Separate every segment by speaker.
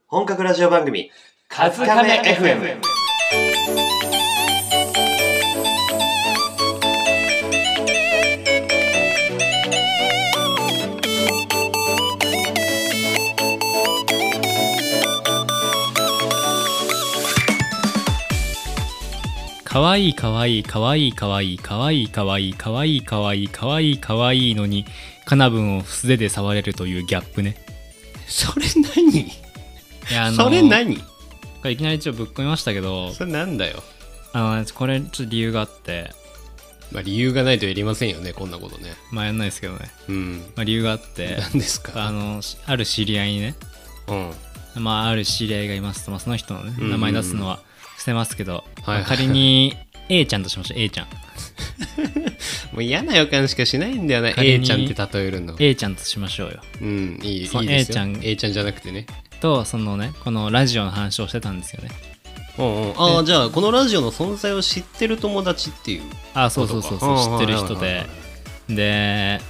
Speaker 1: 本格ラジオ番組カズカメ FM。
Speaker 2: かわいいかわいいかわいいかわいいかわいいかわいいかわいいかわいいかわいいかわいいのにカナブンを素手で触れるというギャップね。
Speaker 1: それ何？
Speaker 2: いや
Speaker 1: それ何？
Speaker 2: これいきなりちょっとぶっ込みましたけど、
Speaker 1: それなんだよ。
Speaker 2: これちょっと理由があって、
Speaker 1: まあ理由がないとやりませんよね、こんなことね。
Speaker 2: まあやんないですけどね。理由があって、
Speaker 1: 何ですか？
Speaker 2: ある知り合いにね、ある知り合いがいますと、その人のね、名前出すのは伏せますけど、仮に A ちゃんとしましょう。 A ちゃん
Speaker 1: もう嫌な予感しかしないんだよな。 A ちゃんって例えるの。
Speaker 2: A ちゃんとしましょうよ。
Speaker 1: いいですよ。
Speaker 2: A ちゃん
Speaker 1: A ちゃんじゃなくてね。
Speaker 2: とそのね、このラジオの話をしてたんですよね。
Speaker 1: じゃあこのラジオの存在を知ってる友達っていう。
Speaker 2: そう知ってる人で、で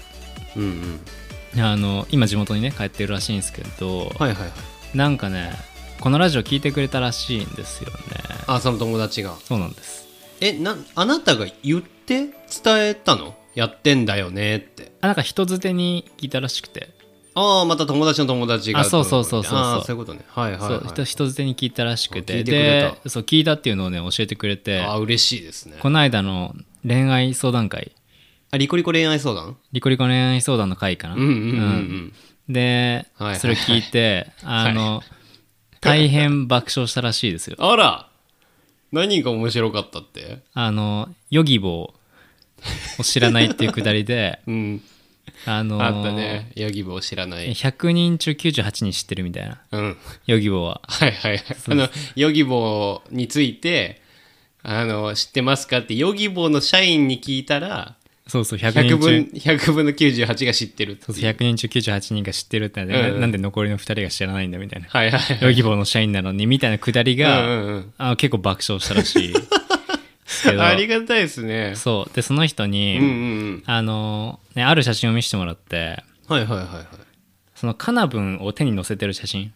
Speaker 2: 今地元にね帰ってるらしいんですけど、なんかねこのラジオ聞いてくれたらしいんですよね。そ
Speaker 1: の友達が。
Speaker 2: そうなんです。
Speaker 1: あなたが言って伝えたの？やってんだよねって。
Speaker 2: なんか人づてに聞いたらしくて。
Speaker 1: また友達の友達が。
Speaker 2: そういうことね。人づてに聞いたらしくて、で聞いたっていうのをね教えてくれて、
Speaker 1: 嬉しいですね。
Speaker 2: この間の恋愛相談会、
Speaker 1: リコリコ恋愛相談
Speaker 2: の会かな。でそれ聞いて大変爆笑したらしいですよ。
Speaker 1: あら、何が面白かったって？
Speaker 2: ヨギボーを知らないっていうくだりで
Speaker 1: あったね、ヨギボーを知らない。
Speaker 2: 100人中98人知ってるみたいな。ヨギボーは
Speaker 1: ヨギボーについて知ってますかってヨギボーの社員に聞いたら、100分の98が知ってるっていう。
Speaker 2: 100人中98人が知ってるって、なんで残りの2人が知らないんだみたいな。ヨギボーの社員なのにみたいなくだりが結構爆笑したらしい
Speaker 1: ありがたいですね。
Speaker 2: でその人にある写真を見せてもらって、そのカナブンを手に載せてる写真。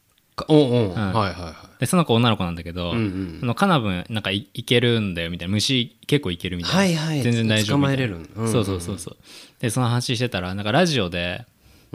Speaker 2: でその子女の子なんだけど、そのカナブンなんかいけるんだよみたいな、虫結構いけるみたいな、全然大丈夫みたいな、捕まえれる。でその話してたら、なんかラジオで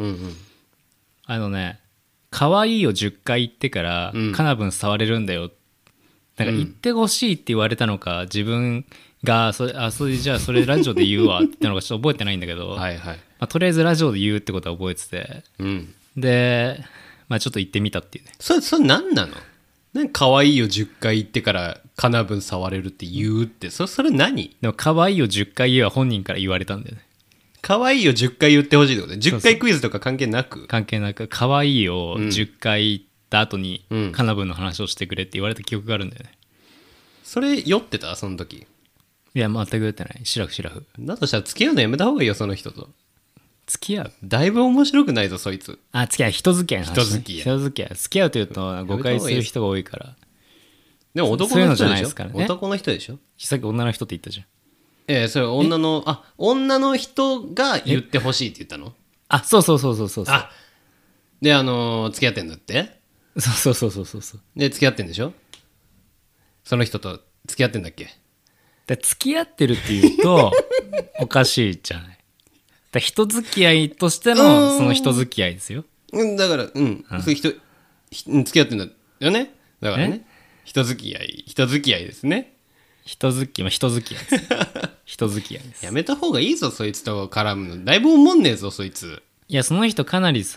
Speaker 2: 可愛いを10回言ってからカナブン触れるんだよ、なんか言ってほしいって言われたのか、自分がじゃあそれラジオで言うわって言ったのかちょっと覚えてないんだけど、とりあえずラジオで言うってことは覚えてて、でちょっと言ってみたっていうね。
Speaker 1: それ何なの？可愛いを10回言ってからカナブン触れるって言うって、それ何？
Speaker 2: でも可愛いを10回言えば本人から言われたんだよね。
Speaker 1: 可愛いを10回言ってほしいってことね。10回クイズとか関係なく
Speaker 2: 可愛いを10回言った後にカナブンの話をしてくれって言われた記憶があるんだよね。
Speaker 1: それ酔ってた？その時。
Speaker 2: いや全く酔ってない。シラフ
Speaker 1: だとしたら付き合うのやめた方がいいよ、その人と。
Speaker 2: 付き合う？
Speaker 1: だいぶ面白くないぞそいつ。
Speaker 2: 付き合い、人付き合いの話、ね、付き合うというと誤解する人が多いから。
Speaker 1: でも男の人でしょ？男の人でしょ？
Speaker 2: さっき女の人って言ったじゃん。
Speaker 1: それ女の人が言ってほしいって言ったの？
Speaker 2: そう
Speaker 1: で付き合ってんだって？
Speaker 2: そう
Speaker 1: で付き合ってんでしょ？その人と付き合ってんだっけ？
Speaker 2: で付き合ってるっていうとおかしいじゃない。人付き合いとしてのその人付き合いですよ。
Speaker 1: だからそういう付き合ってんだよね。だからね、人付き合いですね。
Speaker 2: 人付き合いです。
Speaker 1: やめた方がいいぞそいつと絡むの。だいぶ思んねえぞそいつ。
Speaker 2: いやその人かなり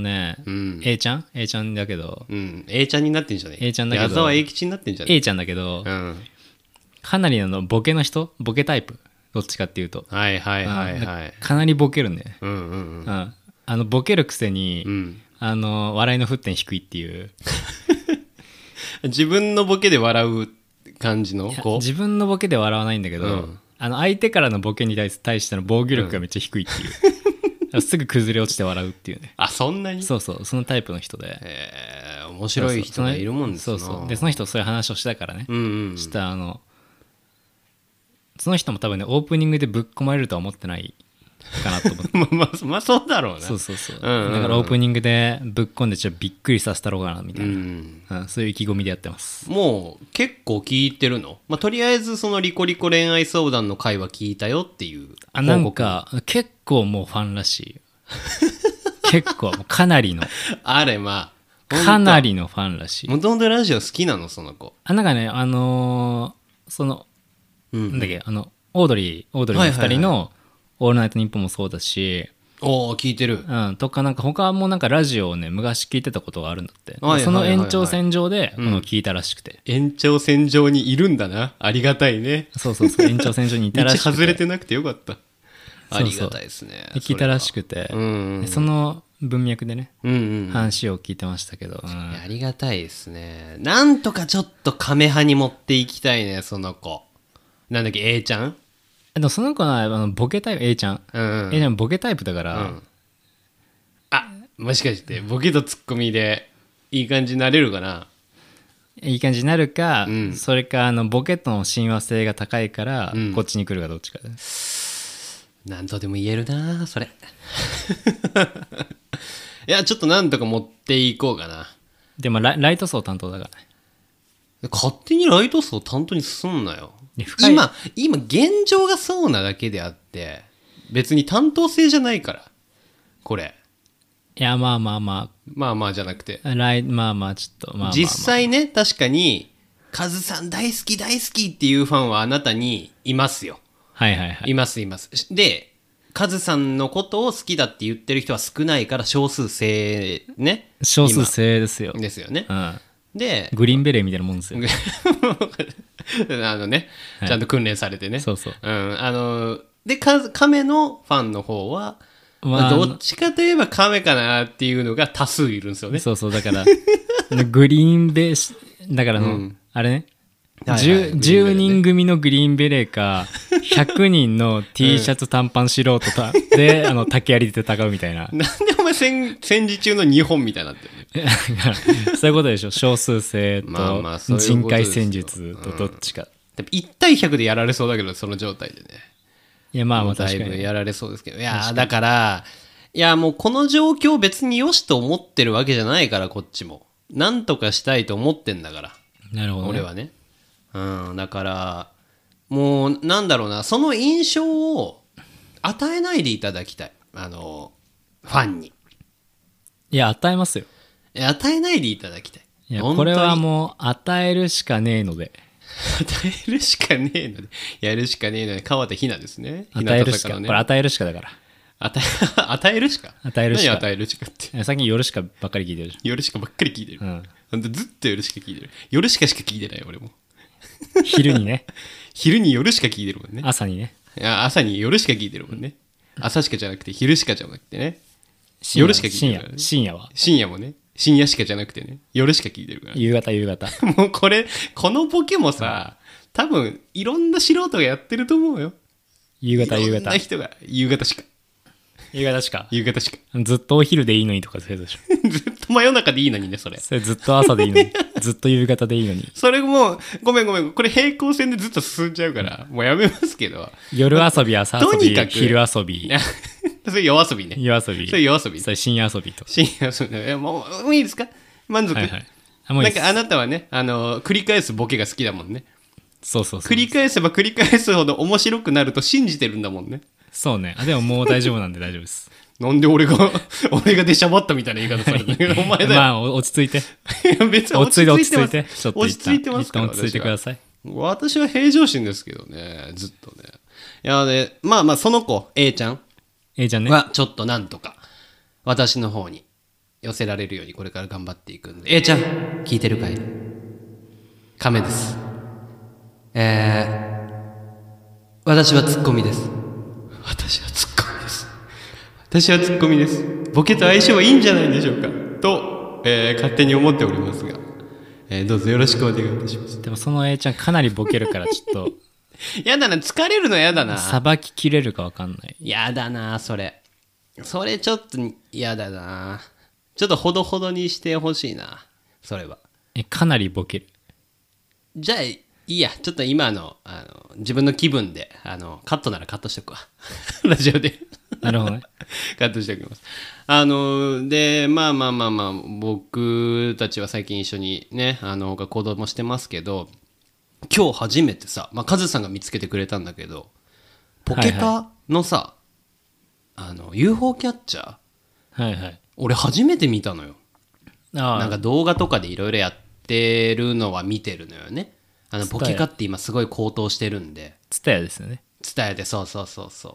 Speaker 2: A ちゃんだけど、
Speaker 1: A ちゃんになってんじゃねえ。
Speaker 2: A ちゃんだけど、
Speaker 1: 矢沢永吉になってんじゃねえ。
Speaker 2: A ちゃんだけど、かなりボケタイプ、どっちかっていうと。かなりボケるんで、ボケるくせに、笑いの沸点低いっていう。
Speaker 1: 自分のボケで笑う感じの子？
Speaker 2: 自分のボケで笑わないんだけど、相手からのボケに対しての防御力がめっちゃ低いっていう、すぐ崩れ落ちて笑うっていうね。
Speaker 1: そんなに？そ
Speaker 2: のタイプの人で、
Speaker 1: 面白い人がいるもんですな。
Speaker 2: でその人そういう話をしたからね、したその人も多分ねオープニングでぶっ込まれるとは思ってないかなと思って
Speaker 1: まあそうだろうな。
Speaker 2: そうそうそう、
Speaker 1: うんうんうん、
Speaker 2: だからオープニングでぶっこんでちょっとびっくりさせたろうかなみたいな、そういう意気込みでやってます。
Speaker 1: もう結構聞いてるの？まあ、とりあえずそのリコリコ恋愛相談の回は聞いたよっていう報告。
Speaker 2: なんか結構もうファンらしい結構かなりの
Speaker 1: あれまあ
Speaker 2: かなりのファンらしい。
Speaker 1: もともとラジオ好きなのその子？
Speaker 2: なんかねその、なんだっけオードリーの2人の「オールナイトニッポン」もそうだし、
Speaker 1: おー聞いてる、
Speaker 2: とかなんか他もなんかラジオをね昔聞いてたことがあるんだって、
Speaker 1: はいはいはいはい、
Speaker 2: その延長線上で聞いたらしくて、
Speaker 1: 延長線上にいるんだな。ありがたいね。
Speaker 2: そうそうそう延長線上にいたらしくて
Speaker 1: 道外れてなくてよかった。ありがたいですね。
Speaker 2: そう聞いたらしくて、その文脈でね、話を聞いてましたけど、
Speaker 1: ありがたいですね。なんとかちょっとカメ派に持っていきたいねその子。なんだっけ A ちゃん？
Speaker 2: でもその子はボケタイプ A ちゃん、A ちゃんボケタイプだから、
Speaker 1: あもしかしてボケとツッコミでいい感じになれるかな？
Speaker 2: いい感じになるか、それかボケとの親和性が高いから、こっちに来るかどっちかで、
Speaker 1: なんとでも言えるなそれいやちょっとなんとか持っていこうかな。
Speaker 2: でもライト層担当だからね。
Speaker 1: 勝手にライト層担当にすんなよ。今現状がそうなだけであって別に担当性じゃないからこれ。
Speaker 2: いやまあ
Speaker 1: じゃなくて
Speaker 2: まあちょっと
Speaker 1: 実際ね確かにカズさん大好きっていうファンはあなたにいますよ。
Speaker 2: はいはいはい。
Speaker 1: います。でカズさんのことを好きだって言ってる人は少ないから少数制ね。
Speaker 2: 少数制ですよ。
Speaker 1: ですよね。で
Speaker 2: グリーンベレーみたいなもんですよ。
Speaker 1: ね、ちゃんと訓練されてね。
Speaker 2: そうそう。
Speaker 1: でカメのファンの方は、どっちかといえばカメかなっていうのが多数いるんですよね。
Speaker 2: そうそうだからグリーンベだからあれね。10人組のグリーンベレーか100人の T シャツ短パン素人で竹槍で戦うみたいな。
Speaker 1: なんでお前戦時中の日本みたいになってるね
Speaker 2: そういうことでしょ。少数制と人海戦術とどっちか。
Speaker 1: 1対100でやられそうだけどその状態でね。
Speaker 2: いやまあ
Speaker 1: 確かにやられそうですけど、いやだからいやもうこの状況別によしと思ってるわけじゃないからこっちもなんとかしたいと思ってんだから。
Speaker 2: なるほど、ね、
Speaker 1: 俺はね。だからもうなんだろうなその印象を与えないでいただきたいファンに。
Speaker 2: いや与えますよ。
Speaker 1: 与えないでいただきたい。
Speaker 2: いやこれはもう与えるしかねえので
Speaker 1: 与えるしかねえのでやるしかねえので川田ひなですね。
Speaker 2: 与えるしか、これ与えるしかだから
Speaker 1: 与えるしか
Speaker 2: 与えるしか
Speaker 1: 何与えるしかって
Speaker 2: 最近夜しかばっかり聞いてるじゃん。
Speaker 1: 夜しかばっかり聞いてる、ほんとずっと夜しか聞いてる。夜しか聞いてない俺も
Speaker 2: 昼にね
Speaker 1: 昼に夜しか聞いてるもんね。
Speaker 2: 朝にね。
Speaker 1: いや朝に夜しか聞いてるもんね。朝しかじゃなくて昼しかじゃなくてね夜しか聞いてるから、ね、
Speaker 2: 深夜は
Speaker 1: 深夜もね深夜しかじゃなくてね夜しか聞いてるから、ね、
Speaker 2: 夕方
Speaker 1: もうこのボケもさ多分いろんな素人がやってると思うよ。
Speaker 2: 夕方
Speaker 1: いろんな人が夕方しか
Speaker 2: ずっとお昼でいいのにとかそうでしょ
Speaker 1: ずっと真夜中でいいのにねそれ
Speaker 2: ずっと朝でいいのにずっと夕方でいいのに
Speaker 1: それもうごめんこれ平行線でずっと進んじゃうから、もうやめますけど
Speaker 2: 夜遊び朝遊び昼遊び
Speaker 1: それ夜遊びね。
Speaker 2: 夜遊び
Speaker 1: それ夜遊び
Speaker 2: それ深夜遊びと
Speaker 1: 深夜遊びもういいですか満足、はいはい、なんかあなたはね繰り返すボケが好きだもんね。
Speaker 2: そう
Speaker 1: 繰り返せば繰り返すほど面白くなると信じてるんだもんね。
Speaker 2: そうね。でももう大丈夫なんで大丈夫です
Speaker 1: なんで俺が出しゃばったみたいな言い方されたけどお前だよ。
Speaker 2: まあ落ち着いて
Speaker 1: いや別に落ち着いてます。
Speaker 2: ちょっと
Speaker 1: 落ち着いてますから
Speaker 2: 落ち着いてください。
Speaker 1: 私は平常心ですけどねずっとね。いやでまあその子 A ちゃん
Speaker 2: ね
Speaker 1: はちょっとなんとか私の方に寄せられるようにこれから頑張っていくんで。 A ちゃん聞いてるかい？亀です。私はツッコミです。ボケと相性はいいんじゃないでしょうかと、勝手に思っておりますが、どうぞよろしくお願いいたします。
Speaker 2: でもその A ちゃんかなりボケるからちょっと
Speaker 1: やだな、疲れるのやだな。
Speaker 2: さばききれるか分かんない。
Speaker 1: やだなそれちょっとやだな。ちょっとほどほどにしてほしいなそれは。
Speaker 2: かなりボケる。
Speaker 1: じゃあいいや、ちょっと今自分の気分でカットならカットしとくわラジオで
Speaker 2: なるほどね。
Speaker 1: カットしておきます。で、僕たちは最近一緒にね、行動もしてますけど、今日初めてさ、カズさんが見つけてくれたんだけど、ポケカのさ、UFO キャッチャー、
Speaker 2: はいはい。
Speaker 1: 俺初めて見たのよ。
Speaker 2: ああ、
Speaker 1: なんか動画とかでいろいろやってるのは見てるのよね。ポケカって今すごい高騰してるんで。
Speaker 2: ツタヤですよね。
Speaker 1: 伝えて、そうそうそうそう。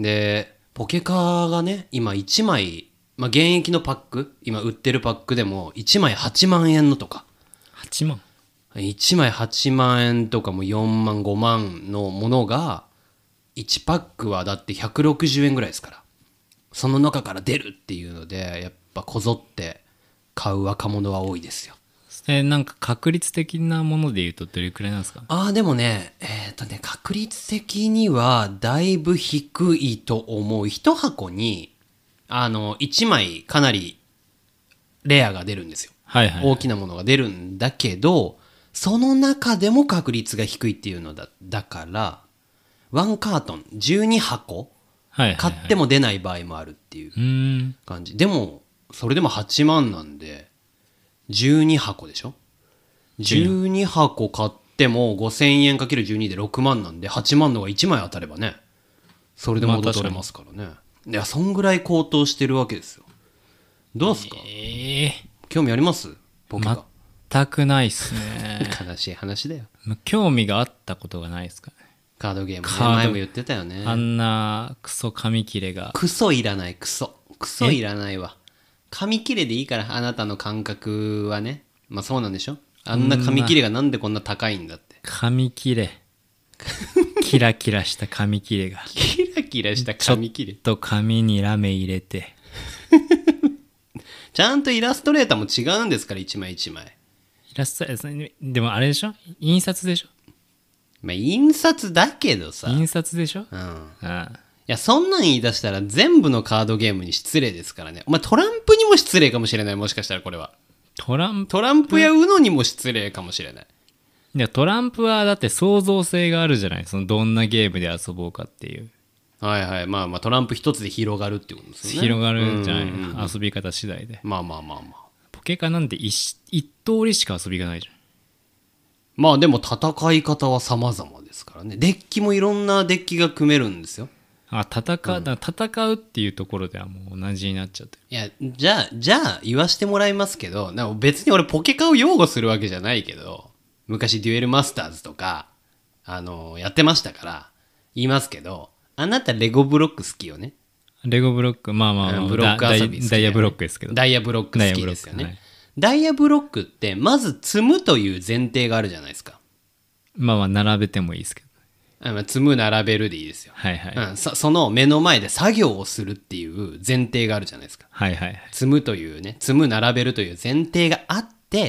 Speaker 1: で、ポケカがね、今1枚、現役のパック、今売ってるパックでも1枚8万円のとか。
Speaker 2: 8万。
Speaker 1: 1枚8万円とかも4万、5万のものが、1パックはだって160円ぐらいですから。その中から出るっていうので、やっぱこぞって買う若者は多いですよ。
Speaker 2: なんか確率的なもので言うとどれくらいなんですか？
Speaker 1: でもね、確率的にはだいぶ低いと思う。一箱に、1枚かなりレアが出るんですよ。
Speaker 2: はいはい。
Speaker 1: 大きなものが出るんだけど、その中でも確率が低いっていうのだから、1カートン、12箱
Speaker 2: はいはいはい、
Speaker 1: 買っても出ない場合もあるっていう感じ。でも、それでも8万なんで、12箱でしょ ?12 箱買っても5000円かける12で6万なんで、8万のが1枚当たればね、それで元取れますからね。いや、そんぐらい高騰してるわけですよ。どうすか、興味ありますポケカ。
Speaker 2: 全くないっすね。
Speaker 1: 悲しい話だよ。
Speaker 2: 興味があったことがないですかね。
Speaker 1: カードゲームね。前も言ってたよね。
Speaker 2: あんなクソ紙切れが。
Speaker 1: クソいらない、クソいらないわ。紙切れでいいから、あなたの感覚はね。そうなんでしょ。あんな紙切れがなんでこんな高いんだって。
Speaker 2: 紙切れ。キラキラした紙切れが。
Speaker 1: キラキラした紙切れ。
Speaker 2: ちょっと紙にラメ入れて。
Speaker 1: ちゃんとイラストレーターも違うんですから、一枚一枚。
Speaker 2: イラストですね。でもあれでしょ、印刷でしょ。
Speaker 1: 印刷だけどさ。
Speaker 2: 印刷でしょ。
Speaker 1: うん。いや、そんなん言い出したら全部のカードゲームに失礼ですからね。お前トランプにも失礼かもしれない。もしかしたらこれは。トランプやウノにも失礼かもしれない。
Speaker 2: いや、トランプはだって創造性があるじゃない。そのどんなゲームで遊ぼうかっていう。
Speaker 1: はいはい。トランプ一つで広がるっていうことですよね。
Speaker 2: 広がるんじゃない、遊び方次第で。ポケカなんて一通りしか遊びがないじゃん。
Speaker 1: でも戦い方は様々ですからね。デッキもいろんなデッキが組めるんですよ。
Speaker 2: 戦うっていうところではもう同じになっちゃってる。
Speaker 1: いや、じゃあ言わしてもらいますけど、なんか別に俺ポケカを擁護するわけじゃないけど、昔デュエルマスターズとか、やってましたから、言いますけど、あなたレゴブロック好きよね。
Speaker 2: レゴブロック、ブロック遊び好き、ね、ダイヤブロックですけど。
Speaker 1: ダイヤブロック好きですよね。ダイヤブロックってまず積むという前提があるじゃないですか。
Speaker 2: 並べてもいいですけど。
Speaker 1: 積む並べるでいいですよ。
Speaker 2: はいはい。
Speaker 1: その目の前で作業をするっていう前提があるじゃないですか。
Speaker 2: はいはい。
Speaker 1: 積むというね、積む並べるという前提があって、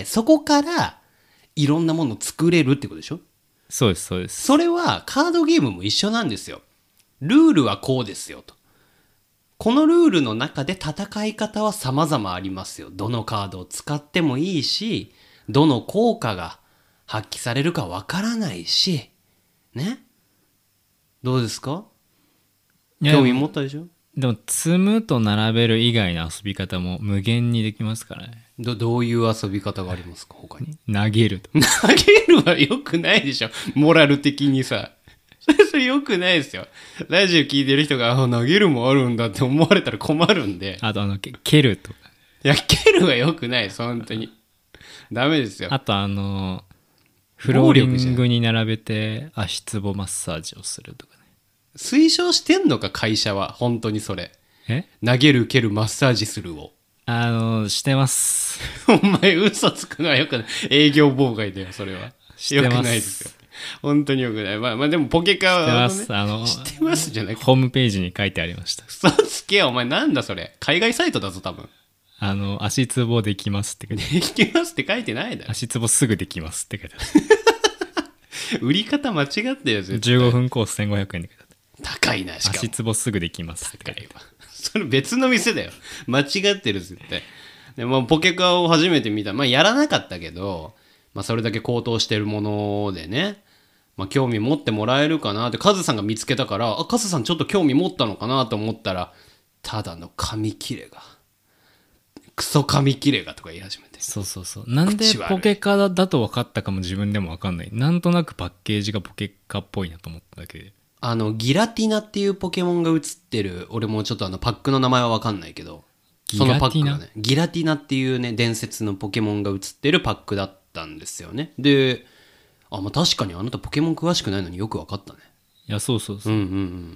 Speaker 1: そこからいろんなものを作れるってことでしょ？
Speaker 2: そうですそうです。
Speaker 1: それはカードゲームも一緒なんですよ。ルールはこうですよと。このルールの中で戦い方は様々ありますよ。どのカードを使ってもいいし、どの効果が発揮されるかわからないし、ね。どうですか？興味持ったでしょ？
Speaker 2: でも積むと並べる以外の遊び方も無限にできますからね。
Speaker 1: どういう遊び方がありますか他に？
Speaker 2: 投げると。
Speaker 1: 投げるは良くないでしょ。モラル的にさ。それ良くないですよ。ラジオ聞いてる人が投げるもあるんだって思われたら困るんで。
Speaker 2: あと蹴るとか。
Speaker 1: いや、蹴るは良くないです。本当に。ダメですよ。
Speaker 2: あとフローリングに並べて足つぼマッサージをするとかね。
Speaker 1: 推奨してんのか会社は。本当にそれ。投げる蹴るマッサージするを。
Speaker 2: してます。
Speaker 1: お前嘘つくのは良くない。営業妨害だよ、それは。良くないですよ。本当に良くない。でもポケカは、
Speaker 2: 知ってます。
Speaker 1: 知ってますじゃなくて。
Speaker 2: ホームページに書いてありました。
Speaker 1: 嘘つけよ、お前なんだそれ。海外サイトだぞ、多分。
Speaker 2: 足つぼできますって書いてある。
Speaker 1: できますって書いてないだろ。
Speaker 2: 足つぼすぐできますって書いてある。
Speaker 1: 売り方間違ってるやつ。
Speaker 2: 15分コース1500円で書いてある。
Speaker 1: 高いな、しかも。
Speaker 2: 足つぼすぐできますって書いてある。
Speaker 1: それ別の店だよ。間違ってる絶対。でもポケカを初めて見た。やらなかったけど、それだけ高騰してるものでね。 まあ、興味持ってもらえるかなってカズさんが見つけたから、あ、カズさんちょっと興味持ったのかなと思ったら、ただの紙切れがクソ紙切れがとか言い始めて、
Speaker 2: そうそうそう。なんで
Speaker 1: 口悪い
Speaker 2: ポケカだと分かったかも自分でも分かんない。なんとなくパッケージがポケカっぽいなと思っただけで。
Speaker 1: ギラティナっていうポケモンが映ってる、俺もちょっとパックの名前は分かんないけど、そのパックがね、ギラティナっていうね、伝説のポケモンが映ってるパックだったんですよね。で、まあ、確かにあなたポケモン詳しくないのによく分かったね。
Speaker 2: いや、そうそうそう。
Speaker 1: うんうんうん。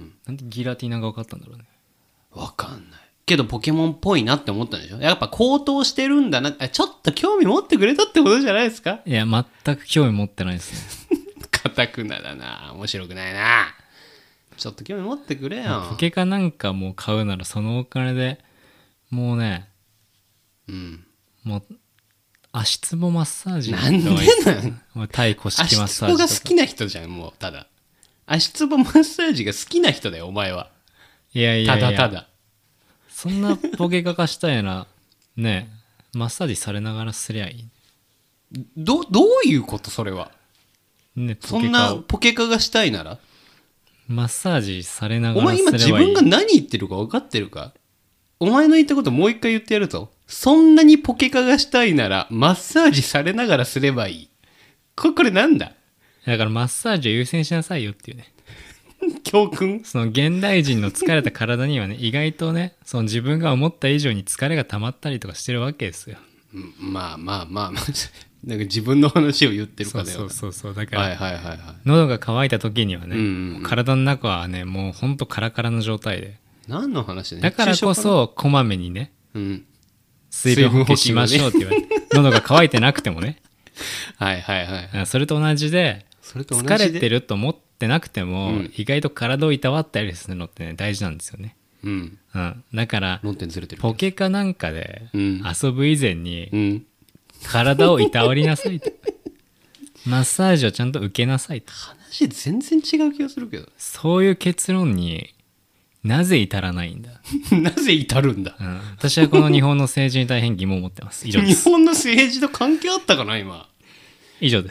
Speaker 2: なんでギラティナが分かったんだろうね。
Speaker 1: 分かんない。けどポケモンっぽいなって思ったんでしょ。やっぱ高騰してるんだな。ちょっと興味持ってくれたってことじゃないですか。
Speaker 2: いや、全く興味持ってないですね。
Speaker 1: かたくなだな。面白くないな。ちょっと興味持ってくれよ。
Speaker 2: ポケカなんかもう買うならそのお金でもうね、もう足つぼマッサージ
Speaker 1: なんでなん
Speaker 2: もう対古式マッ
Speaker 1: 足つ
Speaker 2: サージとか。
Speaker 1: ぼが好きな人じゃん、もうただ。足つぼマッサージが好きな人だよ、お前は。
Speaker 2: いやいやいや、
Speaker 1: ただただ。
Speaker 2: そんなポケカ化したいならね、マッサージされながらすりゃいい。
Speaker 1: どういうことそれは。
Speaker 2: ね、
Speaker 1: そんなポケカがしたいなら
Speaker 2: マッサージされな
Speaker 1: お
Speaker 2: がらすればいい。
Speaker 1: 前今自分が何言ってるか分かってるか。お前の言ったこともう一回言ってやるぞ。そんなにポケカがしたいならマッサージされながらすればいい。これなんだ。
Speaker 2: だからマッサージを優先しなさいよっていうね。
Speaker 1: 教訓。
Speaker 2: その現代人の疲れた体にはね、意外とね、その自分が思った以上に疲れが溜まったりとかしてるわけですよ。
Speaker 1: まあなんか自分の話を言ってるかだよ。
Speaker 2: そうだから、
Speaker 1: はいはいはいはい。
Speaker 2: 喉が渇いた時にはね、体の中はね、もうほんとカラカラの状態で、
Speaker 1: 何の話ね。
Speaker 2: だからこそこまめにね、水分補給しましょうって言われて、喉が渇いてなくてもね。
Speaker 1: はいはいはい。
Speaker 2: それと同じで、疲れてると思ってなくても、意外と体をいたわったりするのってね、大事なんですよね。だからポケカなんかで遊ぶ以前に体をいたわりなさいと。マッサージをちゃんと受けなさいと。
Speaker 1: 話全然違う気がするけど。
Speaker 2: そういう結論になぜ至らないんだ。
Speaker 1: なぜ至るんだ。
Speaker 2: 私はこの日本の政治に大変疑問を持ってます。以上です。
Speaker 1: 日本の政治と関係あったかな今。
Speaker 2: 以上です。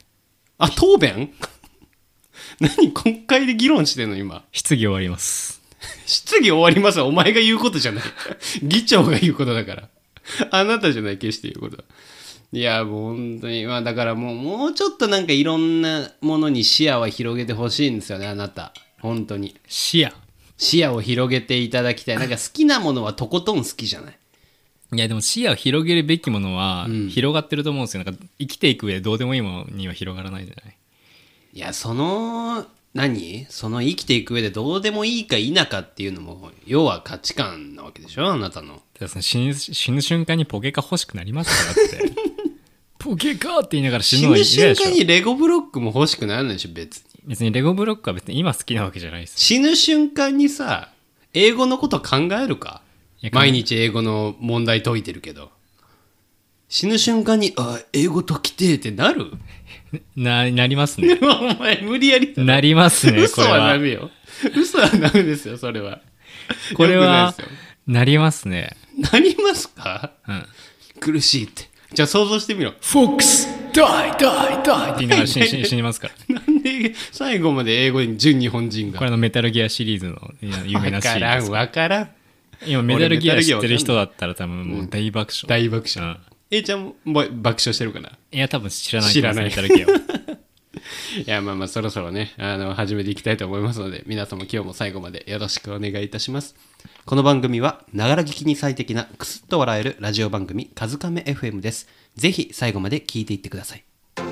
Speaker 1: あ、答弁何国会で議論してんの今。
Speaker 2: 質疑終わります。
Speaker 1: 質疑終わります。お前が言うことじゃない。議長が言うことだから。あなたじゃない、決して言うこと。いや、もう本当に、まあだからもうちょっとなんかいろんなものに視野は広げてほしいんですよね、あなた。本当に。
Speaker 2: 視野
Speaker 1: を広げていただきたい。なんか好きなものはとことん好きじゃない。
Speaker 2: いやでも視野を広げるべきものは広がってると思うんですよ。なんか生きていく上でどうでもいいものには広がらないじゃない。
Speaker 1: いや、その生きていく上でどうでもいいか否かっていうのも要は価値観なわけでしょ、あなたの。
Speaker 2: 死ぬ瞬間にポケカ欲しくなりますかって。ポケカって言いながら死ぬのは嫌でしょ。
Speaker 1: 死ぬ瞬間にレゴブロックも欲しくなるでしょ。別
Speaker 2: にレゴブロックは別に今好きなわけじゃないです。
Speaker 1: 死ぬ瞬間にさ、英語のこと考えるか。毎日英語の問題解いてるけど、死ぬ瞬間に英語解きてーってなる。
Speaker 2: なりますね。
Speaker 1: お前無理やり
Speaker 2: なりますね。
Speaker 1: 嘘はダメよ。嘘はダメですよ、それは。
Speaker 2: これはなりますね。
Speaker 1: なりますか。苦しいって。じゃあ想像してみろ。
Speaker 2: フォックスダイって言いながら死にますから。
Speaker 1: なんで最後まで英語に純日本人が。
Speaker 2: これメタルギアシリーズの有名なシーンです。
Speaker 1: わからん。
Speaker 2: 今メタルギア知ってる人だったら多分もう大爆笑。
Speaker 1: 大爆笑。ちゃんも爆笑してるかな。
Speaker 2: いや多分知らないメタルギアを。
Speaker 1: いやまあそろそろね始めていきたいと思いますので、皆様今日も最後までよろしくお願いいたします。この番組はながら聞きに最適なクスッと笑えるラジオ番組カズカメ FM です。ぜひ最後まで聞いていってください。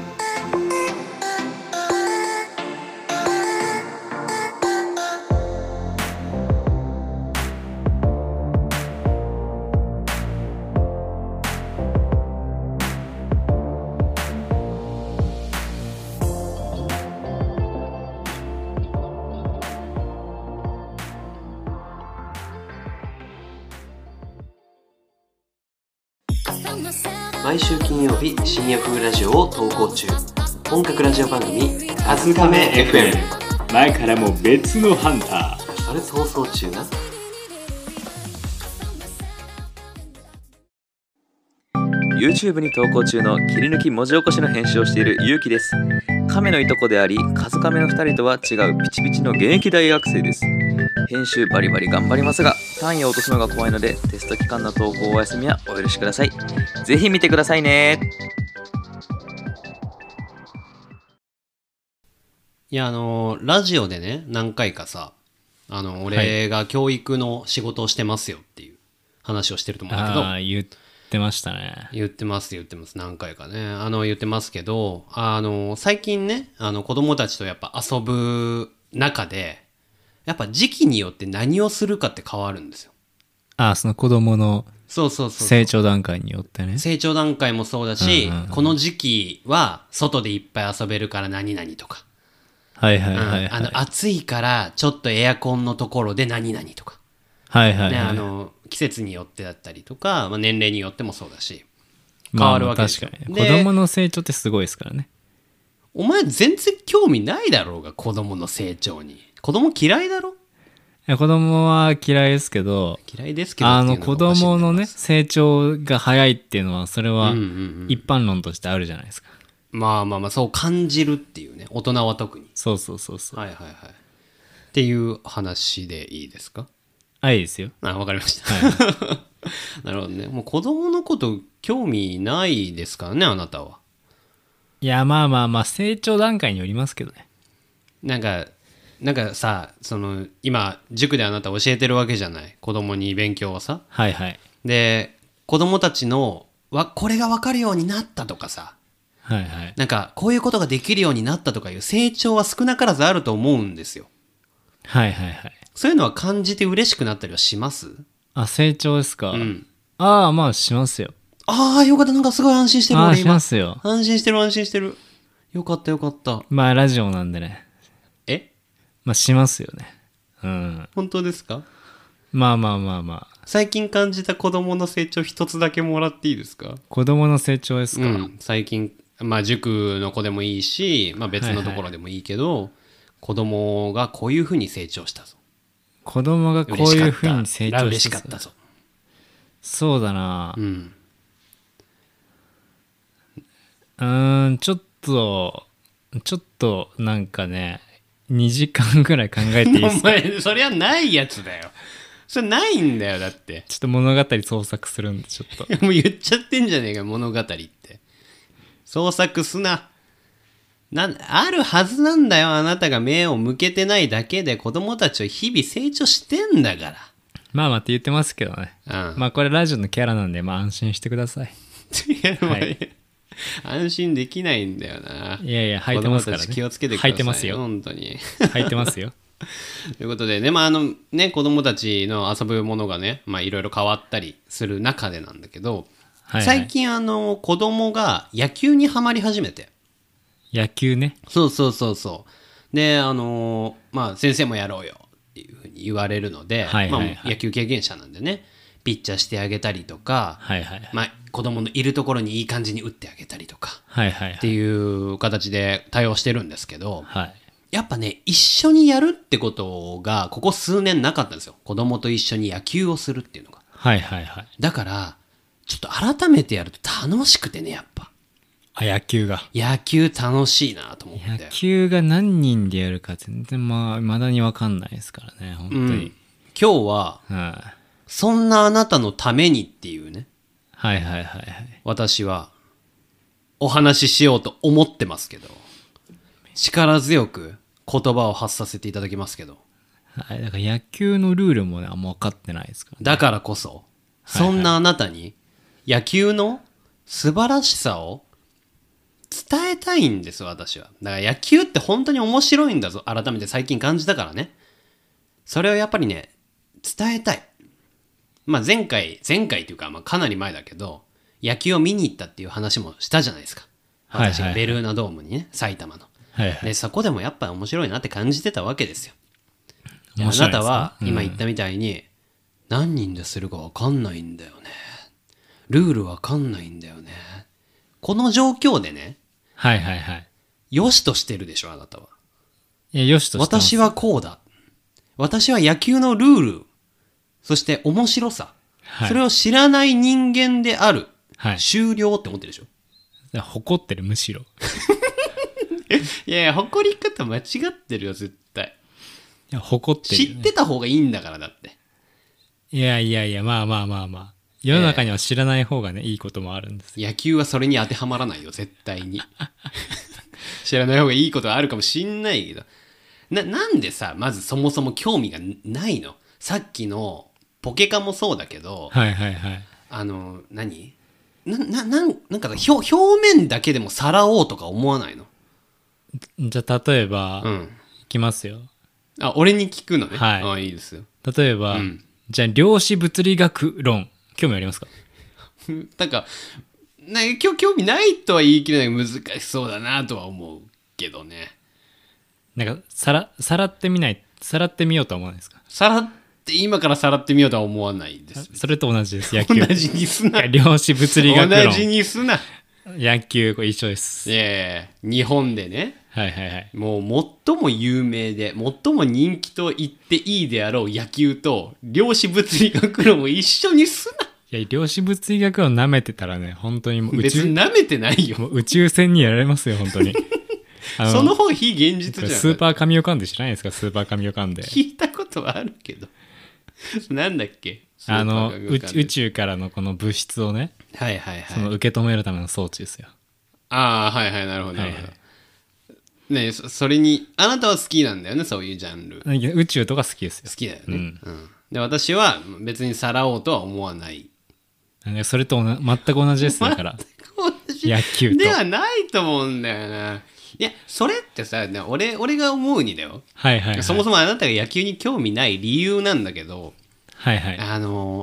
Speaker 1: 毎週金曜日深夜風ラジオを投稿中。本格ラジオ番組カズカメ FM。
Speaker 2: 前からも別のハンタ
Speaker 1: ー、それ逃走中な。
Speaker 3: YouTube に投稿中の切り抜き文字起こしの編集をしているゆうきです。 亀のいとこでありカズカメの2人とは違うピチピチの現役大学生です。編集バリバリ頑張りますが単位を落とすのが怖いのでテスト期間の投稿お休みはお許しください。ぜひ見てくださいね。
Speaker 1: いやラジオでね何回かさ俺が教育の仕事をしてますよっていう話をしてると思うんだけど、
Speaker 2: 言ってましたね。
Speaker 1: 言ってます何回かね言ってますけど最近ね子供たちとやっぱ遊ぶ中でやっぱ時期によって何をするかって変わるんですよ。
Speaker 2: その子供の
Speaker 1: そう
Speaker 2: 成長段階によってね。
Speaker 1: 成長段階もそうだし、この時期は外でいっぱい遊べるから何々とか、
Speaker 2: はいはいはい、はい
Speaker 1: 暑いからちょっとエアコンのところで何々とか、
Speaker 2: はいはいはい、ね、
Speaker 1: 季節によってだったりとか、年齢によってもそうだし変わるわけですよ。
Speaker 2: 確かに子供の成長ってすごいですからね。
Speaker 1: お前全然興味ないだろうが子供の成長に。子供嫌いだろ。
Speaker 2: 子供は嫌いですけど
Speaker 1: 嫌いですけど
Speaker 2: 子供のね成長が早いっていうのはそれは一般論としてあるじゃないですか。
Speaker 1: まあそう感じるっていうね、大人は特に。
Speaker 2: そう
Speaker 1: はいっていう話でいいですか。
Speaker 2: いいですよ。
Speaker 1: わかりました、はい、なるほどね。もう子供のこと興味ないですからねあなたは。
Speaker 2: いやまあ成長段階によりますけどね。
Speaker 1: なんかさ、今塾であなた教えてるわけじゃない、子供に勉強をさ。
Speaker 2: はいはい。
Speaker 1: で子供たちのこれが分かるようになったとかさ、
Speaker 2: はいはい、
Speaker 1: なんかこういうことができるようになったとかいう成長は少なからずあると思うんですよ。
Speaker 2: はいはいはい。
Speaker 1: そういうのは感じて嬉しくなったりはします？
Speaker 2: 成長ですか。まあしますよ。
Speaker 1: よかった。なんかすごい安心してる。
Speaker 2: 俺今しますよ。
Speaker 1: 安心してる。よかった。
Speaker 2: まあラジオなんでね。まあしますよね。
Speaker 1: 本当ですか？
Speaker 2: まあ
Speaker 1: 最近感じた子供の成長一つだけもらっていいですか？
Speaker 2: 子供の成長ですか？
Speaker 1: 最近塾の子でもいいし、別のところでもいいけど、子供がこういうふうに成長したぞ。
Speaker 2: 子供がこういうふうに成長したぞ。
Speaker 1: 嬉しかったぞ。
Speaker 2: そうだな。ちょっとなんかね2時間ぐらい考えていいですか？
Speaker 1: お前そりゃないやつだよ。それないんだよ。だって
Speaker 2: ちょっと物語創作するんでちょっと
Speaker 1: もう言っちゃってんじゃねえか物語って。創作すな。あるはずなんだよ。あなたが目を向けてないだけで子供たちは日々成長してんだから。
Speaker 2: まあって言ってますけどね。まあこれラジオのキャラなんで安心してください。
Speaker 1: はい、安心できないんだよな。
Speaker 2: いや履いてますからね。
Speaker 1: 気をつけてください。
Speaker 2: 履いてますよ。
Speaker 1: 本当に
Speaker 2: 履いてますよ。
Speaker 1: ということでね、子供たちの遊ぶものがね、いろいろ変わったりする中でなんだけど、最近子供が野球にはまり始めて。
Speaker 2: 野球ね。
Speaker 1: そうで先生もやろうよっていうふうに言われるので、野球経験者なんでね、ピッチャーしてあげたりとか、子供のいるところにいい感じに打ってあげたりとか、っていう形で対応してるんですけど、やっぱね一緒にやるってことがここ数年なかったんですよ。子供と一緒に野球をするっていうのが。だからちょっと改めてやると楽しくてね、やっぱ。
Speaker 2: 野球
Speaker 1: 楽しいなと思って。
Speaker 2: 野球が何人でやるか全然未だに分かんないですからね、本当に。
Speaker 1: 今日は、そんなあなたのためにっていうね、私はお話ししようと思ってますけど、力強く言葉を発させていただきますけど、
Speaker 2: だから野球のルールもねあんま分かってないですからね。
Speaker 1: だからこそそんなあなたに野球の素晴らしさを伝えたいんです私は。だから野球って本当に面白いんだぞ、改めて最近感じたからね。それをやっぱりね伝えたい。前回というかかなり前だけど野球を見に行ったっていう話もしたじゃないですか。私がベルーナドームにね、埼玉の。でそこでもやっぱ面白いなって感じてたわけですよ。あなたは今言ったみたいに、何人でするか分かんないんだよね、ルール分かんないんだよね。この状況でね、よしとしてるでしょあなたは。
Speaker 2: いやよしとしてます。
Speaker 1: 私はこうだ、私は野球のルール、そして面白さ、それを知らない人間である、終了って思ってるでしょ。
Speaker 2: 誇ってる、むしろ
Speaker 1: いやいや、誇り方間違ってるよ、絶対。
Speaker 2: いや誇ってるよね、
Speaker 1: 知ってた方がいいんだから、だって。
Speaker 2: いやいやいや、まあまあまあまあ。世の中には知らない方がね、いいこともあるんですよ。
Speaker 1: 野球はそれに当てはまらないよ、絶対に。知らない方がいいことはあるかもしんないけど。なんでさ、まずそもそも興味がないの？さっきのポケカもそうだけど、
Speaker 2: はいはいはい。
Speaker 1: 何なんか表面だけでもさらおうとか思わないの？
Speaker 2: じゃあ例えば、
Speaker 1: うん。
Speaker 2: いきますよ。
Speaker 1: あ、俺に聞くのね。
Speaker 2: はい
Speaker 1: あ、いいですよ。
Speaker 2: 例えば、
Speaker 1: うん
Speaker 2: じゃあ量子物理学論、興味ありますか？
Speaker 1: なんか、興味ないとは言い切れない難しそうだなとは思うけどね。
Speaker 2: なんかさらってみようとは思わないですか？
Speaker 1: さらって今からさらってみようとは思わないです。
Speaker 2: それと同じです。野球。
Speaker 1: 同じにすな。
Speaker 2: 量子物理学論。
Speaker 1: 同じにすな。
Speaker 2: 野球、これ一緒です。
Speaker 1: いやいや日本でね、
Speaker 2: はいはいはい。
Speaker 1: もう最も有名で最も人気と言っていいであろう野球と量子物理学論を一緒にすな。
Speaker 2: いや、量子物理学論舐めてたらね、本当にもう
Speaker 1: 別に舐めてないよ。
Speaker 2: もう宇宙船にやられますよ、本当に。
Speaker 1: その方が非現実じゃん。
Speaker 2: スーパー神オカンデ知らないですか？スーパー神オカンデ。
Speaker 1: 聞いたことはあるけど。なんだっけ？
Speaker 2: 宇宙からのこの物質をね、
Speaker 1: はいはいはい。
Speaker 2: その受け止めるための装置ですよ。
Speaker 1: ああ、はいはい、なるほどなるほど。
Speaker 2: はい
Speaker 1: ねそれに、あなたは好きなんだよね、そういうジャンル。好
Speaker 2: 宇宙とか好きですよ。
Speaker 1: きだよね。うん。で、私は別にさらおうとは思わない。
Speaker 2: それと全く同じですだから。野球と。
Speaker 1: ではないと思うんだよな。いや、それってさ、俺が思うにだよ。
Speaker 2: はいはいはい。
Speaker 1: そもそもあなたが野球に興味ない理由なんだけど、
Speaker 2: はいはい。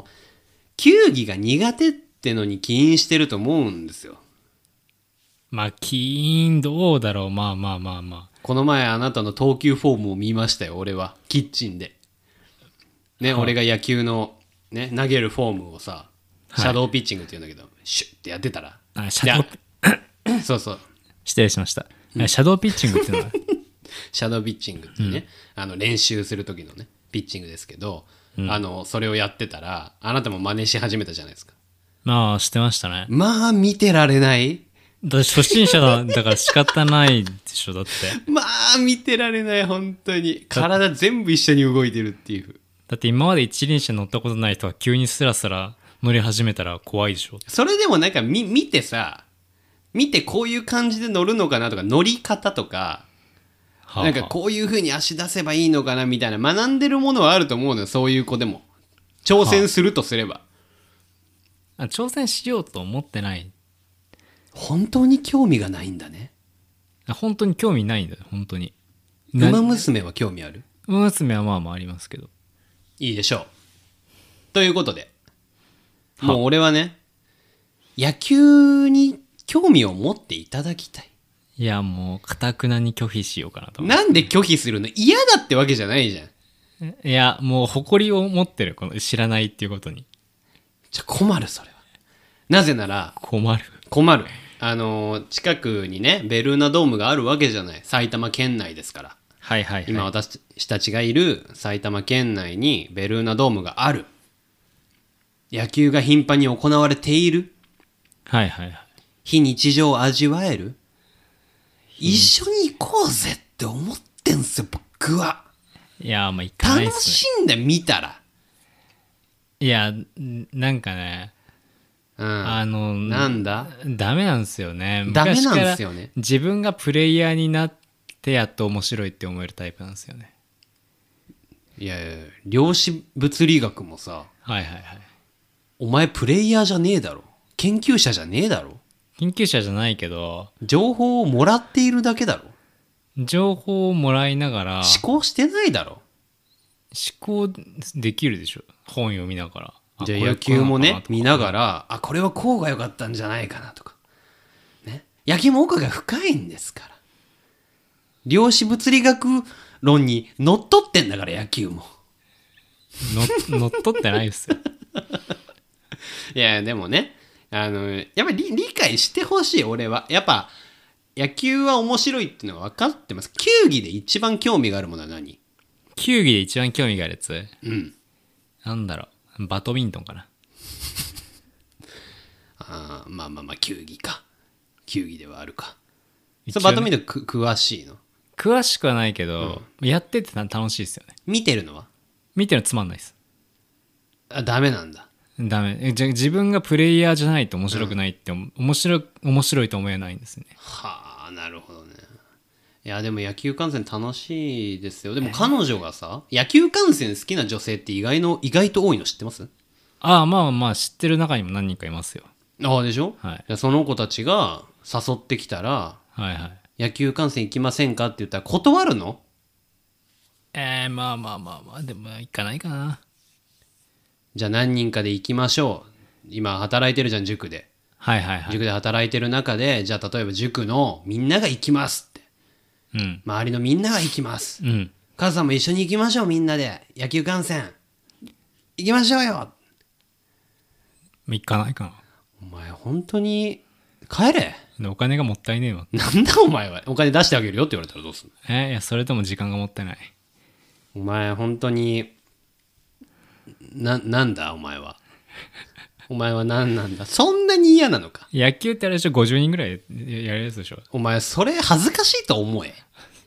Speaker 1: 球技が苦手ってのに起因してると思うんですよ。
Speaker 2: まあ、起因どうだろう。まあまあまあまあ。
Speaker 1: この前あなたの投球フォームを見ましたよ、俺は。キッチンで。ね、俺が野球の、ね、投げるフォームをさ、シャドーピッチングって言うんだけど、シュッってやってたら。
Speaker 2: シャドー
Speaker 1: そうそう。
Speaker 2: 失礼しました。シャドーピッチングっていうのは
Speaker 1: シャドーピッチングってね、練習する時のね、ピッチングですけど、それをやってたら、あなたも真似し始めたじゃないですか。
Speaker 2: まあ、してましたね。
Speaker 1: まあ、見てられない。
Speaker 2: だって初心者だから仕方ないでしょ、だって。
Speaker 1: まあ、見てられない、本当に。体全部一緒に動いてるっていう。
Speaker 2: だって今まで一輪車乗ったことない人が急にスラスラ乗り始めたら怖いでしょ。
Speaker 1: それでもなんか見てさ、見てこういう感じで乗るのかなとか、乗り方とか、なんかこういう風に足出せばいいのかなみたいな学んでるものはあると思うのよ、そういう子でも。挑戦するとすれば。
Speaker 2: 挑戦しようと思ってない。
Speaker 1: 本当に興味がないんだね。
Speaker 2: 本当に興味ないんだよ、本当に。
Speaker 1: 馬娘は興味ある？
Speaker 2: 馬娘はまあまあありますけど。
Speaker 1: いいでしょう。ということで、もう俺はね、野球に興味を持っていただきたい。
Speaker 2: いや、もう、堅くなに拒否しようかなと思
Speaker 1: なんで拒否するの？嫌だってわけじゃないじゃん。
Speaker 2: う。いや、もう、誇りを持ってる、この知らないっていうことに。
Speaker 1: 困る、それは。なぜなら、
Speaker 2: 困る。
Speaker 1: 近くにね、ベルーナドームがあるわけじゃない。埼玉県内ですから。
Speaker 2: はいはいはい。
Speaker 1: 今私たちがいる埼玉県内にベルーナドームがある。野球が頻繁に行われている。
Speaker 2: はいはいはい。
Speaker 1: 非日常を味わえる。一緒に行こうぜって思ってんすよ、僕は。
Speaker 2: いや、まあ行かないっ
Speaker 1: 楽
Speaker 2: すね。
Speaker 1: しんで見たら。
Speaker 2: いや、なんかね、
Speaker 1: うん。なんだ
Speaker 2: ダメなんですよね。
Speaker 1: ダメなん
Speaker 2: 昔から
Speaker 1: ですよね。
Speaker 2: 自分がプレイヤーになってやっと面白いって思えるタイプなんですよね。
Speaker 1: いやいや、量子物理学もさ、
Speaker 2: はいはいはい。
Speaker 1: お前プレイヤーじゃねえだろ。研究者じゃねえだろ。
Speaker 2: 研究者じゃないけど、
Speaker 1: 情報をもらっているだけだろ。
Speaker 2: 情報をもらいながら、
Speaker 1: 思考してないだろ。
Speaker 2: 思考できるでしょ。本読みながら。
Speaker 1: じゃあ野球もね、見なが
Speaker 2: ら。
Speaker 1: ら、あ、これはこうが良かったんじゃないかなとか。ね。野球も奥が深いんですから。量子物理学論にのっとってんだから、野球も。
Speaker 2: 乗っ取ってないですよ。
Speaker 1: いや、でもね、やっぱり理解してほしい、俺は。やっぱ、野球は面白いっていうのは分かってます。球技で一番興味があるものは何？
Speaker 2: 球技で一番興味があるやつ？
Speaker 1: うん。
Speaker 2: なんだろう。バドミントンかな。
Speaker 1: まあ、球技か。球技ではあるか。 それバドミントン詳しいの？
Speaker 2: 詳しくはないけど、やってて楽しいですよね。
Speaker 1: 見てるのは？
Speaker 2: 見てるのつまんないです。
Speaker 1: ダメなんだ。
Speaker 2: ダメ。じゃ自分がプレイヤーじゃないと面白くないって、面白いと思えないんですね。
Speaker 1: はあ、なるほどね。いやでも野球観戦楽しいですよ。でも彼女がさ、野球観戦好きな女性って意外と多いの知ってます？
Speaker 2: まあ知ってる中にも何人かいますよ。
Speaker 1: ああでしょ、
Speaker 2: はい、
Speaker 1: でその子たちが誘ってきたら、
Speaker 2: はいはい、
Speaker 1: 野球観戦行きませんかって言ったら断るの？
Speaker 2: まあでも行かないかな。
Speaker 1: じゃあ何人かで行きましょう。今働いてるじゃん、塾で。
Speaker 2: はいはいはい。
Speaker 1: 塾で働いてる中で、じゃあ例えば塾のみんなが行きますって、
Speaker 2: うん、
Speaker 1: 周りのみんなが行きます、
Speaker 2: うん、
Speaker 1: 母さんも一緒に行きましょう、みんなで野球観戦行きましょうよ。
Speaker 2: 行かないかな。
Speaker 1: お前本当に帰れ。
Speaker 2: お金がもったいねえわ。
Speaker 1: なんだお前は。お金出してあげるよって言われたらどうするの？
Speaker 2: いやそれとも時間がもったいない。
Speaker 1: お前本当になんだお前は。お前は何なんだ。そんなに嫌なのか。
Speaker 2: 野球ってあれでしょ、50人ぐらいやるやつでしょ。
Speaker 1: お前それ恥ずかしいと思え。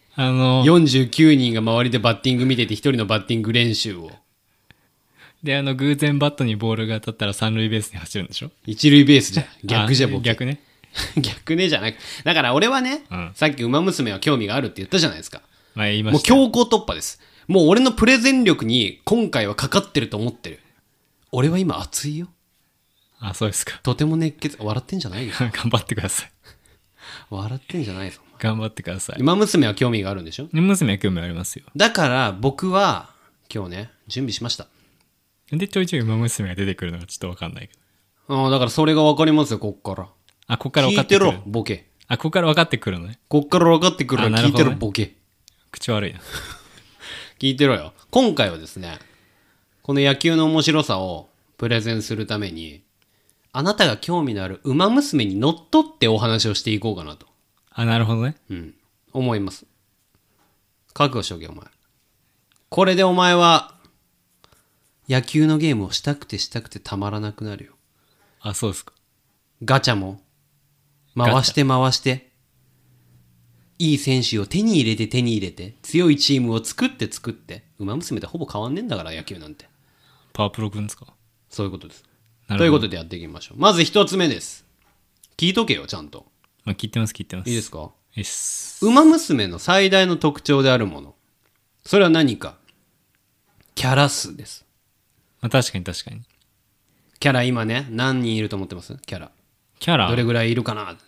Speaker 2: 49
Speaker 1: 49人が周りでバッティング見てて一人のバッティング練習を。
Speaker 2: で偶然バットにボールが当たったら三塁ベースに走るんでしょ。
Speaker 1: 一塁ベースじゃ逆じゃボケ。
Speaker 2: 逆ね。
Speaker 1: 逆ねじゃなく、だから俺はね、さっき馬娘は興味があるって言ったじゃないですか。
Speaker 2: まあ言いました。
Speaker 1: もう強行突破です。もう俺のプレゼン力に今回はかかってると思ってる。俺は今熱いよ。
Speaker 2: そうですか。
Speaker 1: とても熱血。笑ってんじゃないよ。
Speaker 2: 頑張ってください。
Speaker 1: 笑ってんじゃないぞ。
Speaker 2: 頑張ってください。
Speaker 1: 馬娘は興味があるんでしょ？
Speaker 2: 娘は興味ありますよ。
Speaker 1: だから僕は今日ね、準備しました。
Speaker 2: でちょいちょい馬娘が出てくるのがちょっと分かんないけ
Speaker 1: ど。だからそれが分かりますよ、こっから。
Speaker 2: こっから分かってくる。
Speaker 1: 聞いてろ、ボケ。
Speaker 2: こっから分かってくるのね。
Speaker 1: こっから分かってくるの聞いてろ、ボケ。
Speaker 2: 口悪いな。
Speaker 1: 聞いてろよ。今回はですね、この野球の面白さをプレゼンするために、あなたが興味のある馬娘にのっとってお話をしていこうかなと。
Speaker 2: なるほどね。
Speaker 1: 思います。覚悟しとけ、お前。これでお前は、野球のゲームをしたくてたまらなくなるよ。
Speaker 2: そうですか。
Speaker 1: ガチャも、回していい選手を手に入れて強いチームを作って馬娘ってほぼ変わんねえんだから、野球なんて。
Speaker 2: パワープロくんですか？
Speaker 1: そういうことです。ということでやっていきましょう。まず一つ目です。聞いとけよ、ちゃんと。
Speaker 2: 聞いてます。いい
Speaker 1: ですか？
Speaker 2: よし。
Speaker 1: 馬娘の最大の特徴であるもの、それは何か？キャラ数です。
Speaker 2: 確かに。
Speaker 1: キャラ今ね、何人いると思ってます？キャラどれぐらいいるかな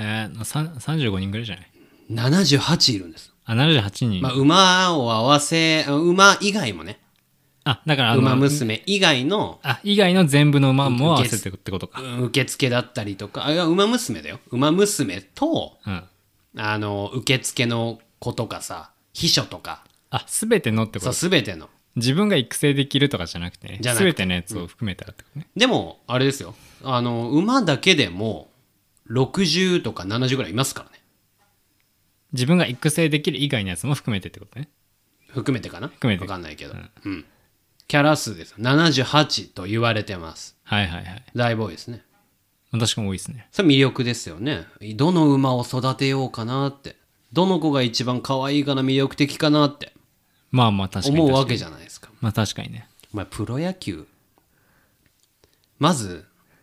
Speaker 2: ？35人ぐらいじゃない？
Speaker 1: 78 いるんです。
Speaker 2: 78人。
Speaker 1: 馬を合わせ、馬以外もね。
Speaker 2: だから
Speaker 1: 馬娘以外の。
Speaker 2: 以外の全部の馬も合わせてってことか。
Speaker 1: 受付だったりとか。馬娘だよ。馬娘と、受付の子とかさ、秘書とか。
Speaker 2: すべてのってこと？
Speaker 1: そう、すべての。
Speaker 2: 自分が育成できるとかじゃなくてね。すべてのやつを含めたらってことね。
Speaker 1: でも、あれですよ。馬だけでも、60とか70ぐらいいますからね。
Speaker 2: 自分が育成できる以外のやつも含めてってことね。
Speaker 1: 含めてかな？
Speaker 2: 含めて。
Speaker 1: わかんないけど。キャラ数です。78と言われてます。
Speaker 2: はい。
Speaker 1: だいぶ多いですね。
Speaker 2: 確かに多いですね。
Speaker 1: それ魅力ですよね。どの馬を育てようかなって。どの子が一番可愛いかな、魅力的かなって。
Speaker 2: 確かに。
Speaker 1: 思うわけじゃないですか。
Speaker 2: 確かにね。
Speaker 1: お前、プロ野球。まず、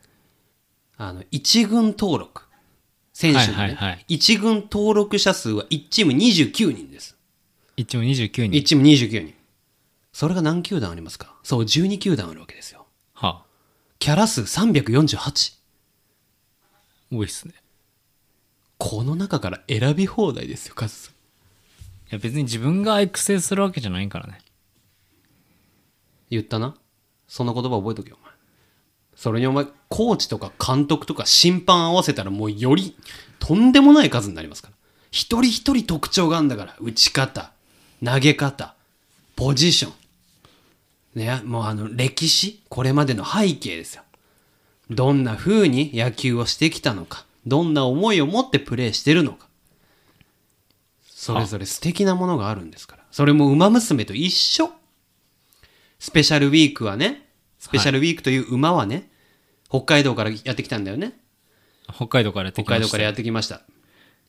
Speaker 1: 一軍登録。選手のね。一軍登録者数は1チーム29人です。
Speaker 2: 1チーム29人。
Speaker 1: 1チーム29人。それが何球団ありますか？そう、12球団あるわけですよ。キャラ数348。
Speaker 2: 多いっすね。
Speaker 1: この中から選び放題ですよ、カズさん。
Speaker 2: いや別に自分が育成するわけじゃないからね。
Speaker 1: 言ったな。その言葉覚えとけよ、お前。それにお前、コーチとか監督とか審判合わせたらもうよりとんでもない数になりますから。一人一人特徴があるんだから。打ち方、投げ方、ポジション。ね、もう歴史、これまでの背景ですよ。どんな風に野球をしてきたのか、どんな思いを持ってプレーしてるのか。それぞれ素敵なものがあるんですから。それも馬娘と一緒。スペシャルウィークはね、スペシャルウィークという馬はね、北海道からやってきたんだよね。
Speaker 2: 北海道からやってきました。
Speaker 1: 北海道からやってきました。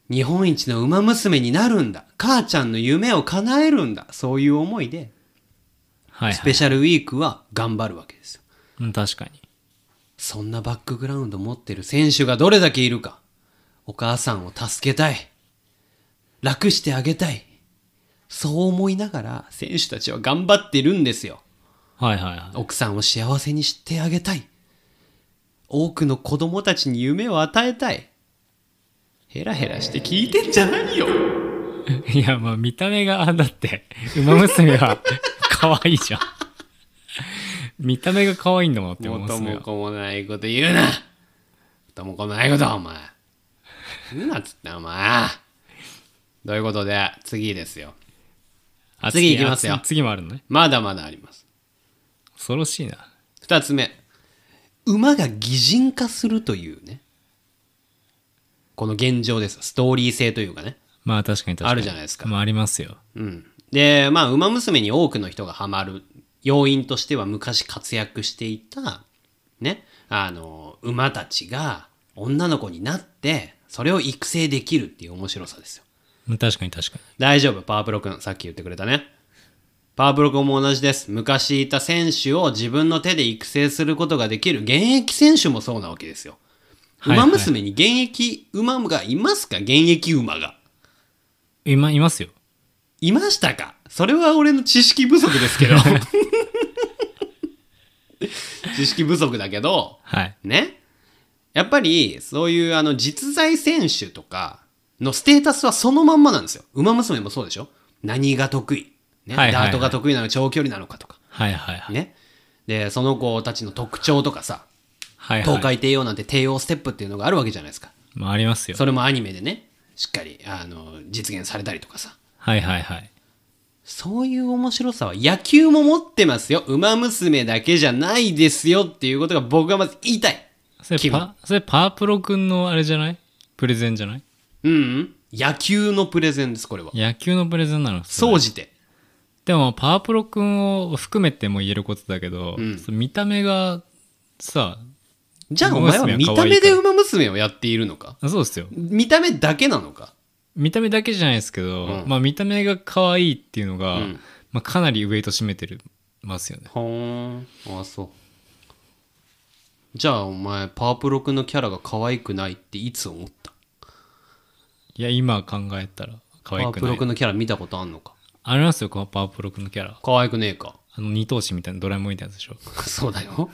Speaker 1: 日本一の馬娘になるんだ。母ちゃんの夢を叶えるんだ。そういう思いで、
Speaker 2: はいはい、
Speaker 1: スペシャルウィークは頑張るわけですよ。
Speaker 2: うん、確かに。
Speaker 1: そんなバックグラウンド持ってる選手がどれだけいるか。お母さんを助けたい。楽してあげたい。そう思いながら選手たちは頑張ってるんですよ。
Speaker 2: はいはいはい。
Speaker 1: 奥さんを幸せにしてあげたい。多くの子供たちに夢を与えたい。ヘラヘラして聞いてんじゃないよ。
Speaker 2: いや、まあ見た目が、だって、馬娘は可愛いじゃん。見た目が可愛いんだもんって、馬
Speaker 1: 元
Speaker 2: 娘は。
Speaker 1: も子もないこと言うな。元も子もないことお前。言うなっつったお前。ということで、次ですよ。
Speaker 2: あ
Speaker 1: 次いきますよ
Speaker 2: 次もあるのね。
Speaker 1: まだまだあります。
Speaker 2: 恐ろしいな。
Speaker 1: 二つ目。馬が擬人化するというね。この現状です。ストーリー性というかね。
Speaker 2: まあ確かに確かに。
Speaker 1: あるじゃないですか。
Speaker 2: まあありますよ。
Speaker 1: うん。で、まあ、馬娘に多くの人がハマる要因としては昔活躍していた、ね、馬たちが女の子になって、それを育成できるっていう面白さですよ。
Speaker 2: 確かに確かに。
Speaker 1: 大丈夫、パワープロくん。さっき言ってくれたね。パワープロくんも同じです。昔いた選手を自分の手で育成することができる現役選手もそうなわけですよ。馬娘に現役馬がいますか？現役馬が。
Speaker 2: いますよ。
Speaker 1: いましたか？それは俺の知識不足ですけど。知識不足だけど、
Speaker 2: はい。
Speaker 1: ね。やっぱり、そういう実在選手とかのステータスはそのまんまなんですよ。馬娘もそうでしょ？何が得意、ね、
Speaker 2: はいはいはい、
Speaker 1: ダートが得意なの長距離なのかとか。
Speaker 2: はいはいはい。
Speaker 1: ね。で、その子たちの特徴とかさ、
Speaker 2: はいはい、
Speaker 1: 東海帝王なんて帝王ステップっていうのがあるわけじゃないですか。
Speaker 2: まあありますよ。
Speaker 1: それもアニメでね、しっかり実現されたりとかさ。
Speaker 2: はいはいはい。
Speaker 1: そういう面白さは野球も持ってますよ。馬娘だけじゃないですよっていうことが僕はまず言いたい。
Speaker 2: それパワプロくんのあれじゃない？プレゼンじゃない？
Speaker 1: うん。野球のプレゼンです、これは。
Speaker 2: 野球のプレゼンなの？
Speaker 1: 総じて。
Speaker 2: でもパワプロくんを含めても言えることだけど、見た目がさ、
Speaker 1: じゃあお前は見た目で馬娘をやっているのか？
Speaker 2: そうですよ。
Speaker 1: 見た目だけなのか？
Speaker 2: 見た目だけじゃないですけど、まあ見た目が可愛いっていうのが、まあ、かなりウェイト占めてますよね。
Speaker 1: ほーん。あ、そう。じゃあお前パワプロくんのキャラが可愛くないっていつ思った？
Speaker 2: いや今考えたら可愛くない。
Speaker 1: パワプロくんのキャラ見たことあんのか？
Speaker 2: ありますよ、パワプロくんのキャラ。
Speaker 1: 可愛くねえか？
Speaker 2: 二頭身みたいなドラえもんみたいなやつでしょ。
Speaker 1: そうだよ。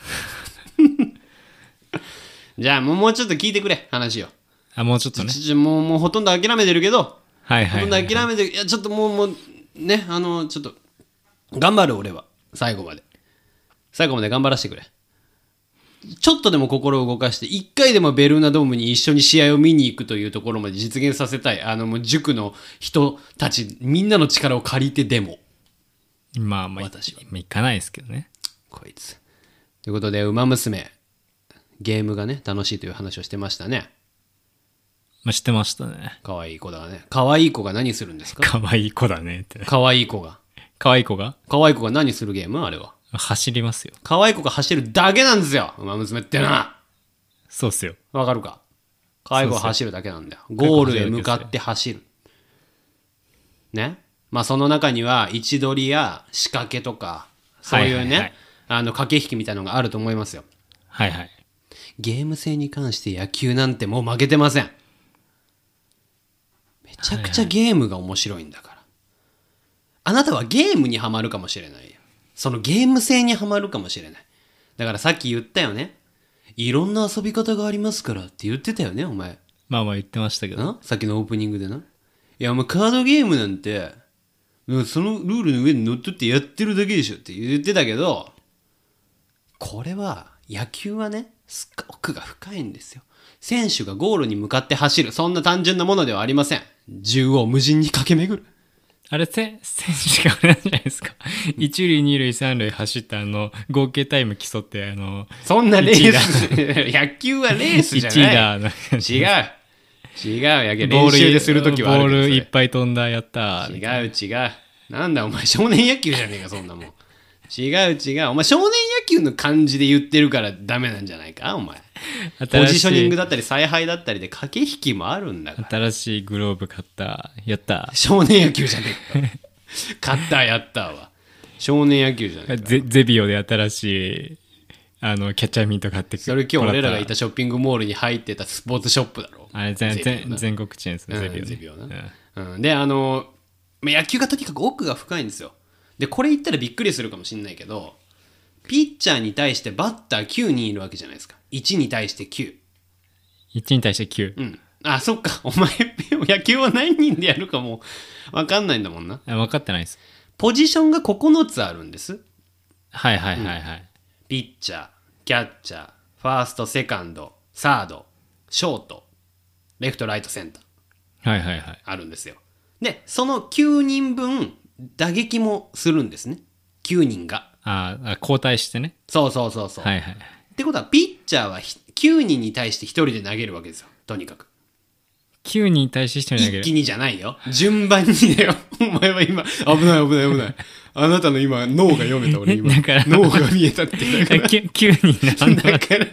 Speaker 1: じゃあもうちょっと聞いてくれ、話を。
Speaker 2: あ、もうちょっとね。
Speaker 1: もうほとんど諦めてるけど、
Speaker 2: はいはいはいはい、
Speaker 1: ほとんど諦めてる。いや、ちょっともうね、ちょっと、頑張る俺は。最後まで。最後まで頑張らせてくれ。ちょっとでも心を動かして、一回でもベルーナドームに一緒に試合を見に行くというところまで実現させたい。もう塾の人たち、みんなの力を借りてでも。
Speaker 2: まあまあ、私は。行かないですけどね。
Speaker 1: こいつ。ということで、馬娘、ゲームがね、楽しいという話をしてましたね。
Speaker 2: まあ、知ってましたね。
Speaker 1: 可愛い子だね。可愛い子が何するんですか？
Speaker 2: 可愛い子だねって。
Speaker 1: 可愛い子が。
Speaker 2: 可愛い子が
Speaker 1: 何するゲーム？あれは。
Speaker 2: 走りますよ。
Speaker 1: 可愛い子が走るだけなんですよ。馬娘ってのは。
Speaker 2: そうっすよ。
Speaker 1: わかるか？可愛い子が走るだけなんだよ。ゴールへ向かって走る。ね。まあその中には位置取りや仕掛けとか、そういうね、駆け引きみたいなのがあると思いますよ。
Speaker 2: はいはい。
Speaker 1: ゲーム性に関して野球なんてもう負けてません。めちゃくちゃゲームが面白いんだから。あなたはゲームにはまるかもしれないよ。そのゲーム性にはまるかもしれない。だからさっき言ったよね。いろんな遊び方がありますからって言ってたよね、お前。
Speaker 2: まあまあ言ってましたけど。
Speaker 1: さっきのオープニングでな。いや、もうカードゲームなんて、そのルールの上に乗っ取ってやってるだけでしょって言ってたけど、これは、野球はね、奥が深いんですよ。選手がゴールに向かって走る。そんな単純なものではありません。縦横無尽に駆け巡る。あれ、
Speaker 2: 選手があれなんじゃないですか。一塁、二塁、三塁走った合計タイム競って、
Speaker 1: そんなレース、野球はレースじゃない。違う。野球練習でするときはあるけど。
Speaker 2: ボールいっぱい飛んだ、やった。
Speaker 1: 違う。なんだお前、少年野球じゃねえか、そんなもん。 違う。お前少年野球の感じで言ってるからダメなんじゃないかお前。ポジショニングだったり采配だったりで駆け引きもあるんだから。
Speaker 2: 新しいグローブ買った。やった。
Speaker 1: 少年野球じゃねえか。買ったやったわ。少年野球じゃねえか。
Speaker 2: ゼビオで新しいキャッチャーミント買ってくる。
Speaker 1: それ今日俺らがいたショッピングモールに入ってたスポーツショップだろ。
Speaker 2: あれ全国チェーンですね、
Speaker 1: ゼビオな。で野球がとにかく奥が深いんですよ。でこれ言ったらびっくりするかもしれないけど、ピッチャーに対してバッター9人いるわけじゃないですか。1に対して9。
Speaker 2: 1に対して9。
Speaker 1: うん。あ、そっか。お前野球は何人でやるかも分かんないんだもんな。
Speaker 2: 分かってないです。
Speaker 1: ポジションが9つあるんです。
Speaker 2: はい。
Speaker 1: ピッチャー、キャッチャー、ファースト、セカンド、サード、ショート、レフト、ライト、センター。
Speaker 2: はい。
Speaker 1: あるんですよ。で、その9人分、打撃もするんですね。9人が。
Speaker 2: 交代してね。
Speaker 1: そう。
Speaker 2: はい。
Speaker 1: ってことは、ピッチャーは9人に対して1人で投げるわけですよ。とにかく。
Speaker 2: 9人に対して1人投げる。
Speaker 1: 一気にじゃないよ。順番にだよ。お前は今、危ない。あなたの今、脳が読めた。俺今。
Speaker 2: だから
Speaker 1: 脳が見えたって。だから
Speaker 2: 9人並んでます。
Speaker 1: だから、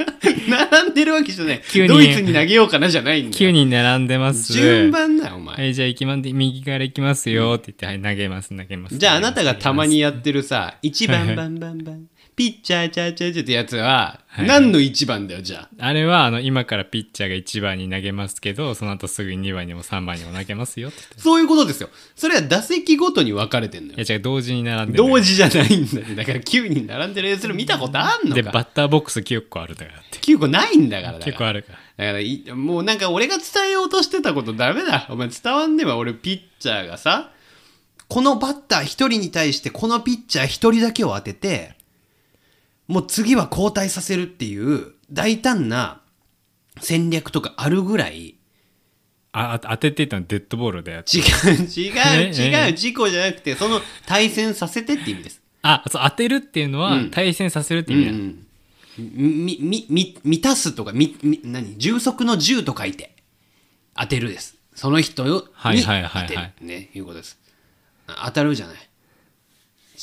Speaker 1: 並んでるわけじゃない。ドイツに投げようかなじゃないんだよ。
Speaker 2: 9人並んでます。
Speaker 1: 順番だよ、お前。
Speaker 2: はい、じゃあ右から行きますよって言って、はい、投げます。
Speaker 1: じゃああなたがたまにやってるさ、1番バンバンバン、ピッチャーチャーチャーチャーってやつは、何の1番だよ、じゃあ。
Speaker 2: あれは、今からピッチャーが1番に投げますけど、その後すぐに2番にも3番にも投げますよって言って。
Speaker 1: そういうことですよ。それは打席ごとに分かれてんのよ。
Speaker 2: いや、違う、同時に並んでる。
Speaker 1: 同時じゃないんだよ。だから9人並んでるやつ見たことあんのか。
Speaker 2: で、バッターボックス9個あるんだからって。
Speaker 1: 9個ないんだから。
Speaker 2: 結構あるから。
Speaker 1: だからもうなんか俺が伝えようとしてたことダメだ。お前伝わんねえわ。俺ピッチャーがさ、このバッター1人に対してこのピッチャー1人だけを当てて、もう次は交代させるっていう大胆な戦略とかあるぐらい。
Speaker 2: 当ててたのデッドボールでやって。
Speaker 1: 違う、事故じゃなくて、その対戦させてって意味です。
Speaker 2: そう、当てるっていうのは対戦させるって意味だ。
Speaker 1: 満たすとか、充足の10と書いて当てるです。その人に当てるね、いうことです。当たるじゃない。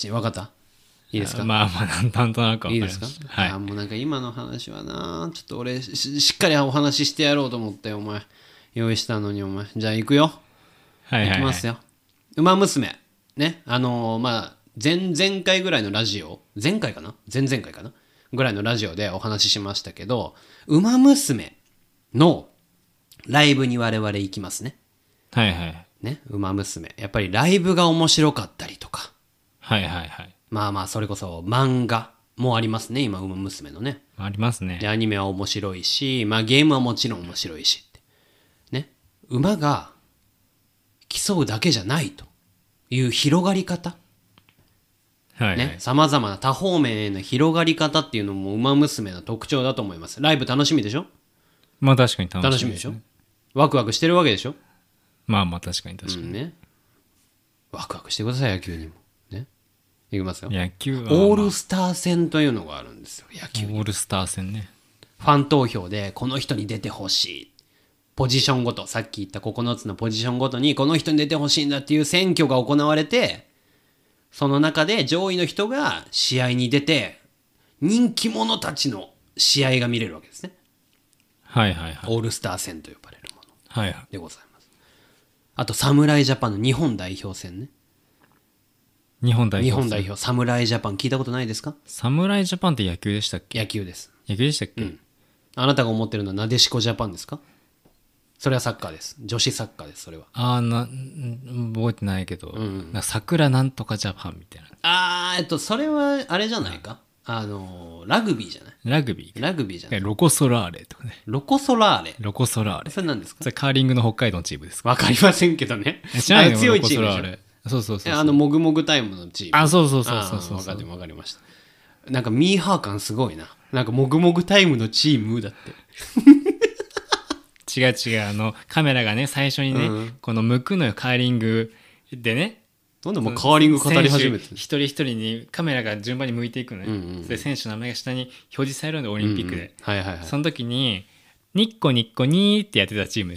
Speaker 1: 分かった？いいですか？
Speaker 2: まあなんとなく分かりました。
Speaker 1: いいですか？
Speaker 2: はい。
Speaker 1: もうなんか今の話はな、ちょっと俺しっかりお話ししてやろうと思ったよ、お前。用意したのにお前。じゃあ行くよ。行きますよ。ウマ娘ね、前々回ぐらいのラジオ、前々回かなぐらいのラジオでお話ししましたけど、ウマ娘のライブに我々行きますね。ね、ウマ娘。やっぱりライブが面白かったりとか。それこそ漫画もありますね、今、ウマ娘のね。
Speaker 2: ありますね。
Speaker 1: で、アニメは面白いし、ゲームはもちろん面白いしって。ね。馬が競うだけじゃないという広がり方。様々な多方面への広がり方っていうのもウマ娘の特徴だと思います。ライブ楽しみでしょ？
Speaker 2: 確かに
Speaker 1: 楽しみでしょ？ワクワクしてるわけでしょ？
Speaker 2: 確かに。
Speaker 1: ね。ワクワクしてください、野球にも。ね。いきますよ。
Speaker 2: 野球は
Speaker 1: オールスター戦というのがあるんですよ、野球に。
Speaker 2: オールスター戦ね。
Speaker 1: ファン投票でこの人に出てほしい。ポジションごと、さっき言った9つのポジションごとにこの人に出てほしいんだっていう選挙が行われて、その中で上位の人が試合に出て、人気者たちの試合が見れるわけですね。オールスター戦と呼ばれるものでございます。あと、侍ジャパンの日本代表戦ね。日本代表、侍ジャパン聞いたことないですか？
Speaker 2: 侍ジャパンって野球でしたっけ？
Speaker 1: 野球です。
Speaker 2: 野球でしたっけ？
Speaker 1: あなたが思ってるのはなでしこジャパンですか？それはサッカーです。女子サッカーです、それは。
Speaker 2: 覚えてないけど、桜なんとかジャパンみたいな。
Speaker 1: それはあれじゃないか？ラグビーじゃない？
Speaker 2: ラグビ
Speaker 1: ーじゃない？
Speaker 2: ロコ・ソラーレとかね。
Speaker 1: ロコ・ソラーレ。それ何ですか？
Speaker 2: それカーリングの北海道のチームですか？
Speaker 1: わかりませんけどね。強いチームでしょ。もぐもぐタイムのチーム。
Speaker 2: そう。
Speaker 1: わかりました。なんかミーハー感すごいな。なんかもぐもぐタイムのチームだって。
Speaker 2: 違うカメラがね最初にね、この向くのよカーリングでね。
Speaker 1: なんでもうカーリング語り始めてる？
Speaker 2: 一人一人にカメラが順番に向いていくのね。で選手の名前が下に表示されるのでオリンピックで。その時にニッコニッコニーってやってたチームです。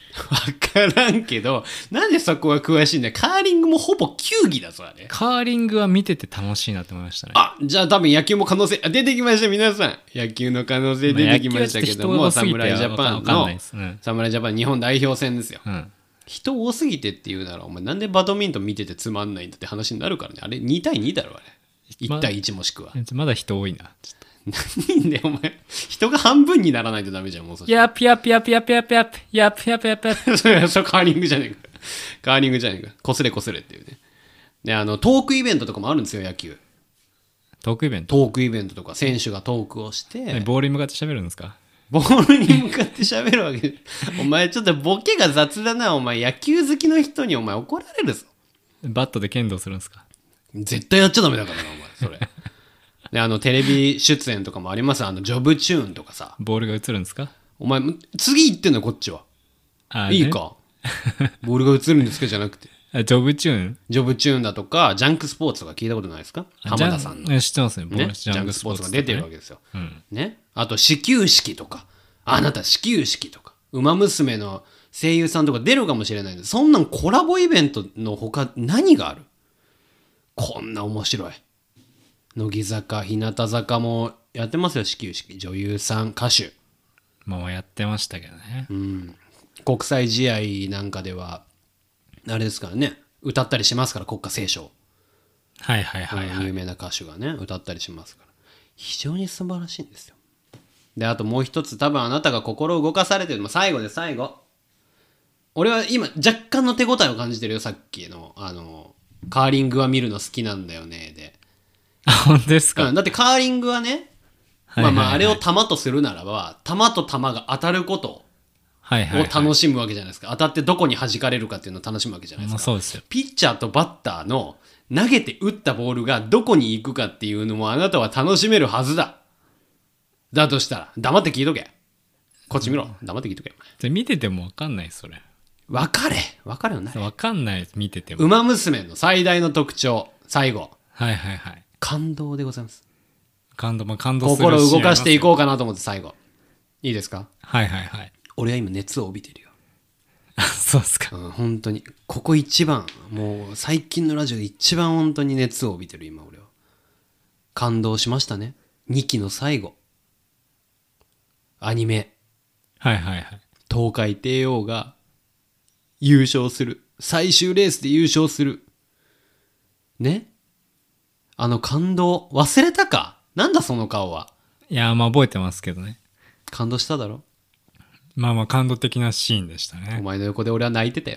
Speaker 1: 分からんけど、なんでそこは詳しいんだよ。カーリングもほぼ球技だぞあれ。
Speaker 2: カーリングは見てて楽しいなって思いましたね。
Speaker 1: あ、じゃあ多分野球も可能性出てきました。皆さん野球の可能性出てきましたけども、侍ジャパンの侍ジャパン日本代表戦ですよ、うん、人多すぎてって言うならお前なんでバドミントン見ててつまんないんだって話になるからね。あれ2対2だろあれ。1対1もしくは
Speaker 2: まだ人多いな。ちょっと
Speaker 1: 何でお前人が半分にならないとダメじゃん。もうそ
Speaker 2: やっぴやっぴやっぴやっぴやっぴやっぴやっぴやっぴやっぴやっぴ
Speaker 1: それカーリングじゃねえか。カーリングじゃねえか。こすれこすれっていうね。でトークイベントとかもあるんですよ野球。
Speaker 2: トークイベン
Speaker 1: トとか選手がトークをして
Speaker 2: ボールに向かって喋るんですか。
Speaker 1: ボールに向かって喋るわけお前ちょっとボケが雑だな。お前野球好きの人にお前怒られるぞ。
Speaker 2: バットで剣道するんですか。
Speaker 1: 絶対やっちゃダメだからなお前それでテレビ出演とかもあります。ジョブチューンとかさ。
Speaker 2: ボールが映るんですか。
Speaker 1: お前次行ってんのこっちは。いいかボールが映るんですかじゃなくて
Speaker 2: ジョブチュー
Speaker 1: ンだとかジャンクスポーツとか聞いたことないですか。浜田さんの
Speaker 2: 知ってますね。
Speaker 1: ジャンクスポーツが出てるわけですよ、
Speaker 2: うん
Speaker 1: ね、あと始球式とかあなた始球式とかウマ娘の声優さんとか出るかもしれないんで、そんなんコラボイベントのほか何がある。こんな面白い乃木坂日向坂もやってますよ始球式。女優さん歌手
Speaker 2: まあやってましたけどね、
Speaker 1: うん、国際試合なんかではあれですからね歌ったりしますから国歌斉唱。
Speaker 2: はいはいはい、はい、
Speaker 1: 有名な歌手がね歌ったりしますから非常に素晴らしいんですよ。であともう一つ多分あなたが心を動かされてる最後で最後。俺は今若干の手応えを感じてるよ。さっきのカーリングは見るの好きなんだよねで。
Speaker 2: 本当ですか、
Speaker 1: うん、だってカーリングはね、まあまああれを球とするならば球と球が当たることを楽しむわけじゃないですか。当たってどこに弾かれるかっていうのを楽しむわけじゃないですか。
Speaker 2: そうですよ。
Speaker 1: ピッチャーとバッターの投げて打ったボールがどこに行くかっていうのもあなたは楽しめるはずだ。だとしたら黙って聞いとけ。こっち見ろ。黙って聞いとけ。
Speaker 2: 見てても分かんないそれ。
Speaker 1: 分かれよね。
Speaker 2: 分かんないです見てても。
Speaker 1: ウマ娘の最大の特徴最後。
Speaker 2: はいはいはい。
Speaker 1: 感動でございます。
Speaker 2: 感動する。
Speaker 1: 心を動かしていこうかなと思って最後。いいですか。
Speaker 2: はいはいはい。
Speaker 1: 俺は今熱を帯びてるよ。
Speaker 2: あ、そうですか。
Speaker 1: うん、本当にここ一番もう最近のラジオで一番本当に熱を帯びてる今俺は。感動しましたね。2期の最後アニメ。
Speaker 2: はいはいはい。
Speaker 1: 東海帝王が優勝する。最終レースで優勝する。ね。感動忘れたか。なんだその顔は。
Speaker 2: いやまあ覚えてますけどね。
Speaker 1: 感動しただろ。
Speaker 2: まあまあ感動的なシーンでしたね。
Speaker 1: お前の横で俺は泣いてたよ。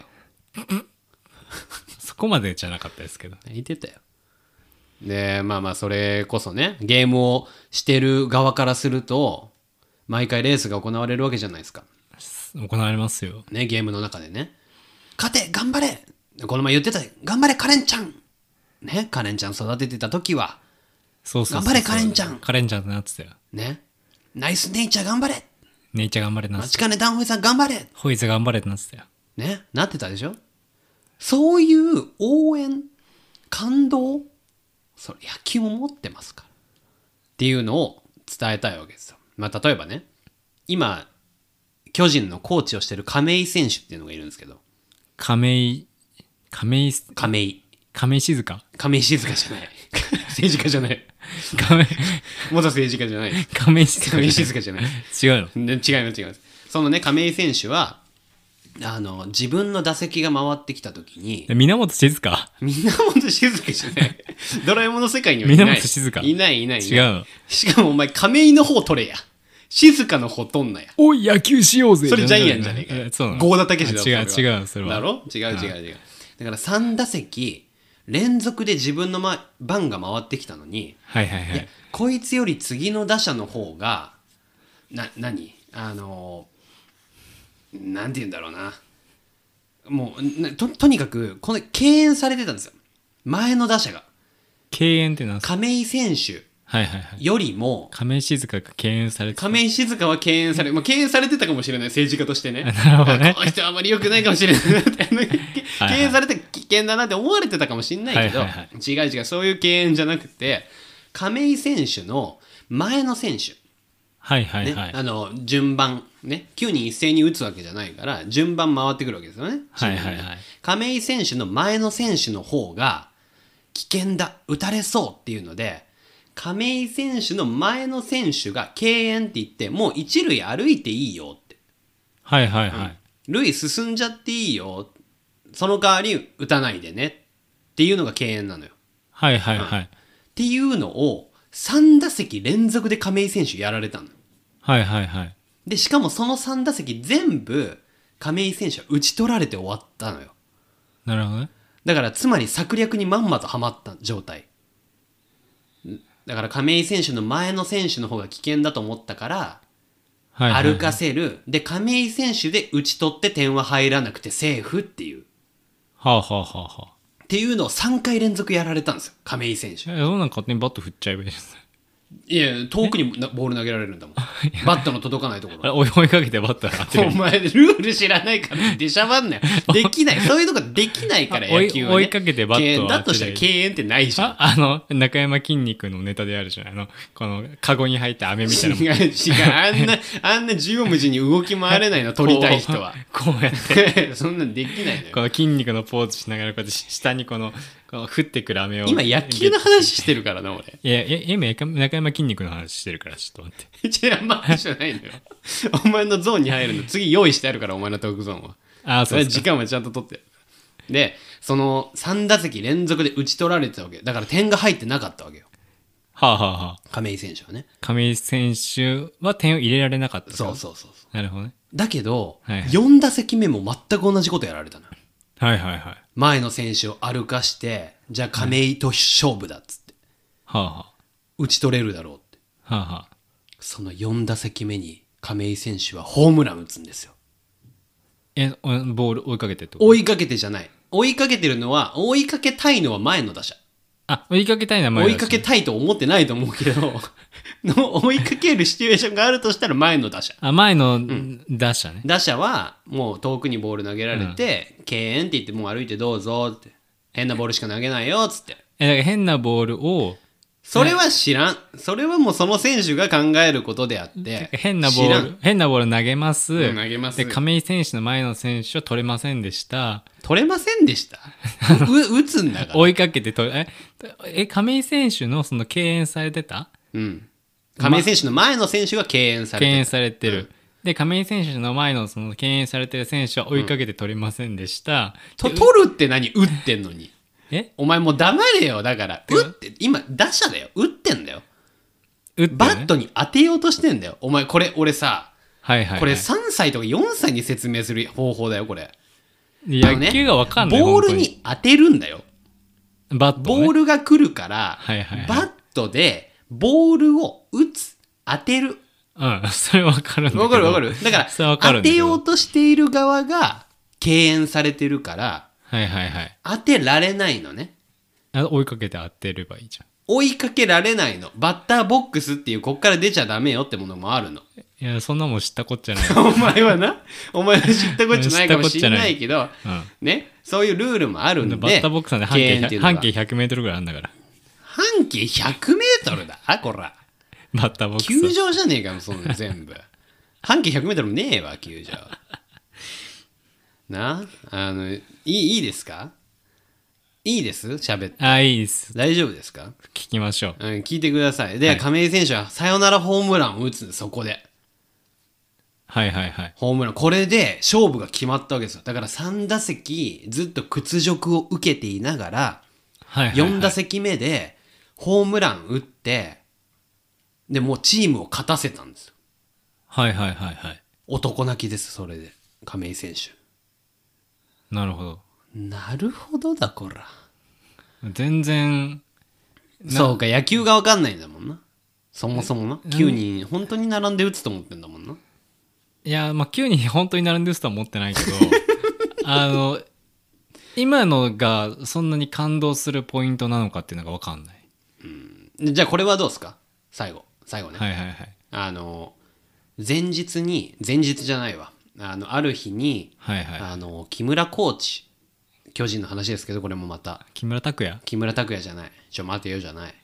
Speaker 2: そこまでじゃなかったですけど。
Speaker 1: 泣いてたよ。でまあまあそれこそねゲームをしてる側からすると毎回レースが行われるわけじゃないですか。
Speaker 2: 行われますよ。
Speaker 1: ねゲームの中でね。勝て頑張れ。この前言ってた頑張れカレンちゃん。ねカレンちゃん育ててた時は
Speaker 2: そう
Speaker 1: 頑張れカレンちゃん。
Speaker 2: カレンちゃんってなってたよ。
Speaker 1: ねナイスネイチャー頑張れ。
Speaker 2: ネイチャー頑張れなってた。
Speaker 1: 待ちかねダンホイさん頑張れ。
Speaker 2: ホイズ頑張れってなってたよ。
Speaker 1: ねなってたでしょ。そういう応援感動それ野球も持ってますからっていうのを伝えたいわけですよ。まあ例えばね今巨人のコーチをしてる亀井選手っていうのがいるんですけど。
Speaker 2: 亀井静香
Speaker 1: 亀井静香じゃない政治家じゃない元政治家じゃない
Speaker 2: 亀井静
Speaker 1: 香じゃない
Speaker 2: 違うの。
Speaker 1: 違います。そのね亀井選手は自分の打席が回ってきた時に
Speaker 2: 源静香
Speaker 1: じゃないドラえもんの世界にはいない。
Speaker 2: 源静香
Speaker 1: いない
Speaker 2: 違うの。
Speaker 1: しかもお前亀井の方取れや。静かの方取んなや。
Speaker 2: おい野球しようぜ。
Speaker 1: それジャイアンじゃねえか。
Speaker 2: そうなの。
Speaker 1: 郷田武史だろ。
Speaker 2: 違うそれは。
Speaker 1: だろ違う。だから3打席連続で自分の番が回ってきたのに、
Speaker 2: いや
Speaker 1: こいつより次の打者の方が何なんて言うんだろうな。もうとにかくこの敬遠されてたんですよ。前の打者が。
Speaker 2: 敬遠ってなんですか。
Speaker 1: 亀井選手よりも、
Speaker 2: 亀井静香が敬遠されてた。
Speaker 1: 亀井静香は敬遠され、敬遠されてたかもしれない政治家としてね。
Speaker 2: なるほどね。
Speaker 1: この人はあまり良くないかもしれない敬遠されて危険だなって思われてたかもしれないけど、違うそういう敬遠じゃなくて亀井選手の前の選手、ね、順番ね、9人一斉に打つわけじゃないから順番回ってくるわけですよね。
Speaker 2: はいはいはい。
Speaker 1: 亀井選手の前の選手の方が危険だ、打たれそうっていうので、亀井選手の前の選手が敬遠って言って、もう一塁歩いていいよって。
Speaker 2: はいはいはい。
Speaker 1: 塁進んじゃっていいよ。その代わり打たないでねっていうのが敬遠なのよ。
Speaker 2: はいはいはい。
Speaker 1: っていうのを3打席連続で亀井選手やられたの。
Speaker 2: はいはいはい。
Speaker 1: で、しかもその3打席全部亀井選手は打ち取られて終わったのよ。
Speaker 2: なるほどね。
Speaker 1: だからつまり策略にまんまとはまった状態。だから亀井選手の前の選手の方が危険だと思ったから、
Speaker 2: はいはいはい、
Speaker 1: 歩かせる。で、亀井選手で打ち取って点は入らなくてセーフっていう。
Speaker 2: はあはあはあはあ。
Speaker 1: っていうのを3回連続やられたんですよ、亀井選手。
Speaker 2: そんなん勝手にバット振っちゃえばいいです。
Speaker 1: いや、遠くにボール投げられるんだもん。バットの届かないところ。
Speaker 2: 追いかけてバット当てる。
Speaker 1: お前、ルール知らないから出しゃばんなよ。できない。そういうとこできないから、野球は、ね。
Speaker 2: 追いかけてバットを当てる。
Speaker 1: だとしたら敬遠ってないじゃん。
Speaker 2: 中山筋肉のネタであるじゃない。この、カゴに入った飴みたいなもん。
Speaker 1: 違う。あんな縦横無尽に動き回れないの、取りたい人は。
Speaker 2: こうやって。
Speaker 1: そんなんできないのよ。
Speaker 2: この筋肉のポーズしながら、こうやって下にこの降ってくる飴を。
Speaker 1: 今野球の話してるからな、俺。
Speaker 2: いや、今中山筋肉の話してるから、ちょっと待って。
Speaker 1: 違う、待ってじゃないのよ。お前のゾーンに入るの、次用意してあるから、お前のトークゾーンは。
Speaker 2: そうですか。
Speaker 1: 時間はちゃんと取って。で、その3打席連続で打ち取られてたわけ。だから点が入ってなかったわけよ。
Speaker 2: はあはあはあ。
Speaker 1: 亀井選手はね。
Speaker 2: 亀井選手は点を入れられなかった。
Speaker 1: そうそうそう。
Speaker 2: なるほどね。
Speaker 1: だけど、
Speaker 2: はいはい、
Speaker 1: 4打席目も全く同じことやられたのよ。
Speaker 2: はいはいはい。
Speaker 1: 前の選手を歩かして、じゃあ亀井と勝負だっつって。
Speaker 2: はあはあ。
Speaker 1: 打ち取れるだろうって。
Speaker 2: はあはあ。
Speaker 1: その4打席目に亀井選手はホームラン打つんですよ。
Speaker 2: ボール追いかけてってこと？
Speaker 1: 追いかけてじゃない。追いかけてるのは、追いかけたいのは前の打者。
Speaker 2: 追いかけたいのは前の打者。
Speaker 1: 追いかけたいと思ってないと思うけど、追いかけるシチュエーションがあるとしたら前の打者。
Speaker 2: 前の打者ね。
Speaker 1: 打者はもう遠くにボール投げられて、敬遠って言ってもう歩いてどうぞって。変なボールしか投げないよっつって。
Speaker 2: だから変なボールを、
Speaker 1: それは知らん。それはもうその選手が考えることであって。
Speaker 2: 変なボール投げます。
Speaker 1: 投げます。
Speaker 2: で、亀井選手の前の選手は取れませんでした。
Speaker 1: 取れませんでした打つんだから。
Speaker 2: 追いかけて亀井選手のその敬遠されてた？
Speaker 1: うん。亀井選手の前の選手が敬遠されてる。
Speaker 2: 敬遠されてる。うん、で、亀井選手の前のその敬遠されてる選手は追いかけて取れませんでした。
Speaker 1: 取るって何？打ってんのに。お前もう黙れよ。だから打って今打者だよ。打ってんだよ。
Speaker 2: 打ってね、
Speaker 1: バットに当てようとしてんだよ。お前これ俺さ、
Speaker 2: はいはいはい、
Speaker 1: これ3歳とか4歳に説明する方法だよこれ。
Speaker 2: 野球が分かんない、
Speaker 1: ボールに当てるんだよ。
Speaker 2: バット、ね、
Speaker 1: ボールが来るから、
Speaker 2: はいはいはい、
Speaker 1: バットでボールを打つ、当てる。
Speaker 2: うん、それ分かるんだけど。
Speaker 1: 分かる分かる。だから当てようとしている側が敬遠されてるから、
Speaker 2: はいはいはい、
Speaker 1: 当てられないのね。
Speaker 2: 追いかけて当てればいいじゃん。
Speaker 1: 追いかけられないの。バッターボックスっていうこっから出ちゃダメよってものもあるの。
Speaker 2: いや、そんなもん知ったこっちゃない。
Speaker 1: お前は知ったこっちゃないかもしれないけど、
Speaker 2: うん、
Speaker 1: ね、そういうルールもあるんで。
Speaker 2: バッターボックスなんで半径100メートルぐらいあるんだから。
Speaker 1: 半径100メートルだこら。
Speaker 2: バッターボックス。
Speaker 1: 球場じゃねえかも、そんな全部。半径100メートルもねえわ、球場。いいですか？いいです喋って。
Speaker 2: いいです。
Speaker 1: 大丈夫ですか？
Speaker 2: 聞きましょう。
Speaker 1: 聞いてください。で、亀井選手はサヨナラホームランを打つんです、そこで。
Speaker 2: はいはいはい。
Speaker 1: ホームラン。これで勝負が決まったわけですよ。だから3打席ずっと屈辱を受けていながら、4打席目でホームラン打って、で、もうチームを勝たせたんですよ。
Speaker 2: はいはいはいはい。
Speaker 1: 男泣きです、それで。亀井選手。
Speaker 2: なるほど。
Speaker 1: なるほどだ、こら。
Speaker 2: 全然。
Speaker 1: そうか、野球が分かんないんだもんな。そもそもな。9人、本当に並んで打つと思ってんだもんな。
Speaker 2: いや、まあ、9人本当に並んで打つとは思ってないけど、今のがそんなに感動するポイントなのかっていうのが分かんない。
Speaker 1: じゃあ、これはどうですか？最後ね。
Speaker 2: はいはいはい。
Speaker 1: 前日じゃないわ。ある日に、
Speaker 2: はいはい、
Speaker 1: 木村コーチ、巨人の話ですけど、これもまた。
Speaker 2: 木村拓哉
Speaker 1: じゃない。待てよじゃない。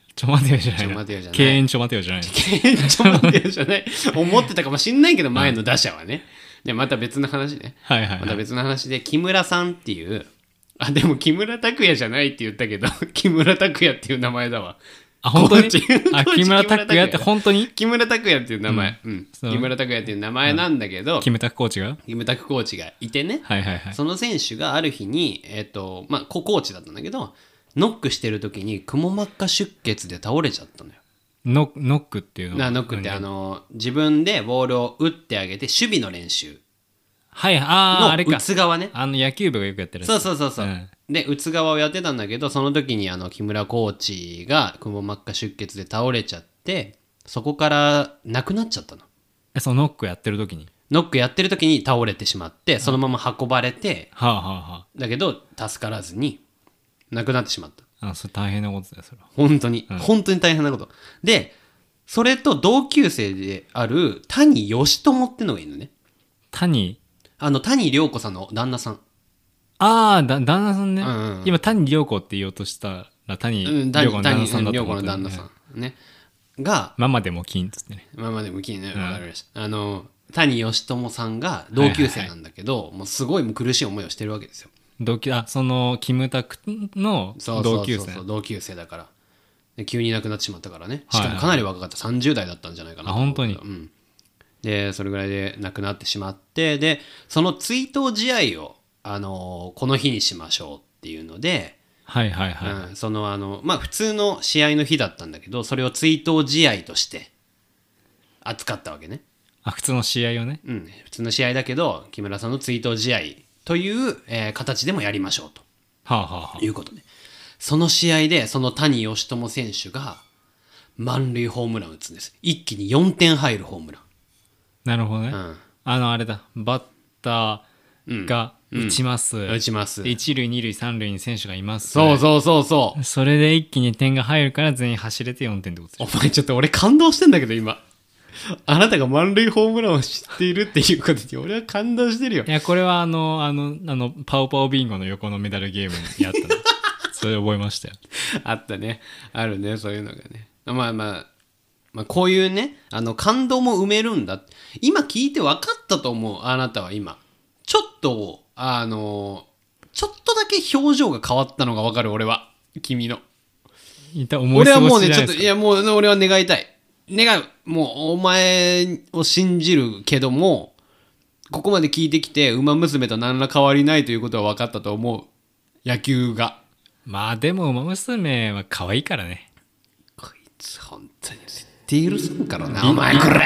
Speaker 2: ちょ待てよじゃないな。
Speaker 1: ちょ待てよじゃない。
Speaker 2: 敬遠ちょ待てよじゃない。
Speaker 1: ちょ待てよじゃない。思ってたかもしんないけど、前の打者はね。で、また別の話ね。
Speaker 2: はいはいはい。
Speaker 1: また別の話で、木村さんっていう、あ、でも木村拓哉じゃないって言ったけど、木村拓哉っていう名前だわ。
Speaker 2: あ、本当に
Speaker 1: コーチ
Speaker 2: あ、木村拓哉って本当に
Speaker 1: 木村拓哉っていう名前。
Speaker 2: そう
Speaker 1: 木村拓哉っていう名前なんだけど、
Speaker 2: キムタクコーチが
Speaker 1: キムタクコーチがいてね、
Speaker 2: はいはいはい。
Speaker 1: その選手がある日に、コーチだったんだけど、ノックしてる時にくも膜下出血で倒れちゃったのよ。
Speaker 2: ノックっていうのは
Speaker 1: ノックって自分でボールを打ってあげて守備の練習
Speaker 2: はい、あれか。
Speaker 1: の打つ側ね。
Speaker 2: 野球部がよくやってるやつ。
Speaker 1: そう、で打つ側をやってたんだけど、その時に木村コーチがくも膜下出血で倒れちゃって、そこから亡くなっちゃったの。
Speaker 2: そのノックやってる時に
Speaker 1: ノックやってる時に倒れてしまって、そのまま運ばれて、
Speaker 2: はあはあは
Speaker 1: だけど助からずに亡くなってしまった。
Speaker 2: それ大変なことだよそれは。
Speaker 1: 本当に、本当に大変なことで、それと同級生である谷義友ってのがいるのね。
Speaker 2: 谷
Speaker 1: 涼子さんの旦那さん。
Speaker 2: 旦那さんね、
Speaker 1: うん
Speaker 2: 今谷涼子って言おうとしたら谷涼子の旦那さんだと
Speaker 1: 涼子
Speaker 2: 思った
Speaker 1: の旦那さんねが
Speaker 2: ママでも金っつってね。
Speaker 1: まあまあでも気になる、わかりました。谷義友さんが同級生なんだけど、もうすごいもう苦しい思いをしてるわけですよ。
Speaker 2: そのキムタクの同級生。
Speaker 1: そう同級生だから。で急に亡くなってしまったからね。
Speaker 2: はいはい
Speaker 1: しかもかなり若かった、30代だったんじゃないかなと思うけど。
Speaker 2: 本当に
Speaker 1: でそれぐらいで亡くなってしまって、でその追悼試合をこの日にしましょうっていうので、
Speaker 2: はいはいはい。
Speaker 1: 普通の試合の日だったんだけど、それを追悼試合として扱ったわけね。
Speaker 2: 普通の試合をね。
Speaker 1: 普通の試合だけど木村さんの追悼試合という、形でもやりましょうと、いうことで、その試合でその谷義友選手が満塁ホームラン打つんです。一気に4点入るホームラン。
Speaker 2: なるほどね。あれだ、バッターが打ちます。
Speaker 1: 打ちます。
Speaker 2: 一塁二塁三塁に選手がいます。
Speaker 1: そう
Speaker 2: それで一気に点が入るから全員走れて4点ってことです。
Speaker 1: お前ちょっと俺感動してんだけど今。あなたが満塁ホームランを知っているっていうことに俺は感動してるよ。
Speaker 2: いやこれはパオパオビンゴの横のメダルゲームにやったの。それ覚えましたよ。
Speaker 1: あったね。あるね、そういうのがね。まあこういうね、感動も埋めるんだ。今聞いて分かったと思う。あなたは今ちょっとだけ表情が変わったのが分かる。俺は君の俺はもうね、ちょっと、いやもう俺は願いたい。願う。もうお前を信じるけども、ここまで聞いてきて馬娘と何ら変わりないということは分かったと思う。野球が。
Speaker 2: まあでも馬娘は可愛いからね。
Speaker 1: こいつ本当に絶対許さんからな、お前これ。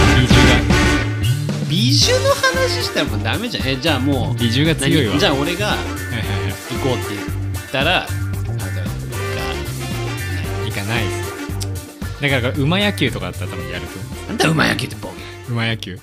Speaker 1: 美獣の話したらもうダメじゃん。じゃあもう
Speaker 2: 美獣が強いわ。
Speaker 1: じゃあ俺が行こうって言ったら、
Speaker 2: 行かないです。だから馬野球とかだったら多分やると思う。
Speaker 1: なんだ馬野球ってボケ。
Speaker 2: 馬野球。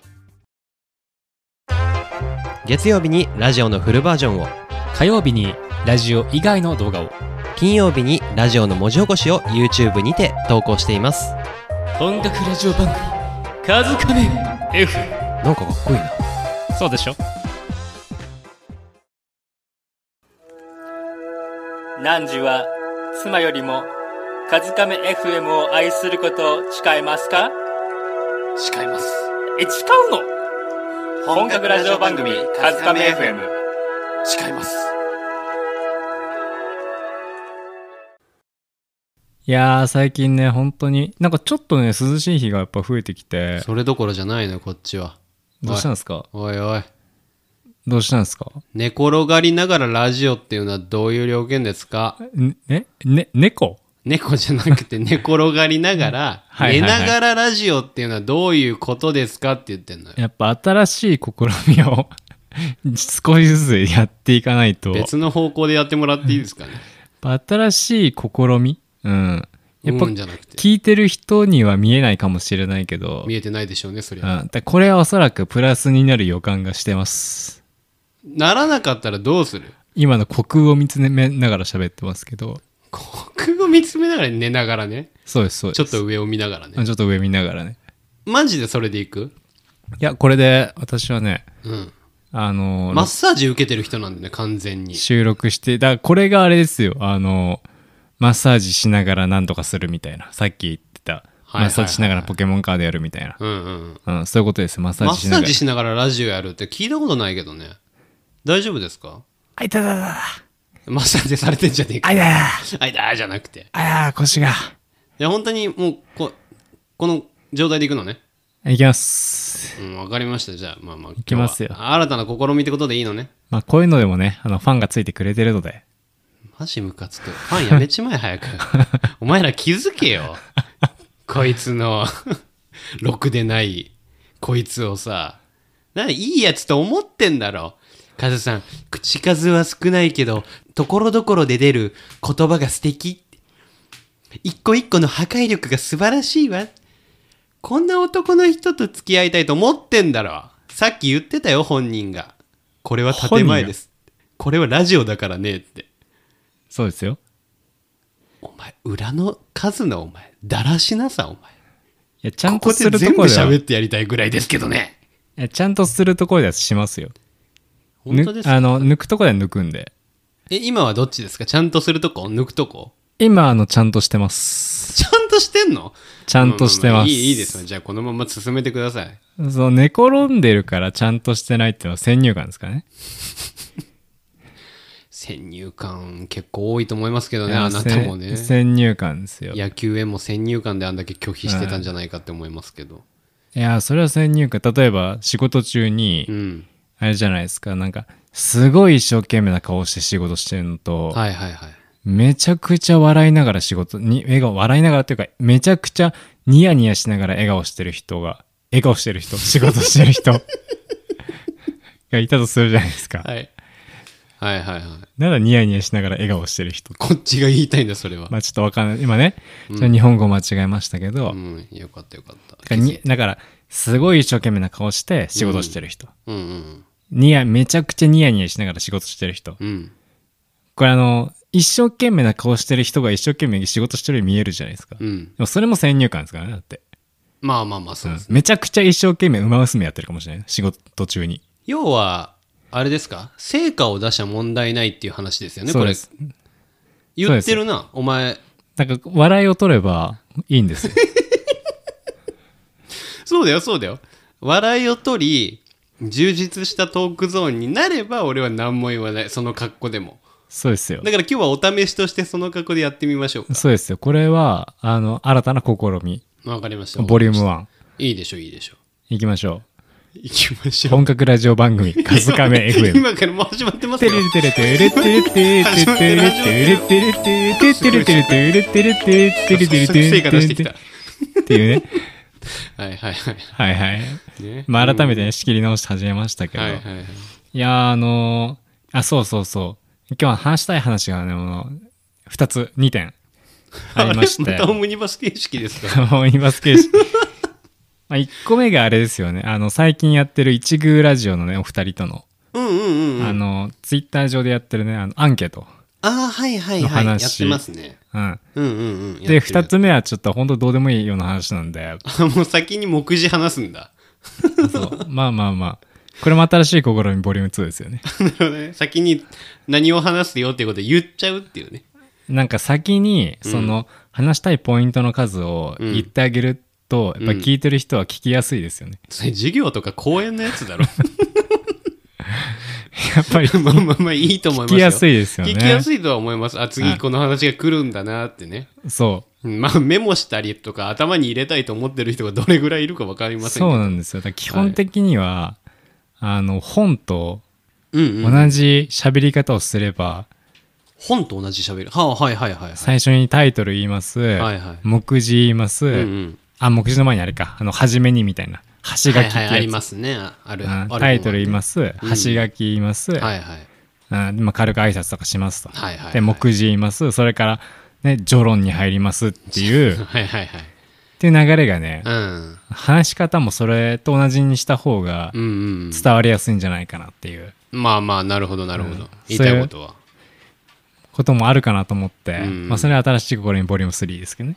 Speaker 1: 月曜日にラジオのフルバージョンを、
Speaker 2: 火曜日にラジオ以外の動画を、
Speaker 1: 金曜日にラジオの文字起こしを YouTube にて投稿しています。
Speaker 2: 音楽ラジオ番組カズカメ F。
Speaker 1: なんかかっこいいな。
Speaker 2: そうでしょ。
Speaker 4: 汝は妻よりもカズカメ FM を愛することを誓いますか？
Speaker 1: 誓います。
Speaker 4: 誓うの？本格ラジオ番組カズカメ FM
Speaker 1: 誓います。
Speaker 2: いやー最近ね本当になんかちょっとね涼しい日がやっぱ増えてきて。
Speaker 1: それどころじゃないのこっちは。
Speaker 2: どうしたんですか？
Speaker 1: おいおい、
Speaker 2: どうしたんですか？
Speaker 1: 寝転がりながらラジオっていうのはどういう了見ですか？
Speaker 2: 猫
Speaker 1: じゃなくて寝転がりながら寝ながらラジオっていうのはどういうことですかって言ってんのよ。
Speaker 2: やっぱ新しい試みを少しずつやっていかないと。
Speaker 1: 別の方向でやってもらっていいですかね。
Speaker 2: 新しい試み、やっぱ
Speaker 1: じゃなくて
Speaker 2: 聞いてる人には見えないかもしれないけど、
Speaker 1: 見えてないでしょうねそりゃ。
Speaker 2: これはおそらくプラスになる予感がしてます。
Speaker 1: ならなかったらどうする？
Speaker 2: 今の虚空を見つめながら喋ってますけど。
Speaker 1: 虚空を見つめながら寝ながらね。
Speaker 2: そうですそうです。
Speaker 1: ちょっと上を見ながらね。
Speaker 2: ちょっと上見ながらね。
Speaker 1: マジでそれでいく？
Speaker 2: いやこれで私はね、
Speaker 1: マッサージ受けてる人なんでね完全に。
Speaker 2: 収録して、だからこれがあれですよ、 マッサージしながらなんとかするみたいな、さっき言ってた
Speaker 1: はい
Speaker 2: マッサージしながらポケモンカードやるみたいな、
Speaker 1: うんうん。
Speaker 2: うん、そういうことですよ。マッサ
Speaker 1: マッサー
Speaker 2: ージしながら。
Speaker 1: ジしながらラジオやるって聞いたことないけどね。大丈夫ですか？
Speaker 2: あいただだ
Speaker 1: マッサージされてんじゃねえか。
Speaker 2: あいだだ
Speaker 1: あいだーじゃなくて。
Speaker 2: あや腰が。
Speaker 1: いや、本当にもうこの状態でいくのね。
Speaker 2: いきます。
Speaker 1: うん、わかりました。じゃあ、まあまあ。
Speaker 2: いきますよ
Speaker 1: 今日は新たな試みってことでいいのね。
Speaker 2: まあこういうのでもね、ファンがついてくれてるので。
Speaker 1: マジムカつく。ファンやめちまえ、早く。お前ら気づけよ。こいつの、ろくでない、こいつをさ。いいやつと思ってんだろ。カズさん、口数は少ないけど、ところどころで出る言葉が素敵。一個一個の破壊力が素晴らしいわ。こんな男の人と付き合いたいと思ってんだろ。さっき言ってたよ、本人が。これは建前です。これはラジオだからねって。
Speaker 2: そうですよ。
Speaker 1: お前、裏の数のお前、だらしなさ、お前。
Speaker 2: いや、ちゃん
Speaker 1: ことこ
Speaker 2: す
Speaker 1: で全部
Speaker 2: るところでは、
Speaker 1: 喋ってやりたいぐらいですけどね。
Speaker 2: いやちゃんとするところではしますよ。
Speaker 1: 本当ですか？
Speaker 2: 抜くところでは抜くんで。
Speaker 1: 今はどっちですか？ちゃんとするとこ抜くとこ？
Speaker 2: 今、ちゃんとしてます。
Speaker 1: ちゃんとしてんの？
Speaker 2: ちゃんとしてます。
Speaker 1: いいですね。じゃあこのまま進めてください。
Speaker 2: そう、寝転んでるからちゃんとしてないっていうのは先入観ですかね。
Speaker 1: 先入観結構多いと思いますけどね、あなたもね。
Speaker 2: 先入観ですよ。
Speaker 1: 野球へも先入観であんだけ拒否してたんじゃないかって思いますけど。
Speaker 2: いや、それは先入観。例えば仕事中に、
Speaker 1: うん。
Speaker 2: あれじゃないですか、なんか、すごい一生懸命な顔して仕事してるのと、
Speaker 1: はいはいはい。
Speaker 2: めちゃくちゃ笑いながら笑いながらっていうか、めちゃくちゃニヤニヤしながら笑顔してる人、仕事してる人がいたとするじゃないですか。
Speaker 1: はい。はいはいはい。
Speaker 2: なんだニヤニヤしながら笑顔してる人。
Speaker 1: こっちが言いたいんだ、それは。
Speaker 2: まあちょっとわかんない。今ね、ちょっと日本語間違えましたけど、
Speaker 1: うん、よかったよかった。
Speaker 2: だから、すごい一生懸命な顔して仕事してる人。
Speaker 1: うんうん
Speaker 2: めちゃくちゃニヤニヤしながら仕事してる人。
Speaker 1: うん。うん。
Speaker 2: これ一生懸命な顔してる人が一生懸命仕事してるように見えるじゃないですか。
Speaker 1: うん。
Speaker 2: でもそれも先入観ですからね、だって。
Speaker 1: まあまあまあ、そうですね。
Speaker 2: めちゃくちゃ一生懸命馬娘やってるかもしれない。仕事中に。
Speaker 1: 要は、あれですか？成果を出しゃ問題ないっていう話ですよね、これ。
Speaker 2: そうです。
Speaker 1: 言ってるな、お前。
Speaker 2: なんか、笑いを取ればいいんですよ。
Speaker 1: そうだよ、そうだよ。笑いを取り、充実したトークゾーンになれば、俺は何も言わない。その格好でも。
Speaker 2: そうですよ。
Speaker 1: だから今日はお試しとしてその格好でやってみましょうか。
Speaker 2: そうですよ。これは、新たな試み。
Speaker 1: わかりました。
Speaker 2: ボリューム1。
Speaker 1: いいでしょ、いいでしょ。
Speaker 2: いきましょ
Speaker 1: 行きまし
Speaker 2: う。
Speaker 1: ょう。
Speaker 2: 本格ラジオ番組、カズカメ FM。
Speaker 1: 今からもう始まってますよ。
Speaker 2: テレテレテレテレテレテレテレテレテレテレテレテレテレテレテレテレテレテレテレ
Speaker 1: 成果出してきた。
Speaker 2: っていうね。
Speaker 1: はいはいはい。
Speaker 2: はいはい。
Speaker 1: ね、
Speaker 2: まあ改めてね、仕切り直して始めましたけど。
Speaker 1: はいはいはい。
Speaker 2: いやそうそうそう。今日は話したい話がね、2点ありまして。
Speaker 1: またオムニバス形式ですか？
Speaker 2: オムニバス形式。まあ1個目があれですよね。最近やってる一宮ラジオのね、お二人との、
Speaker 1: うんうんうん。
Speaker 2: ツイッター上でやってるね、アンケート。
Speaker 1: ああ、はいはいはい。やってますね。
Speaker 2: うん。
Speaker 1: うんうんうん。
Speaker 2: で、2つ目はちょっと本当どうでもいいような話なんで。
Speaker 1: もう先に目次話すんだ。
Speaker 2: そう。まあまあまあ。これも新しい試みボリューム2ですよね。
Speaker 1: なるほどね。先に何を話すよっていうことを言っちゃうっていうね。
Speaker 2: なんか先に、話したいポイントの数を言ってあげると、やっぱ聞いてる人は聞きやすいですよね。
Speaker 1: それ授業とか講演のやつだろ。
Speaker 2: やっぱり
Speaker 1: まあまあまあいいと思いますよ。
Speaker 2: 聞きやすいですよね。
Speaker 1: 聞きやすいとは思います。あ、次この話が来るんだなってね。
Speaker 2: そう。
Speaker 1: まあメモしたりとか頭に入れたいと思ってる人がどれぐらいいるか分かりませんけど。
Speaker 2: そうなんですよ。だから基本的には、本と
Speaker 1: うんうん、
Speaker 2: 同じ喋り方をすれば、
Speaker 1: 本と同じ喋る。はいはいはいはい。
Speaker 2: 最初にタイトル言います。
Speaker 1: はいはい。
Speaker 2: 目次言います。
Speaker 1: うんうん。
Speaker 2: 目次の前にあれか。初めにみたいな。端書きってやつ。
Speaker 1: はいはい、ありますね。ある。
Speaker 2: タイトル言います。端書き言います。
Speaker 1: はいはい。
Speaker 2: 軽く挨拶とかしますと。
Speaker 1: はいはいはい。
Speaker 2: で、目次言います。それから、ね、序論に入りますっていう。
Speaker 1: はいはいはい。
Speaker 2: っていう流れがね、
Speaker 1: うん。
Speaker 2: 話し方もそれと同じにした方が伝わりやすいんじゃないかなっていう。
Speaker 1: まあまあ、なるほどなるほど。言いたいことは。
Speaker 2: こともあるかなと思って、
Speaker 1: うん
Speaker 2: それは新しい試みボリューム3ですけどね。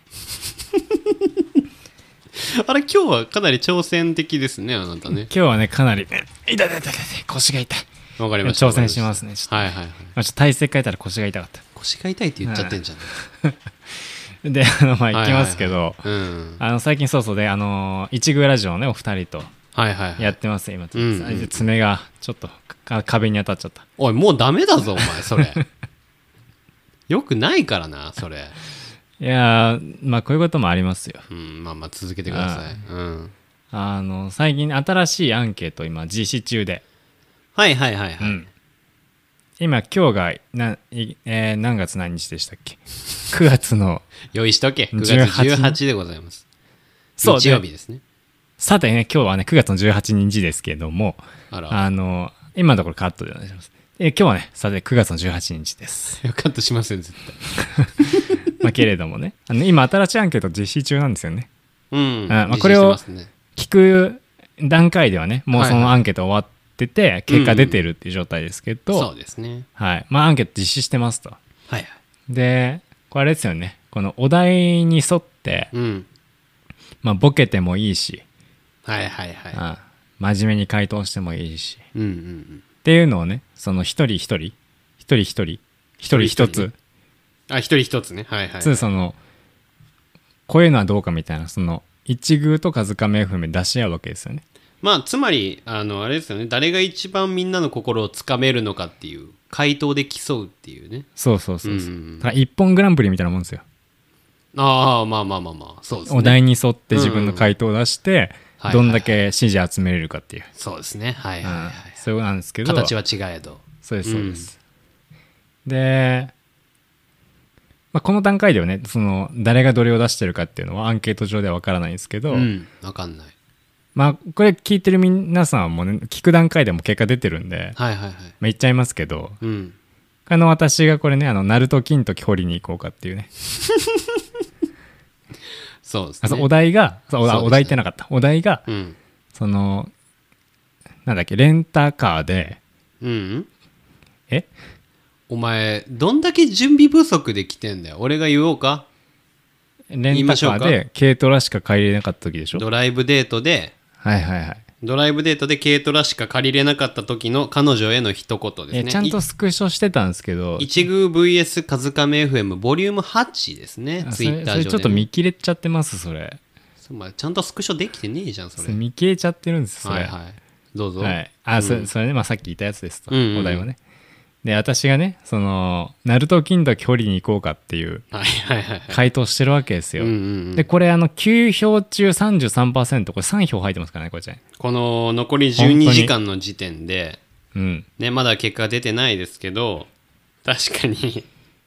Speaker 1: あれ、今日はかなり挑戦的ですね、あなたね。
Speaker 2: 今日はね、かなり、痛い腰が痛い。
Speaker 1: わかりました。
Speaker 2: 挑戦しますね。ちょっと
Speaker 1: はいはいはい。
Speaker 2: ちょっと体勢変えたら腰が痛かった。
Speaker 1: 腰が痛いって言っちゃってんじゃん、
Speaker 2: でまあ行きますけど、最近そうで一宮ラジオをねお二人とやってます今、爪がちょっと壁に当たっちゃった。
Speaker 1: おいもうダメだぞお前それよくないからなそれ。
Speaker 2: いやまあこういうこともありますよ。
Speaker 1: まあまあ続けてください。
Speaker 2: 最近新しいアンケート今実施中で。
Speaker 1: はいはいはいはい。
Speaker 2: 今日が何月何日でしたっけ？9月の
Speaker 1: 用意しとけ。9月18でございます。そう日曜日ですね。
Speaker 2: さてね今日はね9月の18日ですけども、今のところカットでお願いします。今日はねさて9月の18日です。
Speaker 1: カットしません絶対。
Speaker 2: まあけれどもね今新しいアンケート実施中なんですよね。
Speaker 1: ま
Speaker 2: あこれを聞く段階ではねもうそのアンケート終わってて結果出てるっていう状態ですけど、
Speaker 1: そうですね。
Speaker 2: はいまあアンケート実施してますと。
Speaker 1: はいはい。
Speaker 2: でこれあれですよねこのお題に沿って、まあボケてもいいし、
Speaker 1: はいはいはい。
Speaker 2: 真面目に回答してもいいし、っていうのをねその一人一つ
Speaker 1: 一人一つね。はいはい。
Speaker 2: そのこういうのはどうかみたいなその一宮と風亀 FM 出し合うわけですよね。
Speaker 1: まあつまりあれですよね誰が一番みんなの心をつかめるのかっていう回答で競うっていうね。
Speaker 2: そうだから一本グランプリみたいなもんですよ。
Speaker 1: まあそうですね。
Speaker 2: お題に沿って自分の回答を出して、どんだけ支持集めれるかっていう。
Speaker 1: そうですねはいはいはい。
Speaker 2: そうなんですけど
Speaker 1: 形は違えど。
Speaker 2: そうですで、まあ、この段階ではねその誰がどれを出してるかっていうのはアンケート上では分からないんですけど、
Speaker 1: 分かんない。
Speaker 2: まあこれ聞いてる皆さんもね聞く段階でも結果出てるんで、まあ、言っちゃいますけど、私がこれねナルト金時掘りに行こうかっていうね
Speaker 1: そうですね。
Speaker 2: お題がお題ってなかったお題が、そのなんだっけレンタカーで
Speaker 1: お前どんだけ準備不足で来てんだよ。俺が言おうか。
Speaker 2: レンタカーで軽トラしか借りれなかった時でしょ。
Speaker 1: ドライブデートでドライブデートで軽トラしか借りれなかった時の彼女への一言ですね。
Speaker 2: ちゃんとスクショしてたんですけど
Speaker 1: 一宮 VS 風亀 FM ボリューム8ですね。ツイッター上で、
Speaker 2: それちょっと見切れちゃってますそれ。
Speaker 1: ちゃんとスクショできてねえじゃんそれ。
Speaker 2: 見切れちゃってるんですそれ。
Speaker 1: どうぞ。
Speaker 2: それね、まあ、さっき言ったやつですと、お題はね。で私がねそのナルト金時掘りに行こうかっていう回答してるわけですよ。でこれ9票中 33% これ3票入ってますからねこれ。
Speaker 1: この残り12時間の時点で、まだ結果出てないですけど確かに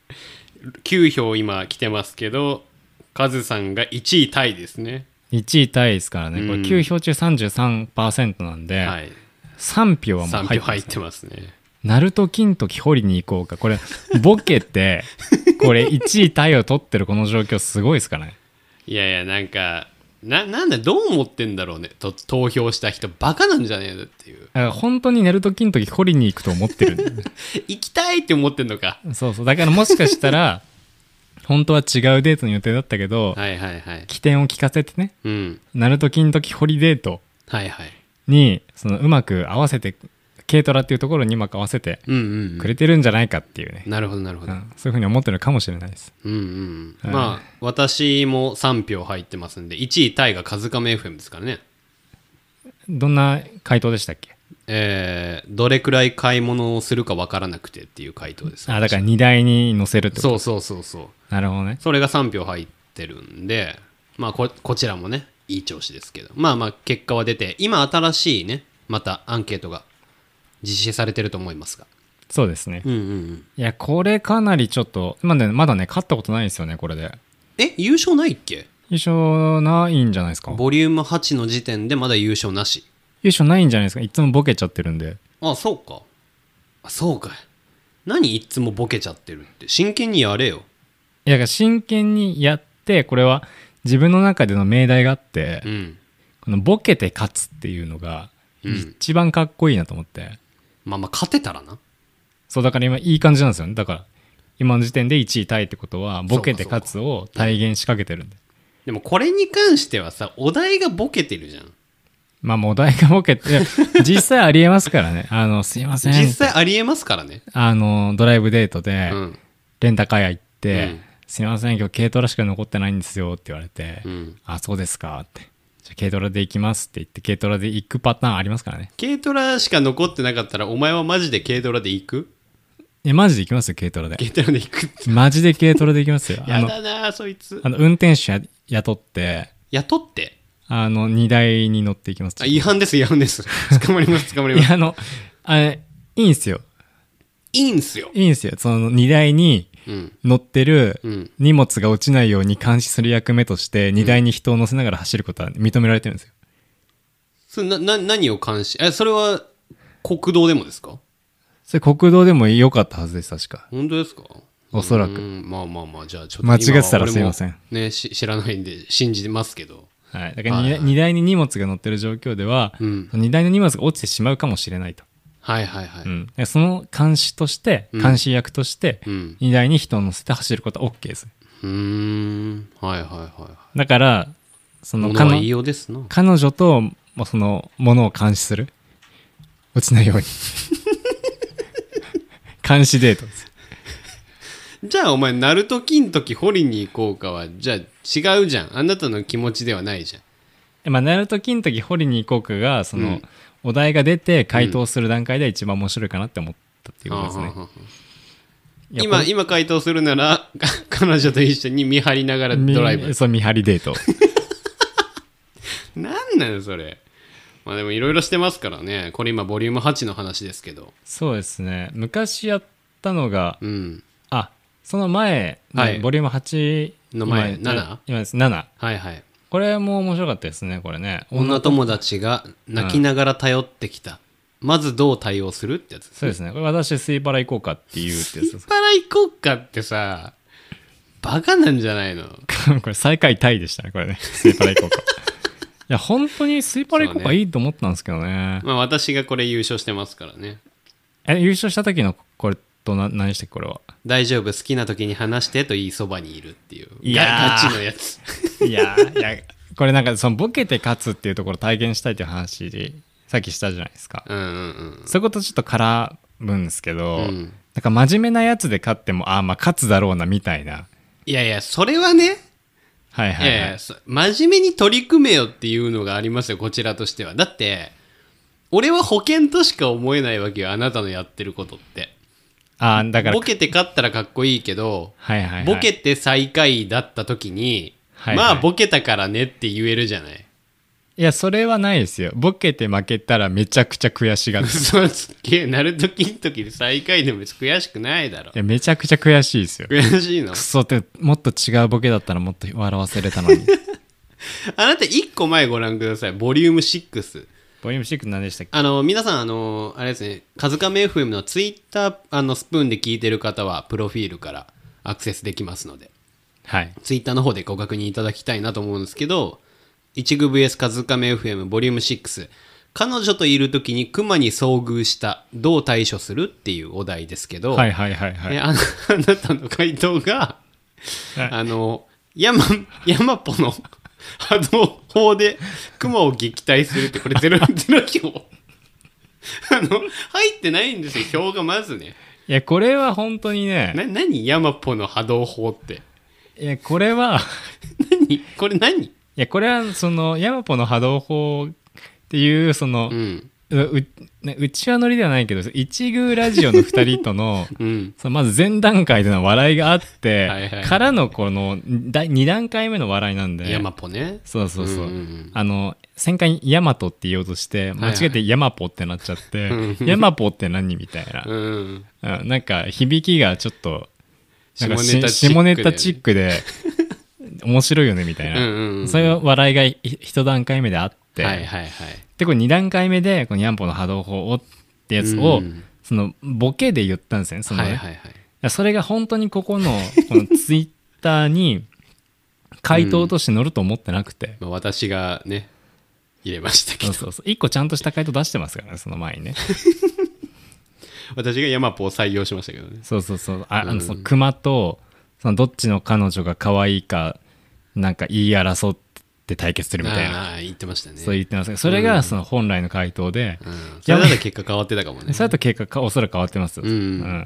Speaker 1: 9票今来てますけどカズさんが1位タイですね。
Speaker 2: 1位タイですからねこれ9票中 33% なんで、3票はもう
Speaker 1: 入ってますね。
Speaker 2: ナルト金時掘りに行こうかこれボケてこれ1位タイを取ってるこの状況すごいですかね。
Speaker 1: いやなんかなんだどう思ってんだろうね投票した人バカなんじゃねえのっていう。
Speaker 2: だから本当にナルト金時掘りに行くと思ってる
Speaker 1: 行きたいって思ってんのか。
Speaker 2: そうだからもしかしたら本当は違うデートの予定だったけど起点を聞かせてね、ナルト金時掘りデートにそのうまく合わせて軽トラっていうところにうまく合わせてくれてるんじゃないかっていうね。
Speaker 1: なるほど、そう
Speaker 2: いうふうに思ってるかもしれないです。
Speaker 1: まあ私も3票入ってますんで1位タイが風亀 FM ですからね。
Speaker 2: どんな回答でしたっけ？
Speaker 1: どれくらい買い物をするか分からなくてっていう回答です。
Speaker 2: だから荷台に乗せるってこと。
Speaker 1: そう
Speaker 2: なるほどね。
Speaker 1: それが3票入ってるんでまあ こちらもねいい調子ですけどまあ結果は出て今新しいねまたアンケートが実施されてると思いますが。
Speaker 2: そうですね。いやこれかなりちょっとまだね勝ったことないんですよねこれで。
Speaker 1: 優勝ないっけ？
Speaker 2: 優勝ないんじゃないですか。
Speaker 1: ボリューム8の時点でまだ優勝なし。
Speaker 2: 優勝ないんじゃないですか。いつもボケちゃってるんで。
Speaker 1: そうか。そうかい。何いつもボケちゃってるって真剣にやれよ。
Speaker 2: いや真剣にやってこれは自分の中での命題があって、このボケて勝つっていうのが一番かっこいいなと思って。
Speaker 1: まあ勝てたらな。
Speaker 2: そうだから今いい感じなんですよね。だから今の時点で1位タイってことはボケて勝つを体現しかけてるんで。
Speaker 1: でもこれに関してはさお題がボケてるじゃん。
Speaker 2: まあもうお題がボケて実際ありえますからね。すいません
Speaker 1: 実際ありえますからね。
Speaker 2: ドライブデートで、 レンタカー屋行って、
Speaker 1: うん
Speaker 2: すいません今日軽トラしか残ってないんですよって言われて、
Speaker 1: うん
Speaker 2: あそうですかって、じゃあ軽トラで行きますって言って軽トラで行くパターンありますからね。
Speaker 1: 軽トラしか残ってなかったらお前はマジで軽トラで行く？
Speaker 2: マジで行きますよ軽トラで。
Speaker 1: 軽トラで行くって
Speaker 2: マジで軽トラで行きますよ。
Speaker 1: やだなそいつ。
Speaker 2: 運転手雇って
Speaker 1: 雇って
Speaker 2: 荷台に乗っていきます。
Speaker 1: あ違反です違反です捕まります捕まります。
Speaker 2: いやあれいいんすよ
Speaker 1: いいんすよ。
Speaker 2: いいんすよ。その荷台に
Speaker 1: うん
Speaker 2: 乗ってる
Speaker 1: うん
Speaker 2: 荷物が落ちないように監視する役目として荷台に人を乗せながら走ることは認められてるんですよ。
Speaker 1: それ何を監視それは国道でもですか？
Speaker 2: それ国道でも良かったはずです確か。
Speaker 1: 本当ですか？
Speaker 2: おそらく
Speaker 1: まあまあまあじゃあちょっと
Speaker 2: 間違ってたら
Speaker 1: 今は俺も
Speaker 2: すいません。
Speaker 1: ね知らないんで信じてますけど。
Speaker 2: はい、だから
Speaker 1: はいはい
Speaker 2: 荷台に荷物が乗ってる状況では、
Speaker 1: うん
Speaker 2: 荷台の荷物が落ちてしまうかもしれないと、
Speaker 1: はいはいはい。
Speaker 2: うん、でその監視として
Speaker 1: うん
Speaker 2: 監視役として、
Speaker 1: うん
Speaker 2: 荷台に人を乗せて走ることは OK です。
Speaker 1: はいはいは
Speaker 2: だからそ
Speaker 1: い。
Speaker 2: の
Speaker 1: 物は言いようですな。
Speaker 2: 彼女とその物を監視する、落ちないように監視デートです。
Speaker 1: じゃあお前ナルト金時掘りに行こうかはじゃあ違うじゃん。あなたの気持ちではないじゃん。
Speaker 2: ナルト金時掘りに行こうかがその、
Speaker 1: うん
Speaker 2: お題が出て回答する段階で一番面白いかなって思ったっていうことですね。
Speaker 1: はあはあはあ今
Speaker 2: いやこれ
Speaker 1: 今回答するなら彼女と一緒に見張りながらドライブ。
Speaker 2: そう見張りデート
Speaker 1: なんなのそれ。まあでもいろいろしてますからね。これ今ボリューム8の話ですけど。
Speaker 2: そうですね。昔やったのが
Speaker 1: うん。
Speaker 2: その前、
Speaker 1: はい
Speaker 2: ボリューム8
Speaker 1: の前
Speaker 2: 今
Speaker 1: 7？
Speaker 2: 今です7。
Speaker 1: はいはい。
Speaker 2: これも面白かったですね。これね
Speaker 1: 女友達が泣きながら頼ってきた。まずどう対応するってやつですね。
Speaker 2: そうですね。これ私スイパラ行こうかっていうってやつです。
Speaker 1: パラ行こうかってさ、バカなんじゃないの？
Speaker 2: これ最下位タイでしたね。これねスイパラ行こうかいや本当にスイパラ行こうかいいと思ったんですけどね。
Speaker 1: まあ私がこれ優勝してますからね。
Speaker 2: 優勝した時のこれと何でしたっけこれは。
Speaker 1: 大丈夫好きな時に話してといいそばにいるっていう
Speaker 2: いやー
Speaker 1: ガチのやつ。
Speaker 2: いやこれなんかそのボケて勝つっていうところを体現したいっていう話でさっきしたじゃないですか。
Speaker 1: うんうん
Speaker 2: そういうことちょっと絡むんですけど、
Speaker 1: うん
Speaker 2: なんか真面目なやつで勝ってもまあ勝つだろうなみたいな。
Speaker 1: いやいやそれはね、
Speaker 2: はいはいいはい、
Speaker 1: やいや真面目に取り組めよっていうのがありますよこちらとしては。だって俺は保険としか思えないわけよあなたのやってることって。
Speaker 2: だから
Speaker 1: ボケて勝ったらかっこいいけど、
Speaker 2: はいはいはい、
Speaker 1: ボケて最下位だった時に、
Speaker 2: はいはい
Speaker 1: まあボケたからねって言えるじゃない。
Speaker 2: いやそれはないですよ。ボケて負けたらめちゃくちゃ悔しがって
Speaker 1: そうすっげえナルト金時で最下位でも別に悔しくないだろ。
Speaker 2: いやめちゃくちゃ悔しいですよ。
Speaker 1: 悔しいの
Speaker 2: ク。ソってもっと違うボケだったらもっと笑わせれたのに
Speaker 1: あなた1個前ご覧ください。ボリューム6。
Speaker 2: ボリューム6何でしたっけ。
Speaker 1: 皆さんあれですね、カズカメ FM のツイッタースプーンで聞いてる方はプロフィールからアクセスできますので、
Speaker 2: はい
Speaker 1: ツイッターの方でご確認いただきたいなと思うんですけど、一具 VS カズカメ FM ボリューム6、彼女といる時にクマに遭遇したどう対処するっていうお題ですけど、
Speaker 2: はいはいはいはい
Speaker 1: あなたの回答が
Speaker 2: はい
Speaker 1: ヤマポの波動砲でクマを撃退するって、これゼロ票入ってないんですよ票が。まずね、
Speaker 2: いやこれは本当にね、
Speaker 1: 何ヤマポの波動砲って。
Speaker 2: いやこれは
Speaker 1: これ何？
Speaker 2: いやこれはそのヤマポの波動砲っていうその、
Speaker 1: うん
Speaker 2: うちわ乗りではないけど一宮ラジオの2人との
Speaker 1: うん
Speaker 2: そのまず前段階での笑いがあって
Speaker 1: はいはい
Speaker 2: からのこの2段階目の笑いなんで。
Speaker 1: ヤマポね。
Speaker 2: そうそうそう、
Speaker 1: ん
Speaker 2: 戦艦ヤマトって言おうとして間違えてヤマポってなっちゃって、ヤマポって何みたいな、
Speaker 1: うん
Speaker 2: なんか響きがちょっとなんか
Speaker 1: 下ネタチックだよね
Speaker 2: 下ネタチックで面白いよねみたいな、
Speaker 1: うんうんうん
Speaker 2: そういう笑いが1段階目であって、
Speaker 1: はいはいはい。
Speaker 2: でこれ2段階目でこのヤンポの波動砲をってやつを、
Speaker 1: うん
Speaker 2: そのボケで言ったんですよね。そのね
Speaker 1: はいはいはい。
Speaker 2: それが本当にこのツイッターに回答として載ると思ってなくて、
Speaker 1: まあ、私がね入れましたけど、
Speaker 2: そうそうそう1個ちゃんとした回答出してますからねその前にね
Speaker 1: 私がヤマポを採用しましたけどね。
Speaker 2: そうそうそうそのクマとそのどっちの彼女が可愛いかなんか言い争って対決するみたいな、
Speaker 1: ああ言ってましたね。
Speaker 2: そう言ってますけど、それがその本来の回答で、
Speaker 1: それだと結果変わってたかもね。
Speaker 2: それだと結果おそらく変わってますよ、
Speaker 1: うん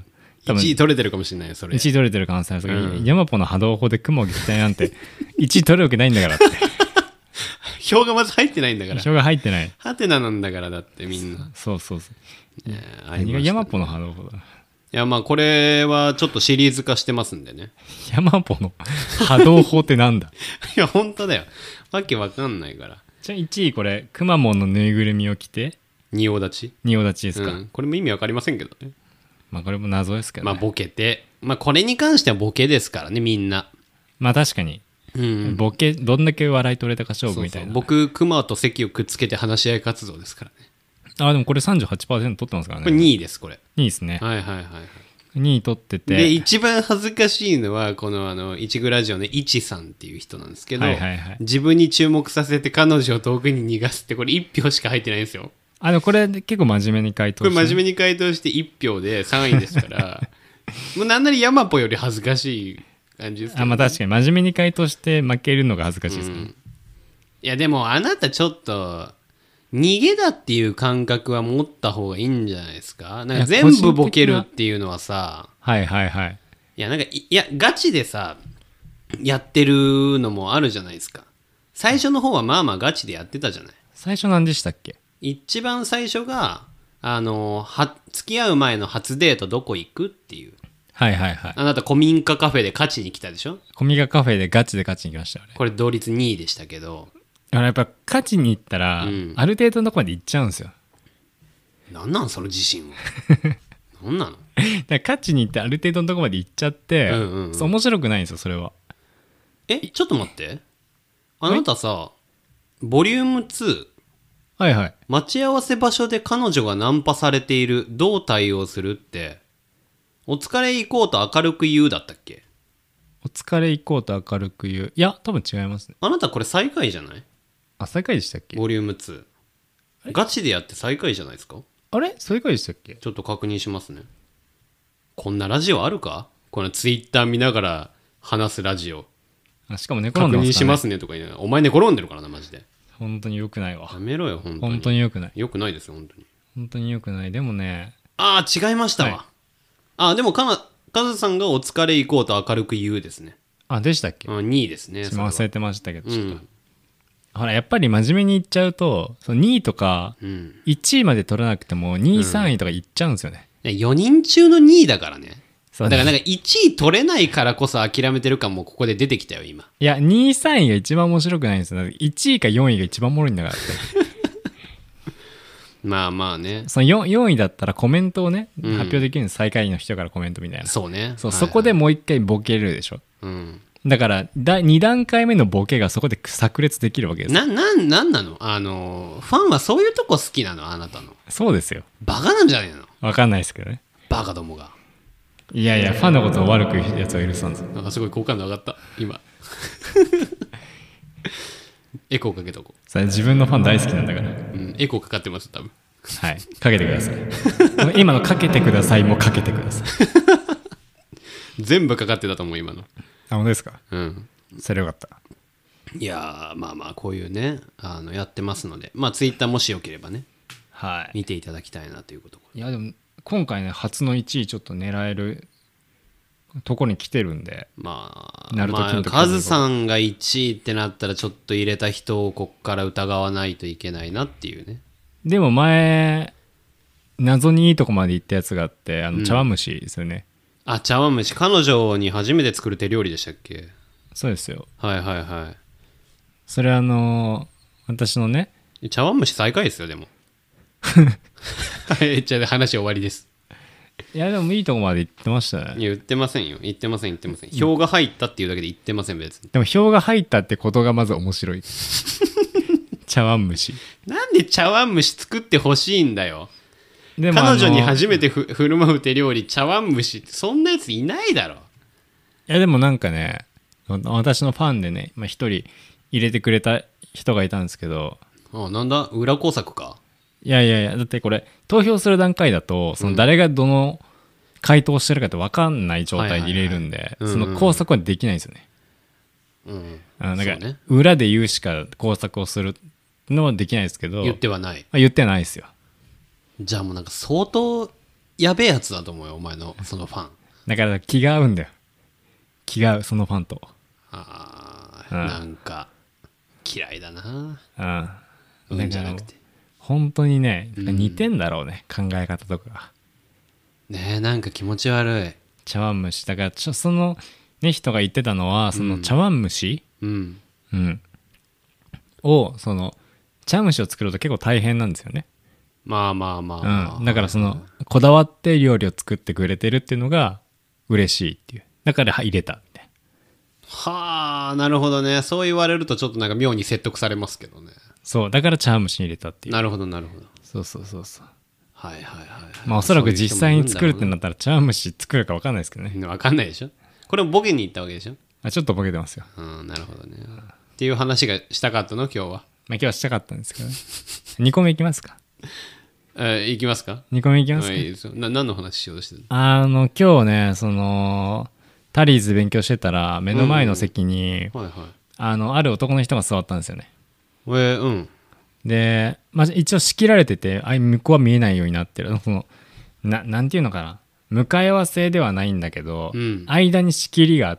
Speaker 2: 多分
Speaker 1: 1位取れてるかもしれないよそれ。
Speaker 2: 1位取れてる可能性あるんですけど、
Speaker 1: うん、
Speaker 2: ヤマポの波動砲で雲を撃退なんて1位取れるわけないんだからって
Speaker 1: 票がまず入ってないんだから。
Speaker 2: 票が入ってない。
Speaker 1: ハテナなんだからだってみんな。
Speaker 2: そうそうそう。
Speaker 1: ありましたね
Speaker 2: 何がヤマポの波動砲だ。
Speaker 1: いやまあこれはちょっとシリーズ化してますんでね。
Speaker 2: ヤマポの波動砲ってなんだ。
Speaker 1: いや本当だよ。わけわかんないから。
Speaker 2: じゃあ1位これくまモンのぬいぐるみを着て
Speaker 1: 仁王立ち。
Speaker 2: 仁王立ちですか、
Speaker 1: うん、これも意味わかりませんけどね。
Speaker 2: まあこれも謎ですけど、ね、
Speaker 1: まあボケて、まあこれに関してはボケですからねみんな。
Speaker 2: まあ確かに、
Speaker 1: うん、
Speaker 2: ボケどんだけ笑い取れたか勝負みたいな。
Speaker 1: そうそう僕熊と関をくっつけて話し合い活動ですからね。
Speaker 2: あでもこれ 38% 取ってますからね。
Speaker 1: これ2位ですこれ。
Speaker 2: 2位ですね。
Speaker 1: はいはいはいはい。
Speaker 2: 2位取ってて、
Speaker 1: で一番恥ずかしいのはこのいちぐラジオのいちさんっていう人なんですけど、
Speaker 2: はいはいはい、
Speaker 1: 自分に注目させて彼女を遠くに逃がすってこれ1票しか入ってないんですよ。
Speaker 2: でもこれ結構真面目に回答して、
Speaker 1: これ真面目に回答して1票で3位ですからもうなんならヤマポより恥ずかしい感じですけど、ね、
Speaker 2: まあ確かに真面目に回答して負けるのが恥ずかしいですね、
Speaker 1: いやでもあなたちょっと逃げだっていう感覚は持った方がいいんじゃないですか。なんか全部ボケるっていうのはさ、
Speaker 2: はいはいはい。
Speaker 1: いやなんかいやガチでさやってるのもあるじゃないですか。最初の方はまあまあガチでやってたじゃない。
Speaker 2: 最初何でしたっけ。
Speaker 1: 一番最初が付き合う前の初デートどこ行くっていう。
Speaker 2: はいはいはい。
Speaker 1: あなた古民家カフェで勝ちに来たでしょ。
Speaker 2: コミカカフェでガチで勝ちに来ましたよね。
Speaker 1: これ同率2位でしたけど、
Speaker 2: やっぱ勝ちに行ったら、ある程度のとこまで行っちゃうんですよ。
Speaker 1: なんなんその自信はなんなの。
Speaker 2: だから勝ちに行ってある程度のとこまで行っちゃって、そう面白くないんですよそれは。
Speaker 1: ちょっと待って、あなたさボリューム2、
Speaker 2: はいはい、
Speaker 1: 待ち合わせ場所で彼女がナンパされている、どう対応するって、お疲れ行こうと明るく言うだったっけ。
Speaker 2: お疲れ行こうと明るく言う。いや多分違いますね。
Speaker 1: あなたこれ最下位じゃない。
Speaker 2: 最下位でしたっけ。
Speaker 1: ボリューム2ガチでやって最下位じゃないですか。
Speaker 2: あれ最下位でしたっけ。
Speaker 1: ちょっと確認しますね。こんなラジオあるか。このツイッター見ながら話すラジオ。
Speaker 2: しかも寝転んでますからね。
Speaker 1: 確認しますねとか言いながら、お前寝転んでるからなマジで。
Speaker 2: 本当に良くないわ。
Speaker 1: やめろよ本当に。
Speaker 2: 本当に良くない。
Speaker 1: 良くないですよ本当に。
Speaker 2: 本当に良くない。でもね。
Speaker 1: 違いましたわ。はい、でもカズさんがお疲れ行こうと明るく言うですね。
Speaker 2: でしたっけ。
Speaker 1: 2位ですね。
Speaker 2: 忘れてましたけど、ちょっと。ほらやっぱり真面目に言っちゃうと、その2位とか1位まで取らなくても2位3位とか言っちゃうんですよね。
Speaker 1: 4人中の2位だからね。だからなんか1位取れないからこそ諦めてる感もここで出てきたよ今。
Speaker 2: いや2位3位が一番面白くないんですよ。1位か4位が一番おもろいんだからって。
Speaker 1: まあまあね。
Speaker 2: その 4位だったらコメントをね、発表できるんです。最下位の人からコメントみたいな。
Speaker 1: そうね。
Speaker 2: そこでもう一回ボケれるでしょ。だから2段階目のボケがそこで炸裂できるわけです。
Speaker 1: なんなのファンはそういうとこ好きなのあなたの。
Speaker 2: そうですよ。
Speaker 1: バカなんじゃねえの。
Speaker 2: わかんないですけどね。
Speaker 1: バカどもが。
Speaker 2: いやいやファンのことを悪く言うやつは許さんぞ。
Speaker 1: なんかすごい好感度上がった今。エコーかけとこう。
Speaker 2: それ自分のファン大好きなんだから。
Speaker 1: エコーかかってます多分。
Speaker 2: はい、かけてください。今のかけてくださいもかけてください。
Speaker 1: 全部かかってたと思う今の。
Speaker 2: 本当ですか。それよかった。
Speaker 1: いやまあまあこういうねやってますので、まあツイッターもしよければね、見ていただきたいなということ。
Speaker 2: いやでも今回ね初の1位ちょっと狙えるところに来てるんで、
Speaker 1: カズさんが1位ってなったらちょっと入れた人をこっから疑わないといけないなっていうね。
Speaker 2: でも前謎にいいとこまで行ったやつがあって茶碗蒸しですよね。
Speaker 1: 茶碗蒸し、彼女に初めて作る手料理でしたっけ。
Speaker 2: そうですよ。
Speaker 1: はいはいはい。
Speaker 2: それ私のね
Speaker 1: 茶碗蒸し最下位ですよでも。はいじゃあ話終わりです。
Speaker 2: いやでもいいとこまで行ってましたね。
Speaker 1: いや言ってませんよ、言ってません。票が入ったっていうだけで言ってません別に。
Speaker 2: でも票が入ったってことがまず面白い。茶碗蒸し
Speaker 1: なんで茶碗蒸し作ってほしいんだよ。でも彼女に初めて振る舞う手料理茶碗蒸しってそんなやついないだろ。
Speaker 2: いやでもなんかね私のファンでね一人入れてくれた人がいたんですけど。
Speaker 1: なんだ裏工作か。
Speaker 2: いやだってこれ投票する段階だとその誰がどの回答してるかって分かんない状態で入れるんで、その工作はできないんですよね。なんか裏で言うしか工作をするのはできないですけど。
Speaker 1: 言ってはない。
Speaker 2: 言ってはないですよ。
Speaker 1: じゃあもうなんか相当やべえやつだと思うよお前のそのファン。
Speaker 2: だから気が合うんだよ。気が合う、そのファンと。
Speaker 1: なんか嫌いだな。
Speaker 2: うん。
Speaker 1: じゃなくて
Speaker 2: 本当にね、似てんだろうね、考え方とか。
Speaker 1: ねえ、なんか気持ち悪い。
Speaker 2: 茶碗蒸しだからそのね人が言ってたのはその茶碗蒸し、
Speaker 1: うん
Speaker 2: をその茶碗蒸しを作ると結構大変なんですよね。
Speaker 1: まあまあまあまあ、
Speaker 2: だからそのこだわって料理を作ってくれてるっていうのが嬉しいっていう。だから入れたみたいな。
Speaker 1: はあ、なるほどね。そう言われるとちょっとなんか妙に説得されますけどね。
Speaker 2: そうだから茶碗蒸しに入れたっていう。
Speaker 1: なるほどなるほど。
Speaker 2: そうそうそうそう。
Speaker 1: はいはいはい、
Speaker 2: まあおそらく実際に作るってなったら茶碗蒸し作るか分かんないですけどね。
Speaker 1: 分かんないでしょ。これボケに行ったわけでしょ。
Speaker 2: ちょっとボケてますよ。
Speaker 1: なるほどね。っていう話がしたかったの今日は。
Speaker 2: まあ今日はしたかったんですけどね。2個目いきますか。
Speaker 1: いきますか。
Speaker 2: 2個目いきますか。
Speaker 1: いいですよ。何の話しようとしてる？
Speaker 2: 今日ねそのタリーズ勉強してたら目の前の席に、
Speaker 1: はいはい、
Speaker 2: ある男の人が座ったんですよね。で、まあ、一応仕切られてて向こうは見えないようになってる。そのなんていうのかな、向かい合わせではないんだけど、間に仕切りがあって、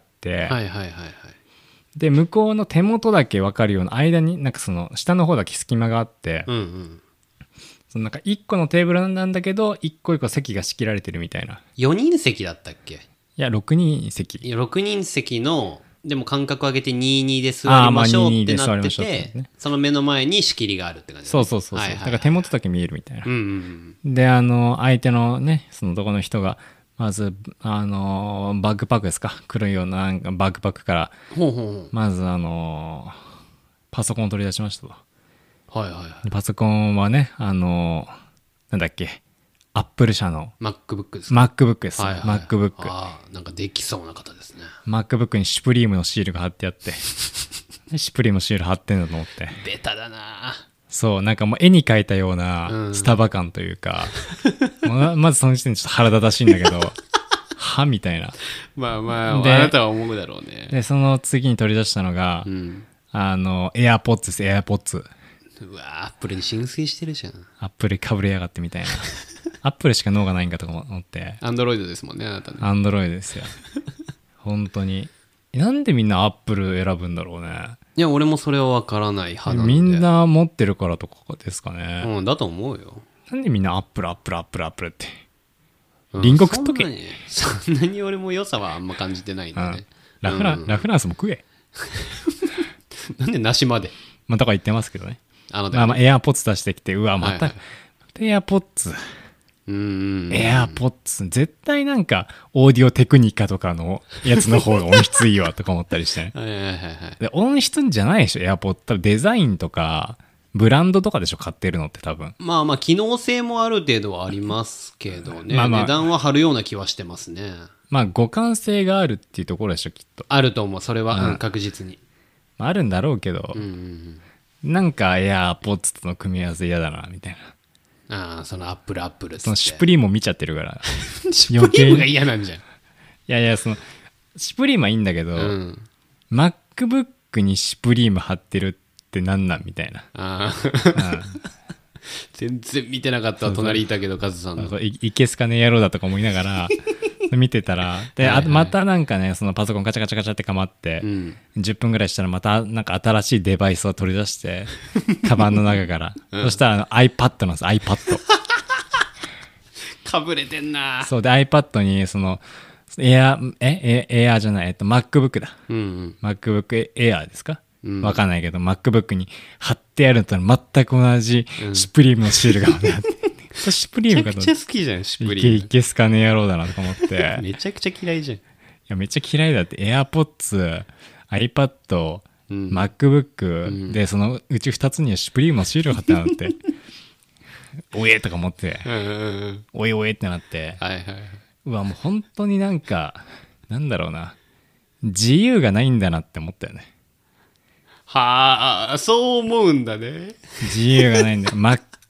Speaker 2: で向こうの手元だけ分かるような間になんかその下の方だけ隙間があって、そのなんか1個のテーブルなんだけど1個1個席が仕切られてるみたいな。
Speaker 1: 4人席だったっけ？
Speaker 2: いや6人席。
Speaker 1: いや6人席のでも間隔上げて2-2で座りましょうってなってて、その目の前に仕切りがあるって感じ、ね、
Speaker 2: そうそうそうそう、だから手元だけ見えるみたいな、で相手のねそのどこの人がまずバッグパックですか、黒いようななんかバッグパックからまずパソコンを取り出しましたと。パソコンはねなんだっけ、アップル社の
Speaker 1: MacBook ですか。
Speaker 2: MacBook です、MacBook。
Speaker 1: なんかできそうな方ですね。
Speaker 2: MacBook にシュプリームのシールが貼ってあってシュプリームのシール貼ってんだと思って、
Speaker 1: ベタだな。
Speaker 2: そうなんかもう絵に描いたようなスタバ感というか、まずその時点でちょっと腹立たしいんだけどはみたいな。
Speaker 1: まあまああなたは思うだろうね。
Speaker 2: でその次に取り出したのが、AirPods です。 AirPods。
Speaker 1: うわアップルに浸水してるじゃん。
Speaker 2: アップルかぶれやがってみたいなアップルしか脳がないんかとか思って。
Speaker 1: アンドロイドですもんねあなたね。
Speaker 2: アンドロイドですよ本当に。なんでみんなアップル選ぶんだろうね。
Speaker 1: いや俺もそれは分からない派なので。
Speaker 2: みんな持ってるからとかですかね。
Speaker 1: だと思うよ。
Speaker 2: なんでみんなアップルってリンゴ食っとけ。
Speaker 1: そんなに俺も良さはあんま感じてないんでね。
Speaker 2: ラフランスも食え
Speaker 1: なんで梨まで
Speaker 2: とか言ってますけどね。エアポッツ出してきて、うわまたエアポッツ、エアポッツ絶対なんかオーディオテクニカとかのやつの方が音質いいわとか思ったりしてねで音質じゃないでしょエアポッツ。多分デザインとかブランドとかでしょ買ってるのって多分。
Speaker 1: まあまあ機能性もある程度はありますけどね、値段は張るような気はしてますね。
Speaker 2: まあ互換性があるっていうところでしょきっと。
Speaker 1: あると思うそれは、確実に
Speaker 2: あるんだろうけど、なんかエアポッツとの組み合わせ嫌だなみたいな。
Speaker 1: そのアップルって
Speaker 2: そのシュプリームを見ちゃってるから
Speaker 1: シュプリームが嫌なんじゃん。
Speaker 2: いやそのシュプリームはいいんだけど、MacBook にシュプリーム貼ってるってなんなんみたいな。
Speaker 1: 全然見てなかった。隣いたけどカズさんの
Speaker 2: いけすかね野郎だとか思いながら見てたらで、またなんかねそのパソコンカチャカチャカチャってかまって、10分ぐらいしたらまたなんか新しいデバイスを取り出してカバンの中から、そしたらiPad なんです。 iPad
Speaker 1: かぶれてんな。
Speaker 2: そうで iPad にそのエアじゃないMacBook だ、MacBook Air ですか、わかんないけど MacBook に貼ってあるのと全く同じシュプリームのシールが貼ってあってシュプリームが
Speaker 1: めちゃくちゃ好きじゃんシュプリーム。
Speaker 2: いけすかね野郎だなとか思って
Speaker 1: めちゃくちゃ嫌いじゃん。い
Speaker 2: やめっちゃ嫌いだって。 AirPods、iPad、MacBook、でそのうち2つにはシュプリームのシールが貼ってあっておえとか思って、おえってなって、うわもう本当になんかなんだろうな、自由がないんだなって思ったよね。
Speaker 1: はあそう思うんだね。
Speaker 2: 自由がないんだよ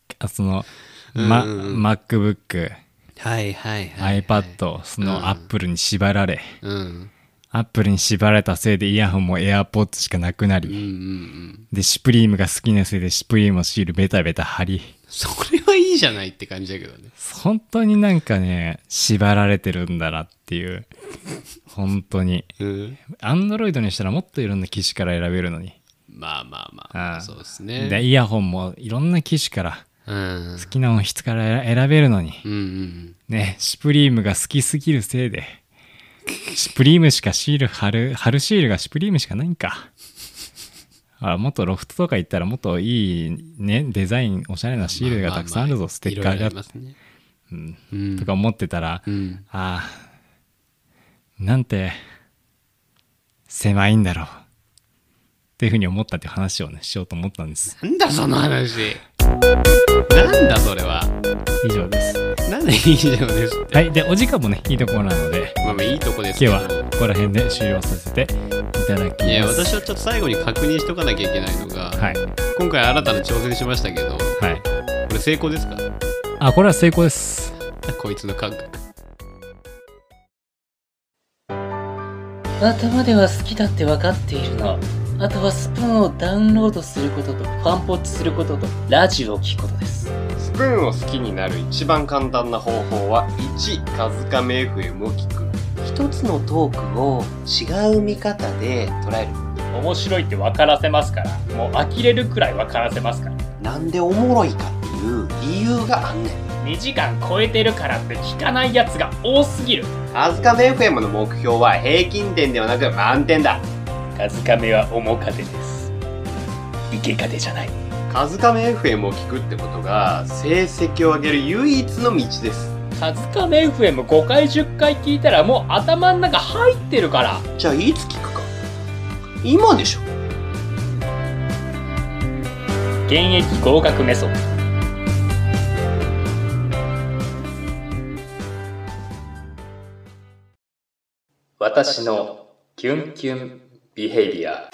Speaker 2: MacBook、iPad、そのアップルに縛られ、アップルに縛られたせいでイヤホンも AirPods しかなくなり、でシュプリームが好きなせいでシュプリームのシールベタベタ貼り、
Speaker 1: それはいいじゃないって感じだけどね。
Speaker 2: 本当になんかね縛られてるんだなっていう。本当にアンドロイドにしたらもっといろんな機種から選べるのに。
Speaker 1: まあまあまあ、そうですね。
Speaker 2: でイヤホンもいろんな機種から好きな音質から選べるのに、ね、シュプリームが好きすぎるせいでシュプリームしかシール貼るシールがシュプリームしかないんか。もっとロフトとか行ったらもっといいねデザインおしゃれなシールがたくさんあるぞ、ステッカーが、とか思ってたら、なんて狭いんだろうっていうふうに思ったっていう話をねしようと思ったんです。
Speaker 1: なんだその話。なんだそれは。
Speaker 2: 以上です。
Speaker 1: なんで以上ですって。
Speaker 2: はい。でお時間もねいいところなので、
Speaker 1: まあいいとこですけど、
Speaker 2: 今日はここら辺で終了させていただきます。
Speaker 1: いや私はちょっと最後に確認しとかなきゃいけないのが、今回新たな挑戦しましたけど、これ成功ですか？
Speaker 2: これは成功です。
Speaker 1: こいつの感覚。
Speaker 5: 頭では好きだって分かっているの。あとはスプーンをダウンロードすることとファンポッチすることとラジオを聞くことです。
Speaker 1: スプーンを好きになる一番簡単な方法は1、カズカメ FM を聞く。一つのトークを違う見方で捉える。
Speaker 4: 面白いって分からせますから、もう呆れるくらい分からせますから。
Speaker 1: なんでおもろいかっていう理由があんねん。
Speaker 4: 2時間超えてるからって聞かないやつが多すぎる。
Speaker 1: カズカメ FM の目標は平均点ではなく満点だ。
Speaker 4: カズカメは面影です。イケカデじゃない。
Speaker 1: カズカメ FM を聞くってことが成績を上げる唯一の道です。
Speaker 4: カズカメ FM5 回10回聞いたらもう頭の中入ってるから。
Speaker 1: じゃあいつ聞くか。今でしょ。
Speaker 4: 現役合格メソッド。私のキュンキュンビヘイビア。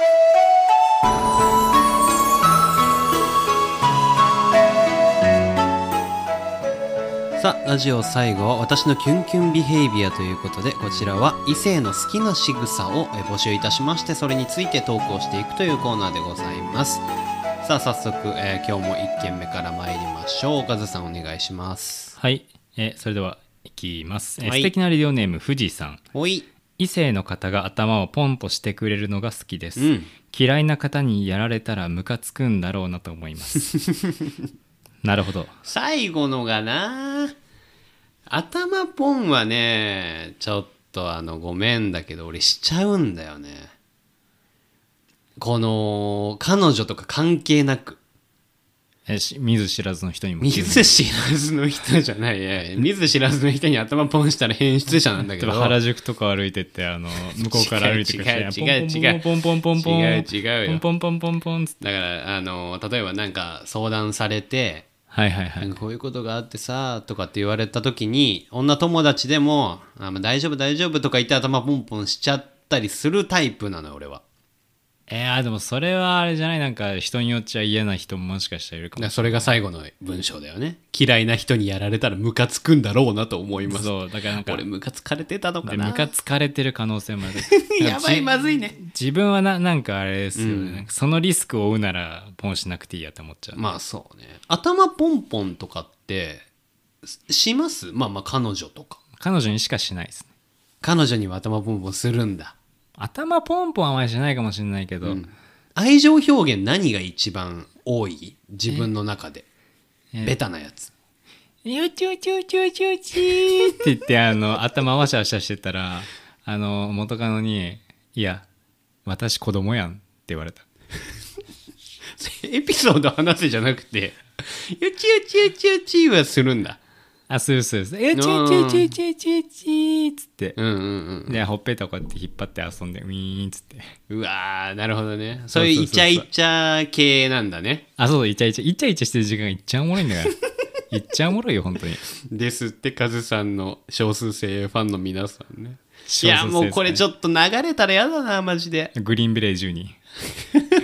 Speaker 1: さあラジオ最後は私のキュンキュンビヘイビアということで、こちらは異性の好きな仕草を募集いたしまして、それについて投稿していくというコーナーでございます。さあ早速、今日も1件目から参りましょう。カズさんお願いします。
Speaker 2: はい、それではいきます。素敵なレディオネーム富士さん。
Speaker 1: おい。
Speaker 2: 異性の方が頭をポンとしてくれるのが好きです、嫌いな方にやられたらムカつくんだろうなと思いますなるほど。
Speaker 1: 最後のがな、頭ポンはねちょっとごめんだけど俺しちゃうんだよね。この彼女とか関係なく、
Speaker 2: 見ず知らずの人にも。
Speaker 1: 見ず知らずの人じゃない。見ず知らずの人に頭ポンしたら変質者なんだけど。
Speaker 2: 原宿とか歩いてって向こうから歩いてくる。
Speaker 1: 違う
Speaker 2: ポンポンポンポン
Speaker 1: 違うよ。
Speaker 2: ポンポンポンポン。
Speaker 1: だから例えばなんか相談されて、なんかこういうことがあってさとかって言われた時に、女友達でも大丈夫大丈夫とか言って頭ポンポンしちゃったりするタイプなのよ俺は。
Speaker 2: でもそれはあれじゃない、なんか人によっちゃ嫌な人ももしかしたらいるかもしれない。
Speaker 1: それが最後の文章だよね。嫌いな人にやられたらムカつくんだろうなと思います。
Speaker 2: そうだからなんか
Speaker 1: 俺ムカつかれてたのかな。
Speaker 2: ムカつかれてる可能性もある
Speaker 1: やばい、まずいね。
Speaker 2: 自分はなんかあれですよね、なんかそのリスクを負うならポンしなくていいやって思っちゃう、
Speaker 1: まあそうね。頭ポンポンとかってします？まあ彼女とか。
Speaker 2: 彼女にしかしないですね。
Speaker 1: 彼女には頭ポンポンするんだ。
Speaker 2: 頭ポンポンはあまりしないかもしれないけど、
Speaker 1: 愛情表現何が一番多い？自分の中でベタなやつ。
Speaker 2: よちょちょちょちょちーって言って頭わしゃわしゃしてたら元カノに「いや私子供やん」って言われた。
Speaker 1: エピソード話せじゃなくてよちよちよちよちはするんだ。
Speaker 2: する。よちよちよちよちよちよちっつって、でほっぺたこうやって引っ張って遊んでウィーンっつって。う
Speaker 1: わー、なるほどね。そういうイチャイチャ系なんだね。
Speaker 2: そうイチャイチャしてる時間がいっちゃおもろいんだからいっちゃおもろいよ本当に。
Speaker 1: ですってカズさんの少数生ファンの皆さんね。いやもうこれちょっと流れたらやだなマジで。
Speaker 2: グリーンベレー12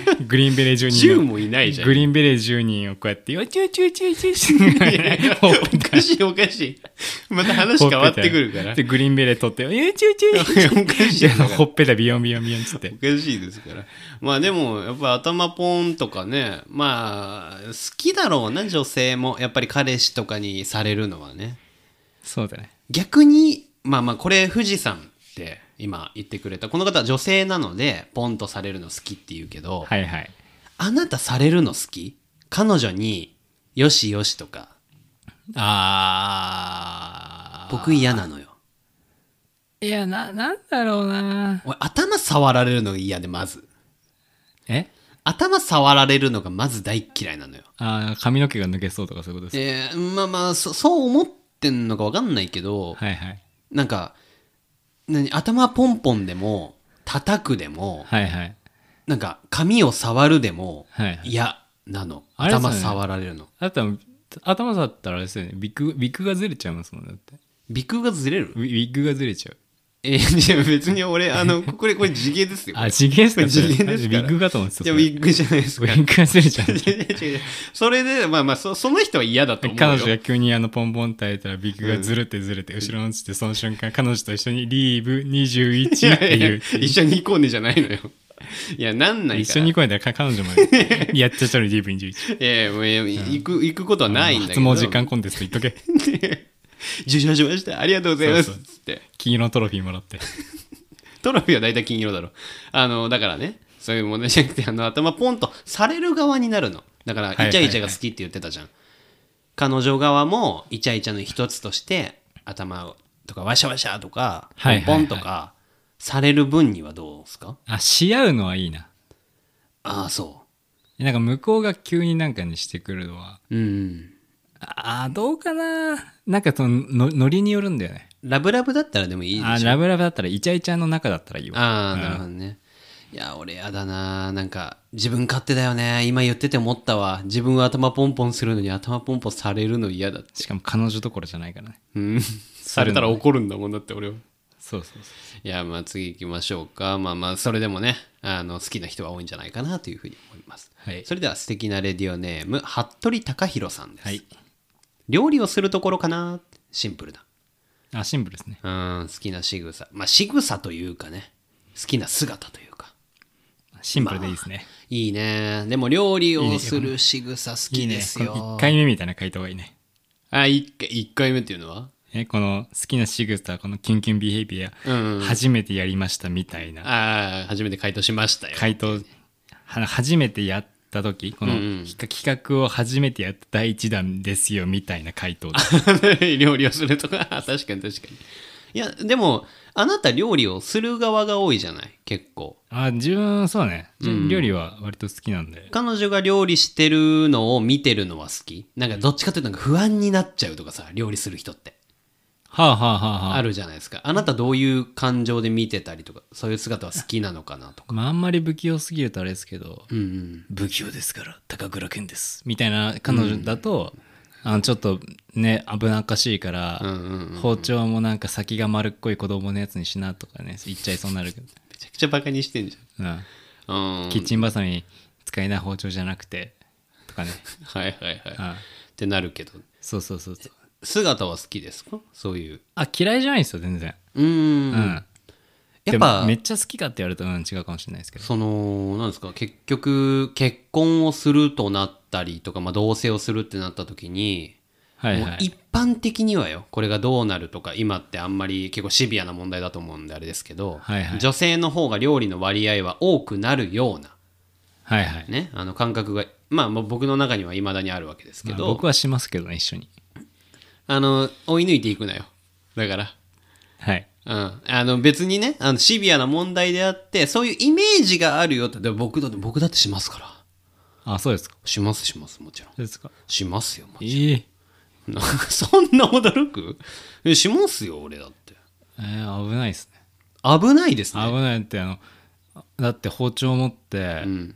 Speaker 2: グリーンベレー10人
Speaker 1: 10もいないじゃん。
Speaker 2: グリーンベレー10人をこうやってよちゅちゅちゅちゅちゅ
Speaker 1: おかしいおかしい。また話変わってくるから。
Speaker 2: でグリーンベレー取ってよちゅちゅ
Speaker 1: おかしいだから。
Speaker 2: ほっぺたビヨンビヨンビヨンつって
Speaker 1: おかしいですから。まあでもやっぱ頭ポンとかね、まあ好きだろうな、女性もやっぱり彼氏とかにされるのはね。
Speaker 2: そうだね。
Speaker 1: 逆にまあこれ富士山って今言ってくれたこの方は女性なのでポンとされるの好きって言うけど、
Speaker 2: はいはい。
Speaker 1: あなたされるの好き？彼女によしよしとか。僕嫌なのよ。
Speaker 2: いやなんだろうな。
Speaker 1: 俺頭触られるのが嫌で、まず頭触られるのがまず大嫌いなのよ。
Speaker 2: 髪の毛が抜けそうとかそういうことですか？
Speaker 1: まあそう思ってんのか分かんないけど、
Speaker 2: はいはい。
Speaker 1: なんか頭ポンポンでも叩くでも、
Speaker 2: はいはい。
Speaker 1: なんか髪を触るでも
Speaker 2: はいはい
Speaker 1: 嫌なの。
Speaker 2: あれですよね
Speaker 1: 頭触られるの。
Speaker 2: あとは頭触ったらあれですよね。ビッグがずれちゃいますもんね。だって
Speaker 1: ビッグがずれる？
Speaker 2: ウィッグがずれちゃう。
Speaker 1: じゃあ別に俺これ地毛ですよ。
Speaker 2: 地毛ですか？
Speaker 1: 地毛ですから。
Speaker 2: ビッグかと思ってた。
Speaker 1: いやウィッグじゃないですか。
Speaker 2: ウィッグがずれちゃう。
Speaker 1: 違うそれでまあその人は嫌だと思うよ。
Speaker 2: 彼女が急にポンポンって開いたらビッグがずれて後ろに落ちて、その瞬間彼女と一緒にリーブ21っていう
Speaker 1: 一緒に行こうねじゃないのよ。いやなんないから。
Speaker 2: 一緒に行こうね。彼女までやっちゃったのリーブ21。
Speaker 1: いやもう行くことはないんだけど。
Speaker 2: 初詣時間コンテスト行っとけ。
Speaker 1: 受賞しましたありがとうございますっつって
Speaker 2: 金色のトロフィーもらって。
Speaker 1: トロフィーは大体金色だろ。だからね、そういう問題じゃなくて、頭ポンとされる側になるの。だから、イチャイチャが好きって言ってたじゃん。彼女側もイチャイチャの一つとして、頭とかワシャワシャとか、ポンポンとか、される分にはどうですか？
Speaker 2: し合うのはいいな。
Speaker 1: そう。
Speaker 2: なんか向こうが急になんかにしてくるのは、どうかな。なんかノリによるんだよね。
Speaker 1: ラブラブだったらでもいいでしょ。
Speaker 2: ラブラブだったらイチャイチャの中だったらいいわ。
Speaker 1: なるほどね。いや俺やだな。なんか自分勝手だよね。今言ってて思ったわ。自分は頭ポンポンするのに頭ポンポンされるの嫌だって。
Speaker 2: しかも彼女どころじゃないからね。
Speaker 1: されたら怒るんだもんだって俺は。
Speaker 2: そう。
Speaker 1: いやまあ次行きましょうか。まあそれでもね好きな人は多いんじゃないかなというふうに思います。
Speaker 2: はい。
Speaker 1: それでは素敵なレディオネーム服部貴弘さんです。
Speaker 2: はい。
Speaker 1: 料理をするところかな。シンプルだ。
Speaker 2: シンプルですね。
Speaker 1: 好きな仕草。まあ仕草というかね。好きな姿というか。
Speaker 2: シンプルでいいですね。
Speaker 1: いいね。でも料理をする仕草好きですよ。
Speaker 2: いいね。1回目みたいな回答がいいね。
Speaker 1: 1回目っていうのは
Speaker 2: この好きな仕草、このキュンキュンビヘイビア、初めてやりましたみたいな。
Speaker 1: 初めて回答しましたよ。
Speaker 2: 初めてやった時、この企画を初めてやった第一弾ですよみたいな回答
Speaker 1: 料理をするとか確かに。いやでもあなた料理をする側が多いじゃない、結構。
Speaker 2: 自分そうね、料理は割と好きなんで。
Speaker 1: 彼女が料理してるのを見てるのは好き？なんかどっちかというとなんか不安になっちゃうとかさ、料理する人ってあるじゃないですか。あなたどういう感情で見てたりとか、そういう姿は好きなのかなとか。
Speaker 2: あんまり不器用すぎるとあれですけど、不器用ですから高倉健ですみたいな彼女だと、ちょっとね危なっかしいから、包丁もなんか先が丸っこい子供のやつにしなとかね言っちゃいそうになるけど、
Speaker 1: めちゃくちゃバカにしてんじ
Speaker 2: ゃん。キッチンバサミ使えない包丁じゃなくてとかね。
Speaker 1: はいってなるけど。
Speaker 2: そう。
Speaker 1: 姿は好きですか？そういう。
Speaker 2: 嫌いじゃないですよ全然。やっぱめっちゃ好きかって言われたら違うかもしれないですけど、
Speaker 1: なんですか、結局結婚をするとなったりとか、同棲をするってなった時に、もう一般的にはよ、これがどうなるとか、今ってあんまり結構シビアな問題だと思うんであれですけど、女性の方が料理の割合は多くなるような、ね、感覚が僕の中にはいまだにあるわけですけど、
Speaker 2: 僕はしますけどね、一緒に
Speaker 1: 追い抜いていくなよ。だから別にねシビアな問題であって、そういうイメージがあるよって。でも僕だってしますから。
Speaker 2: そうですか。
Speaker 1: しますもちろん。
Speaker 2: ですか。
Speaker 1: しますよもちろん。そんな驚く？しますよ俺だって。
Speaker 2: 危ないですね。
Speaker 1: 危ないですね。
Speaker 2: 危ないってだって包丁持って、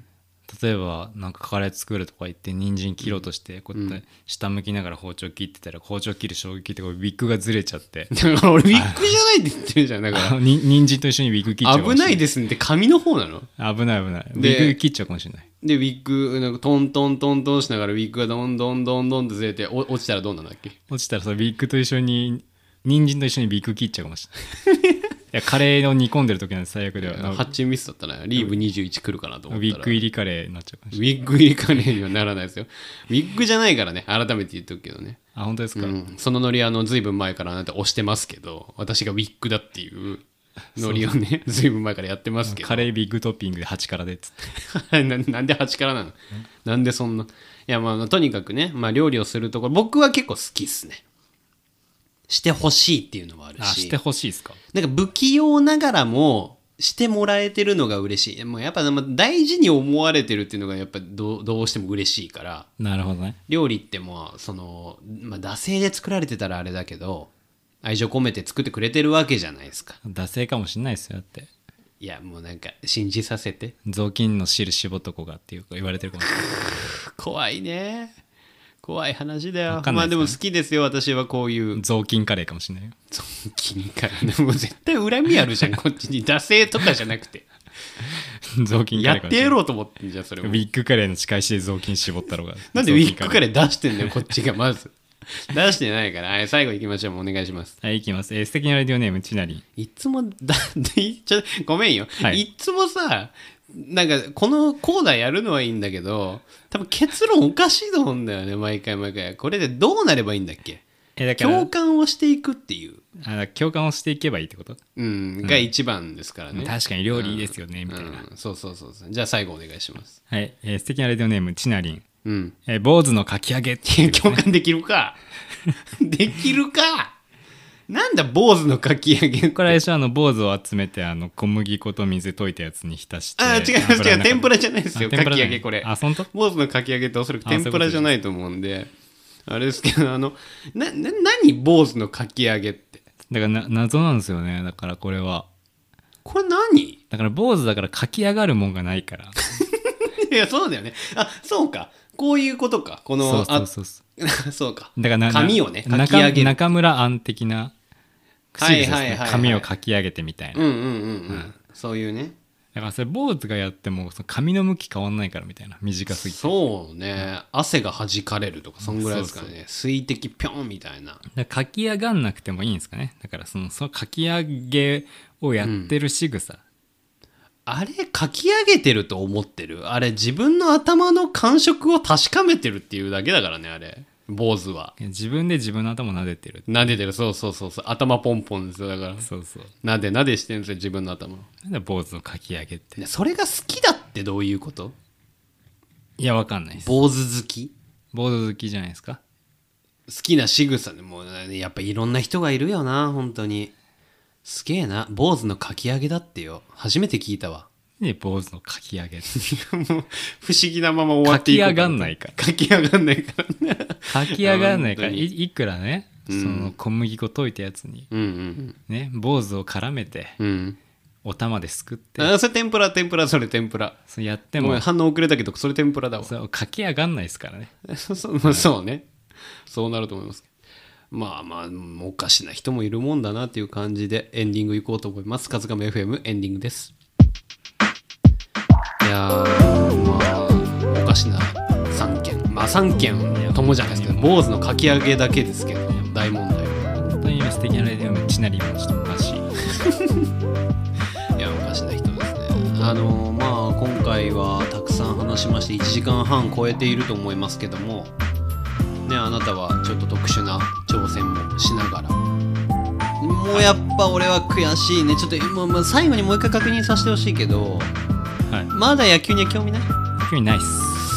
Speaker 2: 例えばなんかカレー作るとか言って人参切ろうとしてこうやって下向きながら包丁切ってたら包丁切る衝撃でウィッグがずれちゃって
Speaker 1: だから俺ウィッグじゃないって言ってるじゃん。だから
Speaker 2: 人参と一緒にウィッグ切っちゃうかもしれ
Speaker 1: 危ないですねって紙の方なの。
Speaker 2: 危ないウィ
Speaker 1: で
Speaker 2: ッグ切っちゃうかもしれない。
Speaker 1: でウィッグなんかトントントントンしながらウィッグがどんどんどんどんってずれて落ちたらどうなんだっけ。
Speaker 2: 落ちたらそのウィッグと一緒に人参と一緒にウィッグ切っちゃうかもしれないいやカレーを煮込んでる時なんで最悪では
Speaker 1: 発注ミスだったな。リーブ21来るかなと思ったら
Speaker 2: ウィッグ入りカレーになっちゃうかもし
Speaker 1: ウ
Speaker 2: れない。
Speaker 1: ィッグ入りカレーにはならないですよ。ウィッグじゃないからね。改めて言っとくけどね。
Speaker 2: あ本当ですか、
Speaker 1: そのノリずいぶん前からあなた押してますけど、私がウィッグだっていうノリをねずいぶん前からやってますけど。
Speaker 2: カレービッグトッピングで8辛でっつって
Speaker 1: なんで8辛なの。なんでそんな。いやまあとにかくね、まあ料理をするところ僕は結構好きっすね。してほしいっていうのもあるし。
Speaker 2: してほしいですか。
Speaker 1: なんか不器用ながらもしてもらえてるのが嬉しい。もうやっぱ大事に思われてるっていうのがやっぱどうしても嬉しいから。
Speaker 2: なるほどね。
Speaker 1: 料理ってもう惰性で作られてたらあれだけど愛情込めて作ってくれてるわけじゃないですか。
Speaker 2: 惰性かもしんないですよ。だって
Speaker 1: いやもうなんか信じさせて。
Speaker 2: 雑巾の汁絞っとこがっていうか言われてるかもしれない
Speaker 1: 怖いね。怖い話だよ。
Speaker 2: わかんないですね
Speaker 1: まあでも好きですよ私はこういう
Speaker 2: 雑巾カレーかもしんないよ。
Speaker 1: 雑巾からね。もう絶対恨みあるじゃんこっちに。惰性とかじゃなくて
Speaker 2: 雑巾カ
Speaker 1: や
Speaker 2: レーかもしれない。
Speaker 1: ってやろうと思ってんじゃんそれも。
Speaker 2: ウィッグカレーの仕返しで雑巾絞ったろうが。
Speaker 1: なんでウィッグカレ
Speaker 2: ー。
Speaker 1: ー出してんだよこっちがまず出してないから。はい最後行きましょう。もうお願いします。
Speaker 2: はいいきます。素敵なラジオネームちなりん。
Speaker 1: いつもごめんよ、
Speaker 2: はい
Speaker 1: いつもさなんかこのコーナーやるのはいいんだけど多分結論おかしいと思うんだよね毎回毎回。これでどうなればいいんだっけ。
Speaker 2: だから
Speaker 1: 共感をしていくっていう
Speaker 2: 共感をしていけばいいってこと、
Speaker 1: が一番ですからね。
Speaker 2: 確かに料理いいですよね、みたいな、
Speaker 1: そうじゃあ最後お願いします。
Speaker 2: はい、素敵なラジオネームちなりん。
Speaker 1: うん
Speaker 2: 坊主のかき揚げっていうね、
Speaker 1: 共感できるかできるか。なんだ坊主のかき揚げって。
Speaker 2: これ最初坊主を集めて小麦粉と水溶いたやつに浸して。
Speaker 1: 違います天ぷらじゃないですよ。かき
Speaker 2: 天ぷらじゃない
Speaker 1: 揚げこれ。
Speaker 2: あ本当？
Speaker 1: 坊主のかき揚げっておそらく天ぷらじゃないと思うんであれですけど何坊主のかき揚げって
Speaker 2: だから謎なんですよね。だからこれは
Speaker 1: これ何
Speaker 2: だから坊主だからかき上がるもんがないから
Speaker 1: いやそうだよね。そうかこういうことか。この
Speaker 2: そう
Speaker 1: そうか
Speaker 2: だから
Speaker 1: 紙をねかき揚げる。
Speaker 2: 中村庵的な
Speaker 1: はいはいはいはい
Speaker 2: 紙をかき上げてみたいな、
Speaker 1: そういうね。
Speaker 2: だからそれ坊主がやってもその髪の向き変わんないからみたいな。短すぎて
Speaker 1: そうね汗が弾かれるとかそんぐらいですからね。水滴ぴょんみたいな。
Speaker 2: だからかき上がんなくてもいいんですかね。だからそのかき上げをやってる仕草、
Speaker 1: あれかき上げてると思ってる。あれ自分の頭の感触を確かめてるっていうだけだからね。あれ坊主は
Speaker 2: 自分で自分の頭撫でてる。
Speaker 1: 撫でてる。そう頭ポンポンですよ。だから
Speaker 2: そう
Speaker 1: 撫でしてるんですよ自分の頭。
Speaker 2: なんだ坊主のかき上げって。
Speaker 1: それが好きだってどういうこと。
Speaker 2: いやわかんないです。
Speaker 1: 坊主好き。
Speaker 2: 坊主好きじゃないですか。
Speaker 1: 好きな仕草でもうやっぱいろんな人がいるよな本当に。すげえな。坊主のかき揚げだってよ。初めて聞いたわ。
Speaker 2: ね坊主のかき揚げって
Speaker 1: もう不思議なまま終わっていく。
Speaker 2: かき上がんないから。
Speaker 1: かき上がんないからね。
Speaker 2: かき上がんないから
Speaker 1: 本当に
Speaker 2: いくらね、その小麦粉溶いたやつに、ね坊主を絡めて、お玉ですくって
Speaker 1: それ天ぷらそれ天ぷら。
Speaker 2: そうやっても
Speaker 1: もう反応遅れたけどそれ天ぷらだわ。
Speaker 2: そうかき上がんないですからね。
Speaker 1: そうね。そうなると思います。まあおかしな人もいるもんだなっていう感じでエンディングいこうと思います。カズカメ FM エンディングです。いやーおかしな3件3件ともじゃないですけど坊主のかき揚げだけですけど大問題。
Speaker 2: 本当に素敵なラジオのちなりもちょっとおかしい
Speaker 1: いやおかしな人ですね。今回はたくさん話しまして1時間半超えていると思いますけどもね、あなたはちょっと特殊な挑戦もしながらもうやっぱ俺は悔しいね。ちょっと最後にもう一回確認させてほしいけど、
Speaker 2: はい、
Speaker 1: まだ野球には興味ない？
Speaker 2: 興味ないっす。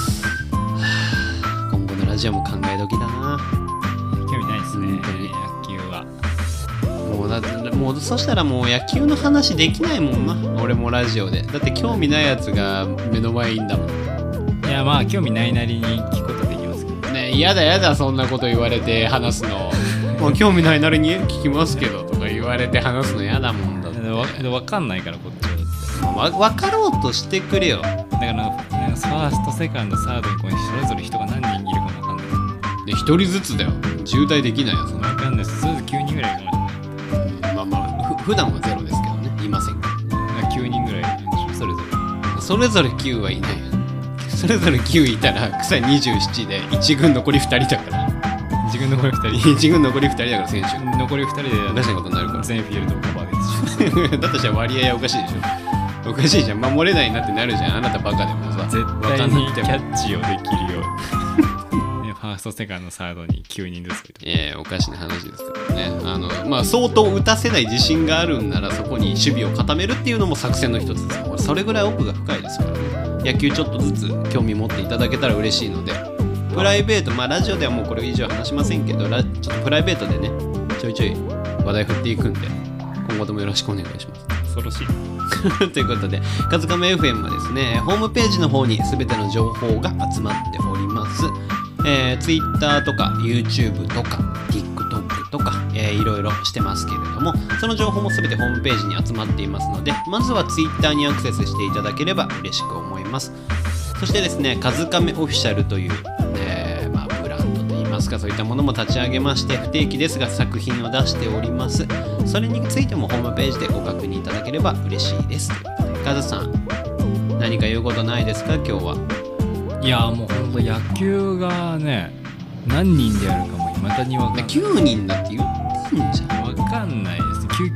Speaker 1: 今後のラジオも考え時だな。
Speaker 2: 興味ないっすね
Speaker 1: 本当に
Speaker 2: 野球は。
Speaker 1: もうそしたらもう野球の話できないもんな俺もラジオで。だって興味ないやつが目の前にいんだもん。
Speaker 2: いやまあ興味ないなりに聞くことできますけど
Speaker 1: ね。やだそんなこと言われて話すのもう興味ないなりに聞きますけどとか言われて話すのやだもんだって。
Speaker 2: 分かんないからこっちはだって
Speaker 1: 分かろうとしてくれよ。
Speaker 2: だからファーストセカンドサードにこうそれぞれ人が何人いるかも分かんない
Speaker 1: で1人ずつだよ、渋滞できないよそんな。
Speaker 2: 分かんないです。とりあえず9人ぐらいいるかもしれない。
Speaker 1: まあまあ普段はゼロですけどね、いませんけど。
Speaker 2: 9人ぐらいいるんでしょ、それぞれ。
Speaker 1: それぞれ9はいないよ。それぞれ9いたら草27で1軍残り2人だから。
Speaker 2: 1軍残り2人
Speaker 1: 1軍残り2人だから選手
Speaker 2: 残り2人で
Speaker 1: おかしなことになるから。
Speaker 2: 全フィールドカバーです
Speaker 1: だとしたら割合はおかしいでしょ。おかしいじゃん、守れないなってなるじゃん、あなたバカでもさ。
Speaker 2: 絶対
Speaker 1: わかん
Speaker 2: に
Speaker 1: なくても
Speaker 2: キャッチをできるようにファーストセカンドサードに9人ずついる。
Speaker 1: おかしな話ですからね。まあ相当打たせない自信があるんならそこに守備を固めるっていうのも作戦の一つです。それぐらい奥が深いですからね。野球ちょっとずつ興味持っていただけたら嬉しいので、プライベート、まあラジオではもうこれ以上話しませんけど、ちょっとプライベートでねちょいちょい話題振っていくんで、今後ともよろしくお願いします。
Speaker 2: 恐ろしい
Speaker 1: ということで、カズカメ FM はですね、ホームページの方に全ての情報が集まっております。Twitter とか YouTube とか TikTok とか、いろいろしてますけれども、その情報も全てホームページに集まっていますので、まずは Twitter にアクセスしていただければ嬉しく思います。そしてですね、カズカメオフィシャルという、まあ、ブランドといいますか、そういったものも立ち上げまして、不定期ですが作品を出しております。それについてもホームページでご確認いただければ嬉しいです。ということで、カズさん何か言うことないですか今日は。
Speaker 2: いやもうほんと野球がね、何人でやるかも未だに分かんない。
Speaker 1: 9人だって言ってんじゃん。
Speaker 2: 分かんないです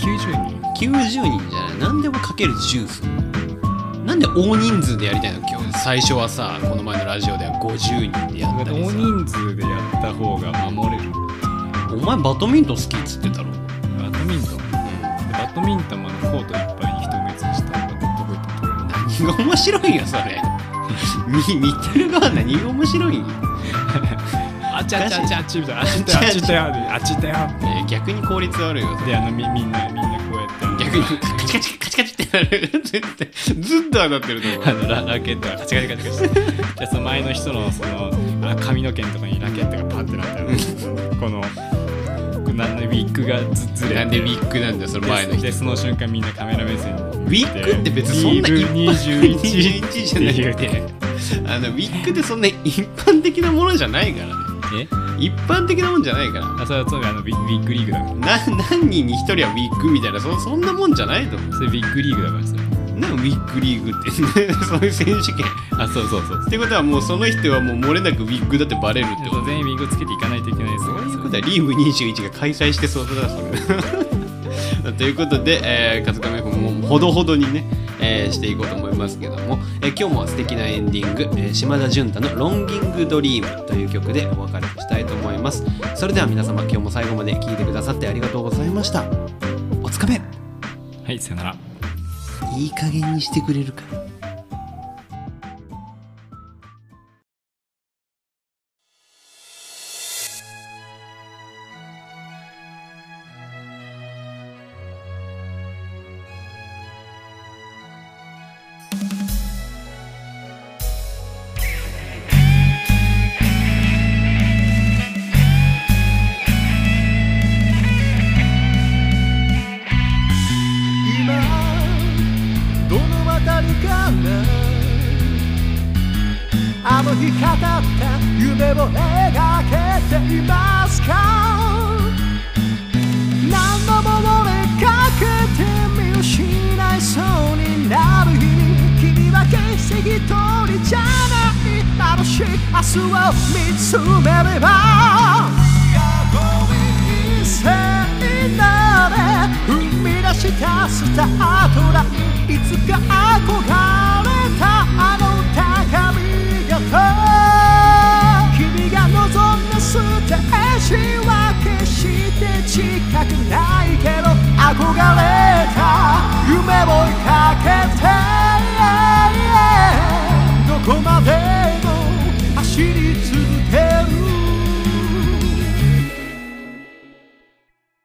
Speaker 2: 。90人
Speaker 1: 90人じゃない。何でもかける10する。なんで大人数でやりたいの今日。最初はさ、この前のラジオでは50人でやったりさ。
Speaker 2: 大人数でやった方が守れる。
Speaker 1: お前バドミントン好きっつってたろ。
Speaker 2: バドミントン、バドミントンもコートいっぱいに人埋め尽くしたらどこ行っても取れる。
Speaker 1: 何が面白いよそれ。見てる側何が面白いんよ。
Speaker 2: あっちあっちあっちあっちみたいな、あっちだよあっちだよあっちだよ。
Speaker 1: 逆に効率悪いよ。
Speaker 2: でみんなこうやって
Speaker 1: 逆にカチカチカチカチってなる。ずっと当たってると思う。
Speaker 2: ラケットがカチカチカチカチしてでその前の人のその髪の毛のところにラケットがパンってなったよ。このなんでウィッグがずれて、
Speaker 1: なんでウィッグなんだよその前の人。
Speaker 2: でその瞬間みんなカメラ目線に
Speaker 1: ウィッグって別にそんな21じゃないよね。ウィッグってそんな一般的なものじゃないからね。一般的なもんじゃないから。
Speaker 2: それはウィッグリーグだから。
Speaker 1: 何人に一人はウィッグみたいな、そんなもんじゃないと思う。
Speaker 2: それウィッグリーグだから。それ
Speaker 1: なんウィッグリーグってそういう選手権。
Speaker 2: そう
Speaker 1: ってことはもうその人はもう漏れなくウィッグだってバレるってこと。
Speaker 2: 全員ウィッグつけていかないといけないです。
Speaker 1: そういうことはリーグ21が開催してそうだそれ。ということで、カズカメフもほどほどにね、していこうと思いますけども、今日も素敵なエンディング、島田純太のロンギングドリームという曲でお別れしたいと思います。それでは皆様今日も最後まで聴いてくださってありがとうございました。おつかめ。
Speaker 2: はい、さよなら。
Speaker 1: いい加減にしてくれるか。
Speaker 6: あの日語った夢を描けていますか。何度も折れかけて見失いそうになる日に、君は決して一人じゃない。眩しい明日を見つめれば、一斉なれ踏み出したスタートライン、いつか憧れたあの高みが君が望んだステージは決して近くないけど、憧れた夢を